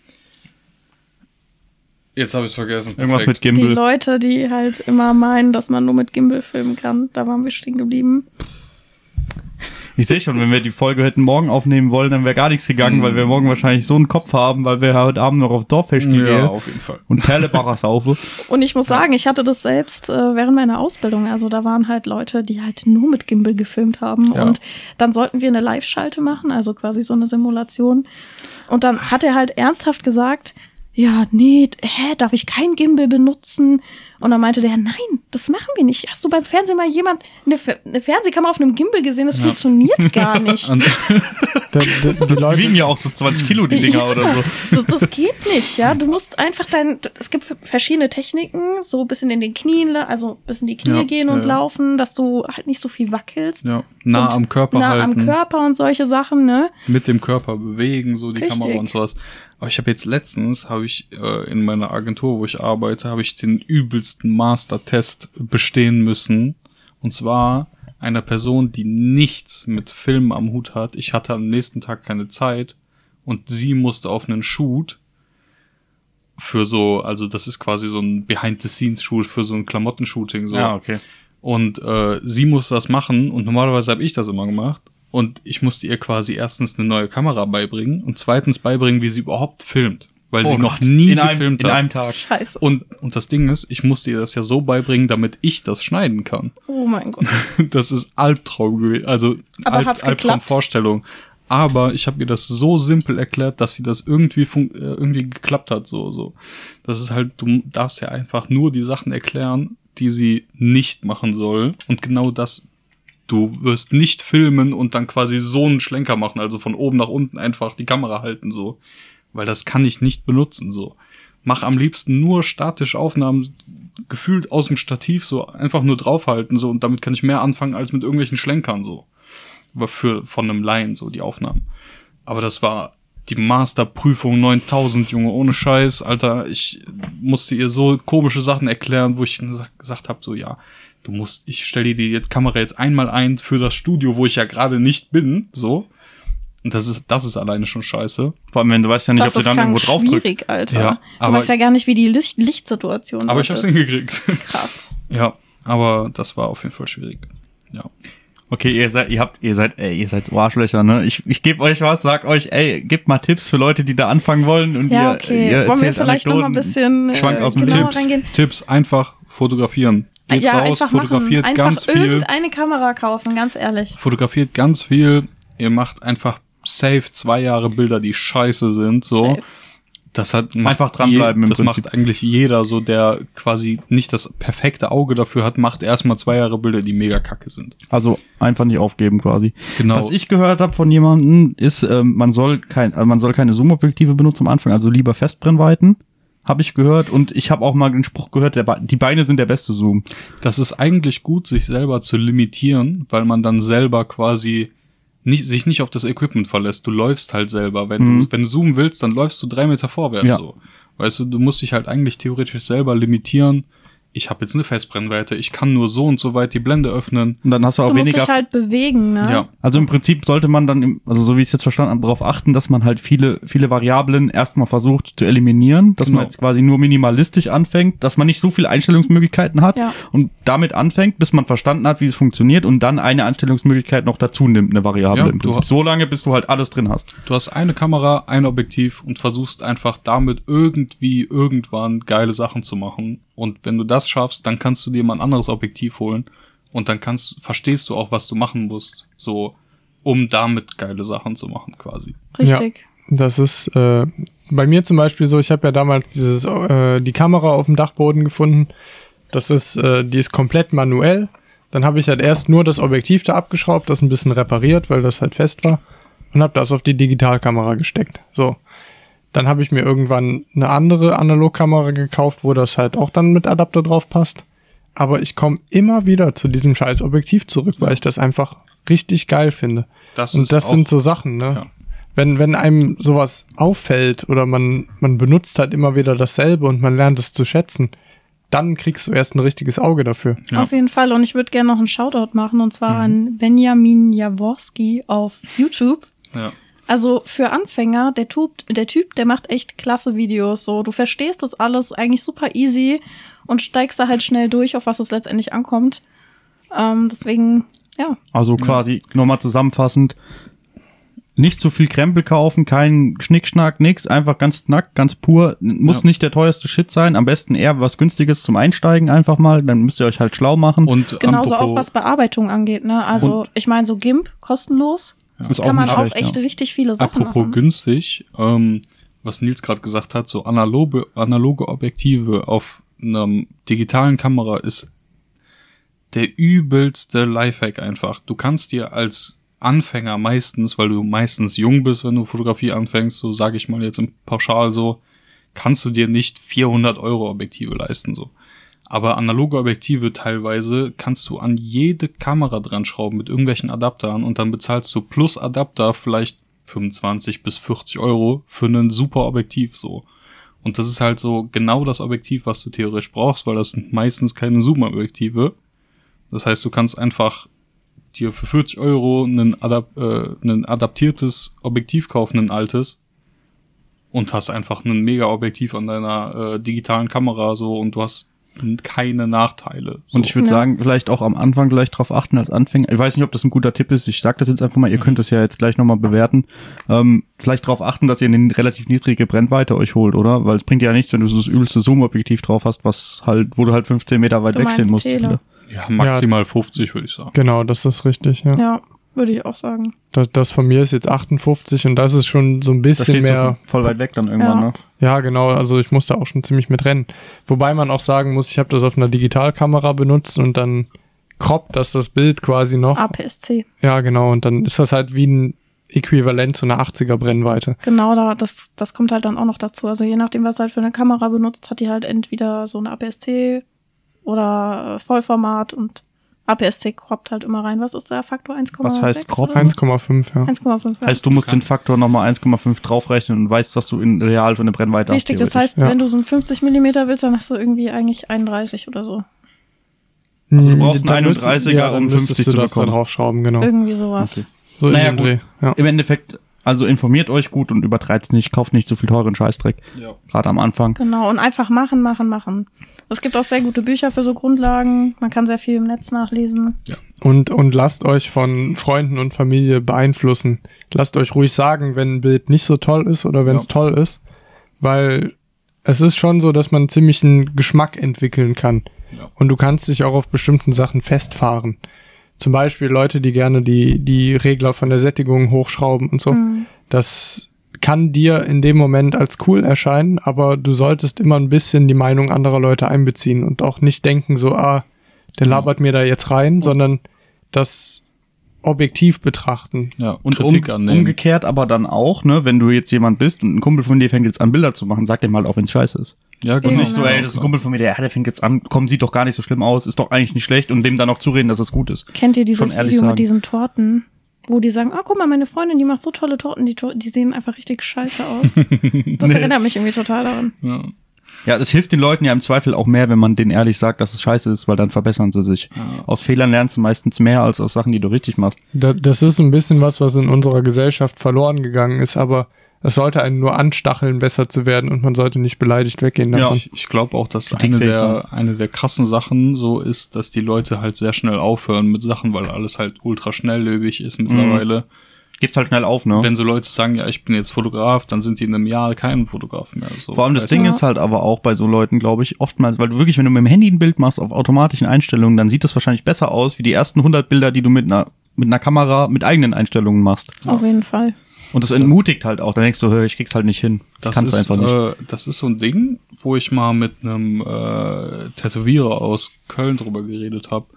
jetzt habe ich es vergessen. irgendwas mit Perfekt. Die Gimbal. Leute, die halt immer meinen, dass man nur mit Gimbal filmen kann, da waren wir stehen geblieben. Ich sehe schon, wenn wir die Folge hätten morgen aufnehmen wollen, dann wäre gar nichts gegangen, Mhm. weil wir morgen wahrscheinlich so einen Kopf haben, weil wir heute Abend noch auf Dorffest gehen Ja, auf jeden Fall. und Perlebacher saufen. Und ich muss sagen, ich hatte das selbst äh, während meiner Ausbildung. Also da waren halt Leute, die halt nur mit Gimbal gefilmt haben. Ja. Und dann sollten wir eine Live-Schalte machen, also quasi so eine Simulation. Und dann hat er halt ernsthaft gesagt, ja, nee, hä, darf ich kein Gimbal benutzen? Und dann meinte der, nein, das machen wir nicht. Hast du beim Fernsehen mal jemand eine, Fer- eine Fernsehkamera auf einem Gimbal gesehen? Das funktioniert gar nicht. Und Da, da, die Die Leute, wiegen ja auch so zwanzig Kilo, die Dinger oder so. Das, das geht nicht, ja. Du musst einfach dein, es gibt verschiedene Techniken, so ein bisschen in den Knien, la- also ein bisschen in die Knie Ja, gehen und ja, ja. laufen, dass du halt nicht so viel wackelst. ja, nah Und am Körper nah halten. am Körper und solche Sachen, ne? Mit dem Körper bewegen, so die Richtig. Kamera und sowas. Aber ich habe jetzt letztens, habe ich äh, in meiner Agentur, wo ich arbeite, habe ich den übelsten Master-Test bestehen müssen. Und zwar einer Person, die nichts mit Filmen am Hut hat. Ich hatte am nächsten Tag keine Zeit und sie musste auf einen Shoot für so, also das ist quasi so ein Behind-the-Scenes-Shoot für so ein Klamottenshooting. So. Ja, okay. Und äh, sie musste das machen und normalerweise habe ich das immer gemacht. Und ich musste ihr quasi erstens eine neue Kamera beibringen und zweitens beibringen, wie sie überhaupt filmt. Weil sie noch nie in einem, gefilmt in hat. einem Tag. Scheiße. Und, und das Ding ist, ich musste ihr das ja so beibringen, damit ich das schneiden kann. Oh mein Gott. Das ist Albtraum gewesen. Also Aber Alb, hat's geklappt? Albtraumvorstellung. Aber ich habe ihr das so simpel erklärt, dass sie das irgendwie fun- äh, irgendwie geklappt hat. So, so. Das ist halt, du darfst ja einfach nur die Sachen erklären, die sie nicht machen soll. Und genau das du wirst nicht filmen und dann quasi so einen Schlenker machen, also von oben nach unten einfach die Kamera halten, so. Weil das kann ich nicht benutzen, so. Mach am liebsten nur statische Aufnahmen, gefühlt aus dem Stativ, so einfach nur draufhalten, so, und damit kann ich mehr anfangen als mit irgendwelchen Schlenkern, so. Aber für, von einem Laien, so, die Aufnahmen. Aber das war die Masterprüfung neuntausend, Junge, ohne Scheiß, Alter, ich musste ihr so komische Sachen erklären, wo ich gesagt habe, so, ja, du musst, ich stelle dir die jetzt Kamera jetzt einmal ein für das Studio, wo ich ja gerade nicht bin, so. Und das ist, das ist alleine schon scheiße. Vor allem, wenn du weißt ja nicht, das ob du dann irgendwo drauf drückst. Das ist schwierig, Alter. Ja, du aber, weißt ja gar nicht, wie die Licht- Lichtsituation Aber ich hab's ist. hingekriegt. Krass. Ja, aber das war auf jeden Fall schwierig. Ja. Okay, ihr seid, ihr habt, ihr seid, ey, ihr seid Arschlöcher, ne? Ich, ich gebe euch was, sag euch, ey, gebt mal Tipps für Leute, die da anfangen wollen und Ja, ihr, okay. ihr Wollen wir erzählt vielleicht noch mal ein Anekdoten. bisschen Schwank äh, aus dem genauer Tipps, reingehen? Tipps, einfach fotografieren. Geht ja, raus, einfach fotografiert machen. ganz Einfach viel. irgendeine Kamera kaufen, ganz ehrlich. Fotografiert ganz viel. Ihr macht einfach safe zwei Jahre Bilder, die scheiße sind, so. Safe. Das hat, macht Einfach dranbleiben je, im Das Prinzip. macht eigentlich jeder, so, der quasi nicht das perfekte Auge dafür hat, macht erstmal zwei Jahre Bilder, die mega kacke sind. Also einfach nicht aufgeben quasi. Genau. Was ich gehört habe von jemandem ist, ähm, man soll kein, also man soll keine Zoom-Objektive benutzen am Anfang, also lieber Festbrennweiten. Habe ich gehört, und ich habe auch mal den Spruch gehört, der Be- die Beine sind der beste Zoom. Das ist eigentlich gut, sich selber zu limitieren, weil man dann selber quasi nicht, sich nicht auf das Equipment verlässt. Du läufst halt selber. Wenn Mhm. du, wenn du zoomen willst, dann läufst du drei Meter vorwärts, Ja. so. Weißt du, du musst dich halt eigentlich theoretisch selber limitieren. Ich habe jetzt eine Festbrennweite, ich kann nur so und so weit die Blende öffnen. Und dann hast du auch Du musst weniger. dich halt bewegen, ne? Ja. Also im Prinzip sollte man dann, im, also so wie ich es jetzt verstanden habe, darauf achten, dass man halt viele, viele Variablen erstmal versucht zu eliminieren, dass Genau. man jetzt quasi nur minimalistisch anfängt, dass man nicht so viele Einstellungsmöglichkeiten hat Ja. und damit anfängt, bis man verstanden hat, wie es funktioniert, und dann eine Einstellungsmöglichkeit noch dazu nimmt, eine Variable Ja, im du Prinzip. hast- So lange, bis du halt alles drin hast. Du hast eine Kamera, ein Objektiv und versuchst einfach damit irgendwie irgendwann geile Sachen zu machen. Und wenn du das schaffst, dann kannst du dir mal ein anderes Objektiv holen und dann kannst, verstehst du auch, was du machen musst, so, um damit geile Sachen zu machen, quasi. Richtig. Das ist äh, bei mir zum Beispiel so, ich habe ja damals dieses äh, die Kamera auf dem Dachboden gefunden. Das ist, äh, die ist komplett manuell. Dann habe ich halt erst nur das Objektiv da abgeschraubt, das ein bisschen repariert, weil das halt fest war, und habe das auf die Digitalkamera gesteckt. So. Dann habe ich mir irgendwann eine andere Analogkamera gekauft, wo das halt auch dann mit Adapter drauf passt. Aber ich komme immer wieder zu diesem scheiß Objektiv zurück, weil ich das einfach richtig geil finde. Das Und ist das auch, sind so Sachen, ne? Ja. Wenn, wenn einem sowas auffällt oder man, man benutzt halt immer wieder dasselbe und man lernt es zu schätzen, dann kriegst du erst ein richtiges Auge dafür. Ja. Auf jeden Fall. Und ich würde gerne noch einen Shoutout machen, und zwar an Benjamin Jaworski auf YouTube. ja. Also für Anfänger, der Typ, der Typ, der macht echt klasse Videos. So, du verstehst das alles eigentlich super easy und steigst da halt schnell durch, auf was es letztendlich ankommt. Ähm, deswegen, ja. Also quasi nochmal zusammenfassend, nicht zu viel Krempel kaufen, kein Schnickschnack, nix, einfach ganz nackt, ganz pur. Muss Ja. nicht der teuerste Shit sein, am besten eher was Günstiges zum Einsteigen einfach mal, dann müsst ihr euch halt schlau machen. Und Genauso apropos, auch was Bearbeitung angeht, ne? Also, ich meine, so GIMP kostenlos. Ist Kann man nicht auch schlecht, echt ja. richtig viele Sachen apropos machen. günstig, ähm, was Nils gerade gesagt hat, so analoge, analoge Objektive auf einer digitalen Kamera ist der übelste Lifehack einfach. Du kannst dir als Anfänger meistens, weil du meistens jung bist, wenn du Fotografie anfängst, so sage ich mal jetzt im Pauschal so, kannst du dir nicht vierhundert Euro Objektive leisten, so. Aber analoge Objektive teilweise kannst du an jede Kamera dran schrauben mit irgendwelchen Adaptern und dann bezahlst du plus Adapter vielleicht fünfundzwanzig bis vierzig Euro für ein super Objektiv, so. Und das ist halt so genau das Objektiv, was du theoretisch brauchst, weil das sind meistens keine Zoom-Objektive. Das heißt, du kannst einfach dir für vierzig Euro ein, Adap äh, ein adaptiertes Objektiv kaufen, ein altes, und hast einfach ein Mega-Objektiv an deiner äh, digitalen Kamera, so, und du hast keine Nachteile. So. Und ich würde Ja. sagen, vielleicht auch am Anfang gleich drauf achten als Anfänger. Ich weiß nicht, ob das ein guter Tipp ist. Ich sag das jetzt einfach mal, ihr könnt das ja jetzt gleich nochmal bewerten. Ähm, vielleicht drauf achten, dass ihr eine relativ niedrige Brennweite euch holt, oder? Weil es bringt ja nichts, wenn du so das übelste Zoom-Objektiv drauf hast, was halt, wo du halt fünfzehn Meter weit Du wegstehen meinst musst. Tele. Ja, maximal fünfzig, würde ich sagen. Genau, das ist richtig, ja. Ja, würde ich auch sagen. Das, das von mir ist jetzt achtundfünfzig und das ist schon so ein Da bisschen stehst mehr. du voll weit weg dann irgendwann, Ja. ne? Ja, genau, also ich musste auch schon ziemlich mit rennen. Wobei man auch sagen muss, ich habe das auf einer Digitalkamera benutzt und dann croppt das das Bild quasi noch. A P S C. Ja, genau. Und dann ist das halt wie ein Äquivalent zu einer achtziger Brennweite. Genau, da, das, das kommt halt dann auch noch dazu. Also je nachdem, was du halt für eine Kamera benutzt, hat die halt entweder so eine A P S C oder äh, Vollformat und A P S C croppt halt immer rein. Was ist der Faktor? eins Komma sechs? Was heißt crop? eins Komma fünf, ja. eins Komma fünf, ja. Heißt, du musst den Faktor nochmal eins Komma fünf draufrechnen und weißt, was du in real für eine Brennweite Richtig, hast. das heißt, Ja. wenn du so ein fünfzig Millimeter willst, dann hast du irgendwie eigentlich einunddreißig oder so. Also du brauchst Dann einen müsstest- einunddreißiger, ja, dann um müsstest fünfzig du zu das da bekommen. draufschrauben, genau. Irgendwie sowas. Okay. So in Naja, dem gut. Dreh. Ja. Im Endeffekt, also informiert euch gut und übertreibt's nicht, kauft nicht zu viel teuren Scheißdreck. Ja. Gerade am Anfang. Genau, und einfach machen, machen, machen. Es gibt auch sehr gute Bücher für so Grundlagen. Man kann sehr viel im Netz nachlesen. Und, und lasst euch von Freunden und Familie beeinflussen. Lasst euch ruhig sagen, wenn ein Bild nicht so toll ist oder wenn es Ja. toll ist. Weil es ist schon so, dass man ziemlich einen Geschmack entwickeln kann. Ja. Und du kannst dich auch auf bestimmten Sachen festfahren. Zum Beispiel Leute, die gerne die, die Regler von der Sättigung hochschrauben und so. Mhm. Das kann dir in dem Moment als cool erscheinen, aber du solltest immer ein bisschen die Meinung anderer Leute einbeziehen und auch nicht denken so, ah, der labert mir da jetzt rein, sondern das objektiv betrachten. Ja, Und Kritik um, annehmen. umgekehrt aber dann auch, ne, wenn du jetzt jemand bist und ein Kumpel von dir fängt jetzt an, Bilder zu machen, sag dem halt auch, wenn's scheiße ist. Ja, Und genau. nicht so, ey, das ist ein Kumpel von mir, der, ja, der fängt jetzt an, komm, sieht doch gar nicht so schlimm aus, ist doch eigentlich nicht schlecht und dem dann auch zureden, dass es gut ist. Kennt ihr dieses Schon ehrlich Video sagen. mit diesen Torten? Wo die sagen, oh, guck mal, meine Freundin, die macht so tolle Torten, die, Tor- die sehen einfach richtig scheiße aus. Das Nee. erinnert mich irgendwie total daran. Ja. Ja, es hilft den Leuten ja im Zweifel auch mehr, wenn man denen ehrlich sagt, dass es scheiße ist, weil dann verbessern sie sich. Ja. Aus Fehlern lernst du meistens mehr als aus Sachen, die du richtig machst. Da, das ist ein bisschen was, was in unserer Gesellschaft verloren gegangen ist, aber es sollte einen nur anstacheln, besser zu werden und man sollte nicht beleidigt weggehen davon. Ich, ich glaube auch, dass eine Kritikfähig sein. der, eine der krassen Sachen so ist, dass die Leute halt sehr schnell aufhören mit Sachen, weil alles halt ultra schnelllebig ist mittlerweile. Gibt's halt schnell auf, ne? Wenn so Leute sagen, ja, ich bin jetzt Fotograf, dann sind die in einem Jahr kein Fotograf mehr. So, Vor allem das weißt Ding du? ist halt aber auch bei so Leuten, glaube ich, oftmals, weil du wirklich, wenn du mit dem Handy ein Bild machst auf automatischen Einstellungen, dann sieht das wahrscheinlich besser aus, wie die ersten hundert Bilder, die du mit einer mit einer Kamera mit eigenen Einstellungen machst. Auf jeden Fall. Und das entmutigt halt auch. Dann denkst du, hör, ich krieg's halt nicht hin. Das Kannst ist, einfach nicht. Äh, das ist so ein Ding, wo ich mal mit einem äh, Tätowierer aus Köln drüber geredet habe.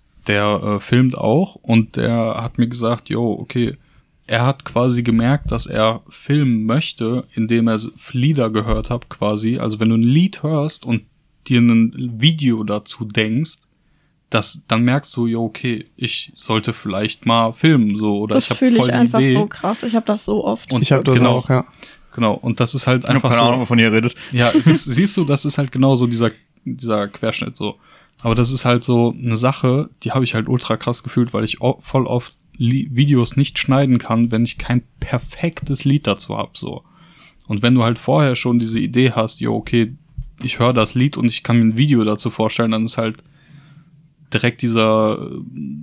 Der äh, filmt auch und der hat mir gesagt, jo, okay, er hat quasi gemerkt, dass er filmen möchte, indem er Lieder gehört hat quasi. Also wenn du ein Lied hörst und dir ein Video dazu denkst, das, dann merkst du, jo, okay, ich sollte vielleicht mal filmen, so, oder Das ich habe fühle voll ich die einfach Idee. so krass. Ich habe das so oft. Und Ich habe das genau, auch, ja. Genau, und das ist halt Ich hab einfach keine so. Ahnung, wovon ihr redet. Ja, siehst, siehst du, das ist halt genau so dieser, dieser Querschnitt so. Aber das ist halt so eine Sache, die habe ich halt ultra krass gefühlt, weil ich o- voll oft Li- Videos nicht schneiden kann, wenn ich kein perfektes Lied dazu hab, so. Und wenn du halt vorher schon diese Idee hast, jo, okay, ich höre das Lied und ich kann mir ein Video dazu vorstellen, dann ist halt direkt dieser äh,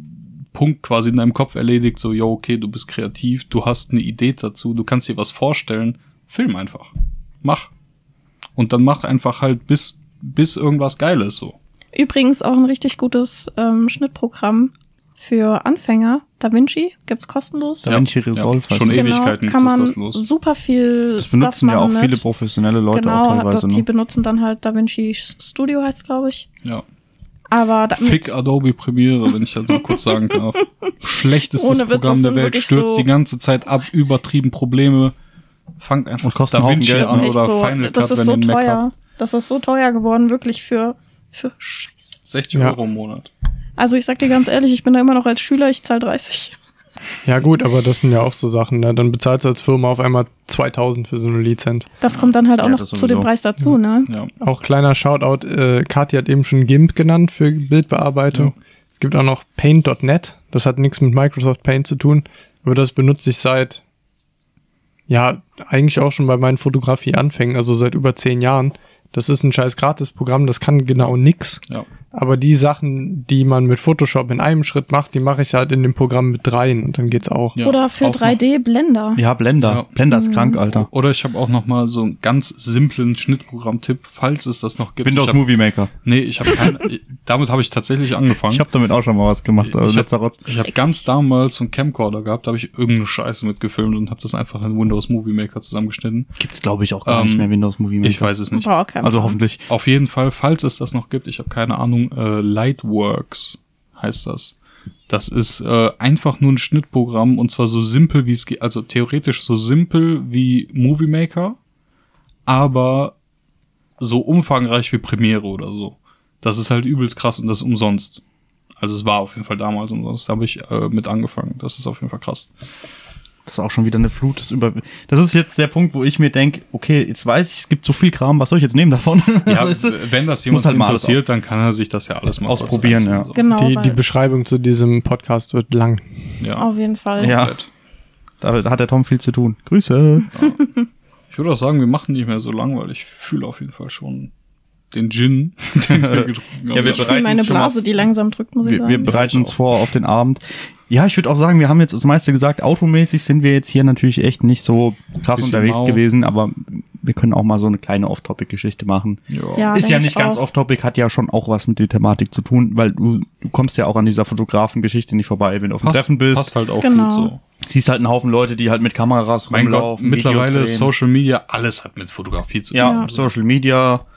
Punkt quasi in deinem Kopf erledigt, so, jo, okay, du bist kreativ, du hast eine Idee dazu, du kannst dir was vorstellen, film einfach. Mach. Und dann mach einfach halt bis, bis irgendwas Geiles, so. Übrigens auch ein richtig gutes ähm, Schnittprogramm für Anfänger. DaVinci gibt's kostenlos. Da Vinci Resolve heißt schon das. ewig. Ewigkeiten kann ist das man kostenlos. super viel Das Stuff benutzen ja auch machen viele mit. professionelle Leute Genau, auch teilweise. das, die Ne? benutzen dann halt DaVinci Studio heißt, glaube ich. Ja. Aber damit, Fick Adobe Premiere, wenn ich das mal kurz sagen darf. Schlechtestes Ohne Witz, Programm das der sind Welt, wirklich stürzt so- die ganze Zeit ab, übertrieben Probleme. Fangt einfach Und kostet einen DaVinci Haufen Geld, an ne? echt oder so, Final das Cut, ist wenn so ihr einen Mac teuer. habt. Das ist so teuer geworden, wirklich für, für Scheiße. sechzig Ja. Euro im Monat. Also ich sag dir ganz ehrlich, ich bin da immer noch als Schüler, ich zahle dreißig. Ja gut, aber das sind ja auch so Sachen, ne? Dann bezahlst du als Firma auf einmal zweitausend für so eine Lizenz. Das kommt dann halt auch Ja, noch das zu dem sowieso. Preis dazu, ne? Ja. Auch kleiner Shoutout, äh, Kathi hat eben schon GIMP genannt für Bildbearbeitung. Ja. Es gibt auch noch Paint Punkt net, das hat nichts mit Microsoft Paint zu tun, aber das benutze ich seit, ja, eigentlich auch schon bei meinen Fotografie-Anfängen, also seit über zehn Jahren. Das ist ein scheiß Gratis-Programm, das kann genau nix. Ja. Aber die Sachen, die man mit Photoshop in einem Schritt macht, die mache ich halt in dem Programm mit dreien und dann geht's auch. Ja. Oder für Auch drei D Blender. Ja, Blender. Ja. Blender Mhm. ist krank, Alter. Oder ich habe auch noch mal so einen ganz simplen Schnittprogramm-Tipp, falls es das noch gibt. Windows ich hab, Movie Maker. Nee, ich habe kein, damit habe ich tatsächlich angefangen. Ich habe damit auch schon mal was gemacht, aber Ich hab- letzter Rotz. Ich habe ganz damals so einen Camcorder gehabt, da habe ich irgendeine Scheiße mitgefilmt und habe das einfach in Windows Movie Maker zusammengeschnitten. Gibt's glaube ich auch gar Ähm, nicht mehr Windows Movie Maker. Ich weiß es nicht. Boah, kein Also Plan. hoffentlich. Auf jeden Fall, falls es das noch gibt, ich habe keine Ahnung, äh, Lightworks heißt das. Das ist äh, einfach nur ein Schnittprogramm und zwar so simpel wie es geht, also theoretisch so simpel wie Movie Maker, aber so umfangreich wie Premiere oder so. Das ist halt übelst krass und das ist umsonst. Also es war auf jeden Fall damals umsonst, da habe ich äh, mit angefangen. Das ist auf jeden Fall krass. Das ist auch schon wieder eine Flut des Über... Das ist jetzt der Punkt, wo ich mir denke, okay, jetzt weiß ich, es gibt so viel Kram, was soll ich jetzt nehmen davon? Ja, Weißt du? wenn das jemand halt mal alles interessiert, dann kann er sich das ja alles mal kurz ausprobieren, reinziehen, ja. so. Genau, Die, weil die Beschreibung zu diesem Podcast wird lang. Ja. auf jeden Fall. Ja. Da, da hat der Tom viel zu tun. Grüße. Ich würde auch sagen, wir machen nicht mehr so lang, weil ich fühle auf jeden Fall schon den Gin, den wir getrunken haben. Ja, wir Ich fühle bereiten meine uns schon mal- Blase, die langsam drückt, muss ich Wir, sagen. wir bereiten uns vor auf den Abend. Ja, ich würde auch sagen, wir haben jetzt das meiste gesagt. Automäßig sind wir jetzt hier natürlich echt nicht so krass Bisschen unterwegs mau. gewesen, aber wir können auch mal so eine kleine Off-Topic-Geschichte machen. Ja. Ja, Ist denk ja ich nicht ganz auch. off-topic, hat ja schon auch was mit der Thematik zu tun, weil du, du kommst ja auch an dieser Fotografen-Geschichte nicht vorbei, wenn du auf dem Passt, Treffen bist. passt halt auch Genau. gut so. Siehst halt einen Haufen Leute, die halt mit Kameras Mein Gott, rumlaufen. mittlerweile Videos drehen. Social Media, alles hat mit Fotografie zu tun. Ja, Ja. Social Media,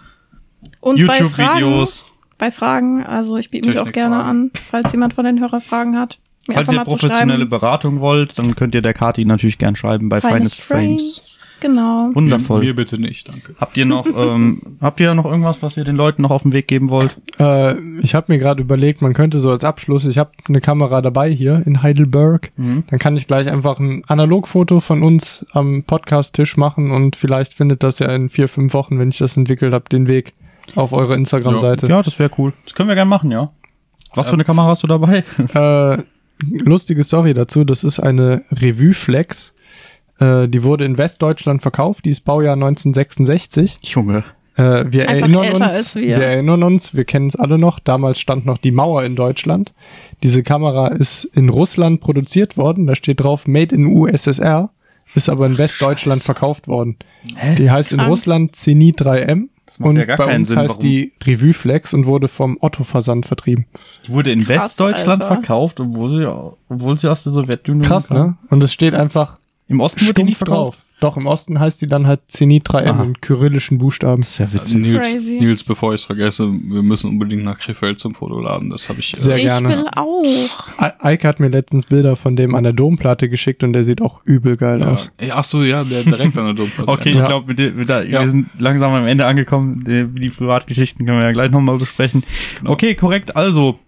Und bei Fragen, YouTube-Videos. bei Fragen, also ich biete mich auch Technikfragen. gerne an, falls jemand von den Hörern Fragen hat. Mir Falls einfach ihr mal zu professionelle schreiben. Beratung wollt, dann könnt ihr der Kati natürlich gern schreiben bei Finest, Frames. Genau. Wundervoll. Mir, mir bitte nicht, danke. Habt ihr noch, ähm, habt ihr noch irgendwas, was ihr den Leuten noch auf den Weg geben wollt? Äh, ich habe mir gerade überlegt, man könnte so als Abschluss, ich habe eine Kamera dabei hier in Heidelberg, Mhm. dann kann ich gleich einfach ein Analogfoto von uns am Podcast-Tisch machen und vielleicht findet das ja in vier, fünf Wochen, wenn ich das entwickelt habe, den Weg auf eure Instagram-Seite. Ja, das wäre cool. Das können wir gerne machen, ja. Was für eine Kamera hast du dabei? Äh, lustige Story dazu, das ist eine Revue Flex. Äh, die wurde in Westdeutschland verkauft, die ist Baujahr neunzehnhundertsechsundsechzig. Junge. Äh, wir Einfach erinnern älter uns, als wir. wir erinnern uns, wir kennen es alle noch, damals stand noch die Mauer in Deutschland. Diese Kamera ist in Russland produziert worden, da steht drauf Made in U S S R, ist aber in Westdeutschland verkauft worden. Die heißt in Krank. Russland Zenit drei M macht und ja gar bei keinen uns Sinn, heißt warum. die Revue Flex und wurde vom Otto-Versand vertrieben. Die wurde in Krass, Westdeutland Alter. verkauft, obwohl sie, obwohl sie aus der Sowjetunion Krass, kam. ne? Und es steht einfach Im Osten wurde die nicht stumpf verkauft. drauf. Doch, im Osten heißt die dann halt Zenit drei M Aha. in kyrillischen Buchstaben. Das ist ja witzig. Nils, Crazy. Nils, bevor ich es vergesse, wir müssen unbedingt nach Krefeld zum Fotoladen. Das habe ich. Sehr ich gerne. will auch. E- Eike hat mir letztens Bilder von dem an der Domplatte geschickt und der sieht auch übel geil aus. Ja, ach so, ja, der direkt an der Domplatte. Okay, Ja. ich glaube, wir, wir, Ja. wir sind langsam am Ende angekommen. Die, die Privatgeschichten können wir ja gleich nochmal besprechen. Genau. Okay, korrekt. Also,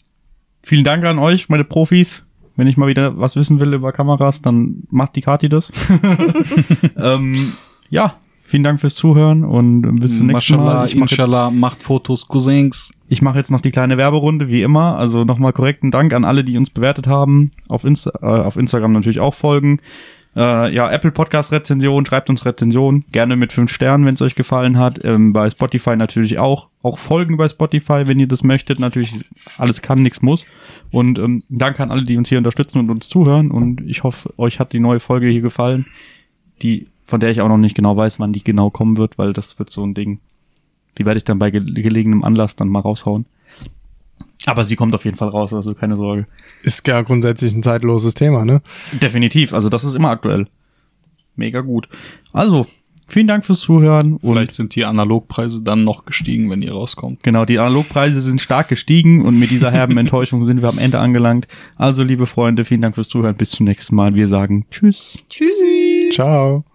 vielen Dank an euch, meine Profis. Wenn ich mal wieder was wissen will über Kameras, dann macht die Kati das. ähm, ja, vielen Dank fürs Zuhören und bis zum nächsten Mal. Mashallah, Ich mache jetzt, Inshallah, macht Fotos, Cousins. ich mach jetzt noch die kleine Werberunde, wie immer. Also nochmal korrekten Dank an alle, die uns bewertet haben. Auf, Insta äh, auf Instagram natürlich auch folgen. Äh, ja, Apple Podcast Rezension, schreibt uns Rezension, gerne mit fünf Sternen, wenn es euch gefallen hat. Ähm, bei Spotify natürlich auch. Auch folgen bei Spotify, wenn ihr das möchtet. Natürlich, alles kann, nichts muss. Und ähm, danke an alle, die uns hier unterstützen und uns zuhören. Und ich hoffe, euch hat die neue Folge hier gefallen, die, von der ich auch noch nicht genau weiß, wann die genau kommen wird, weil das wird so ein Ding. Die werde ich dann bei ge gelegenem Anlass dann mal raushauen. Aber sie kommt auf jeden Fall raus, also keine Sorge. Ist ja grundsätzlich ein zeitloses Thema, ne? Definitiv, also das ist immer aktuell. Mega gut. Also, vielen Dank fürs Zuhören. Vielleicht sind die Analogpreise dann noch gestiegen, wenn ihr rauskommt. Genau, die Analogpreise sind stark gestiegen und mit dieser herben Enttäuschung sind wir am Ende angelangt. Also, liebe Freunde, vielen Dank fürs Zuhören. Bis zum nächsten Mal. Wir sagen Tschüss. Tschüssi. Ciao.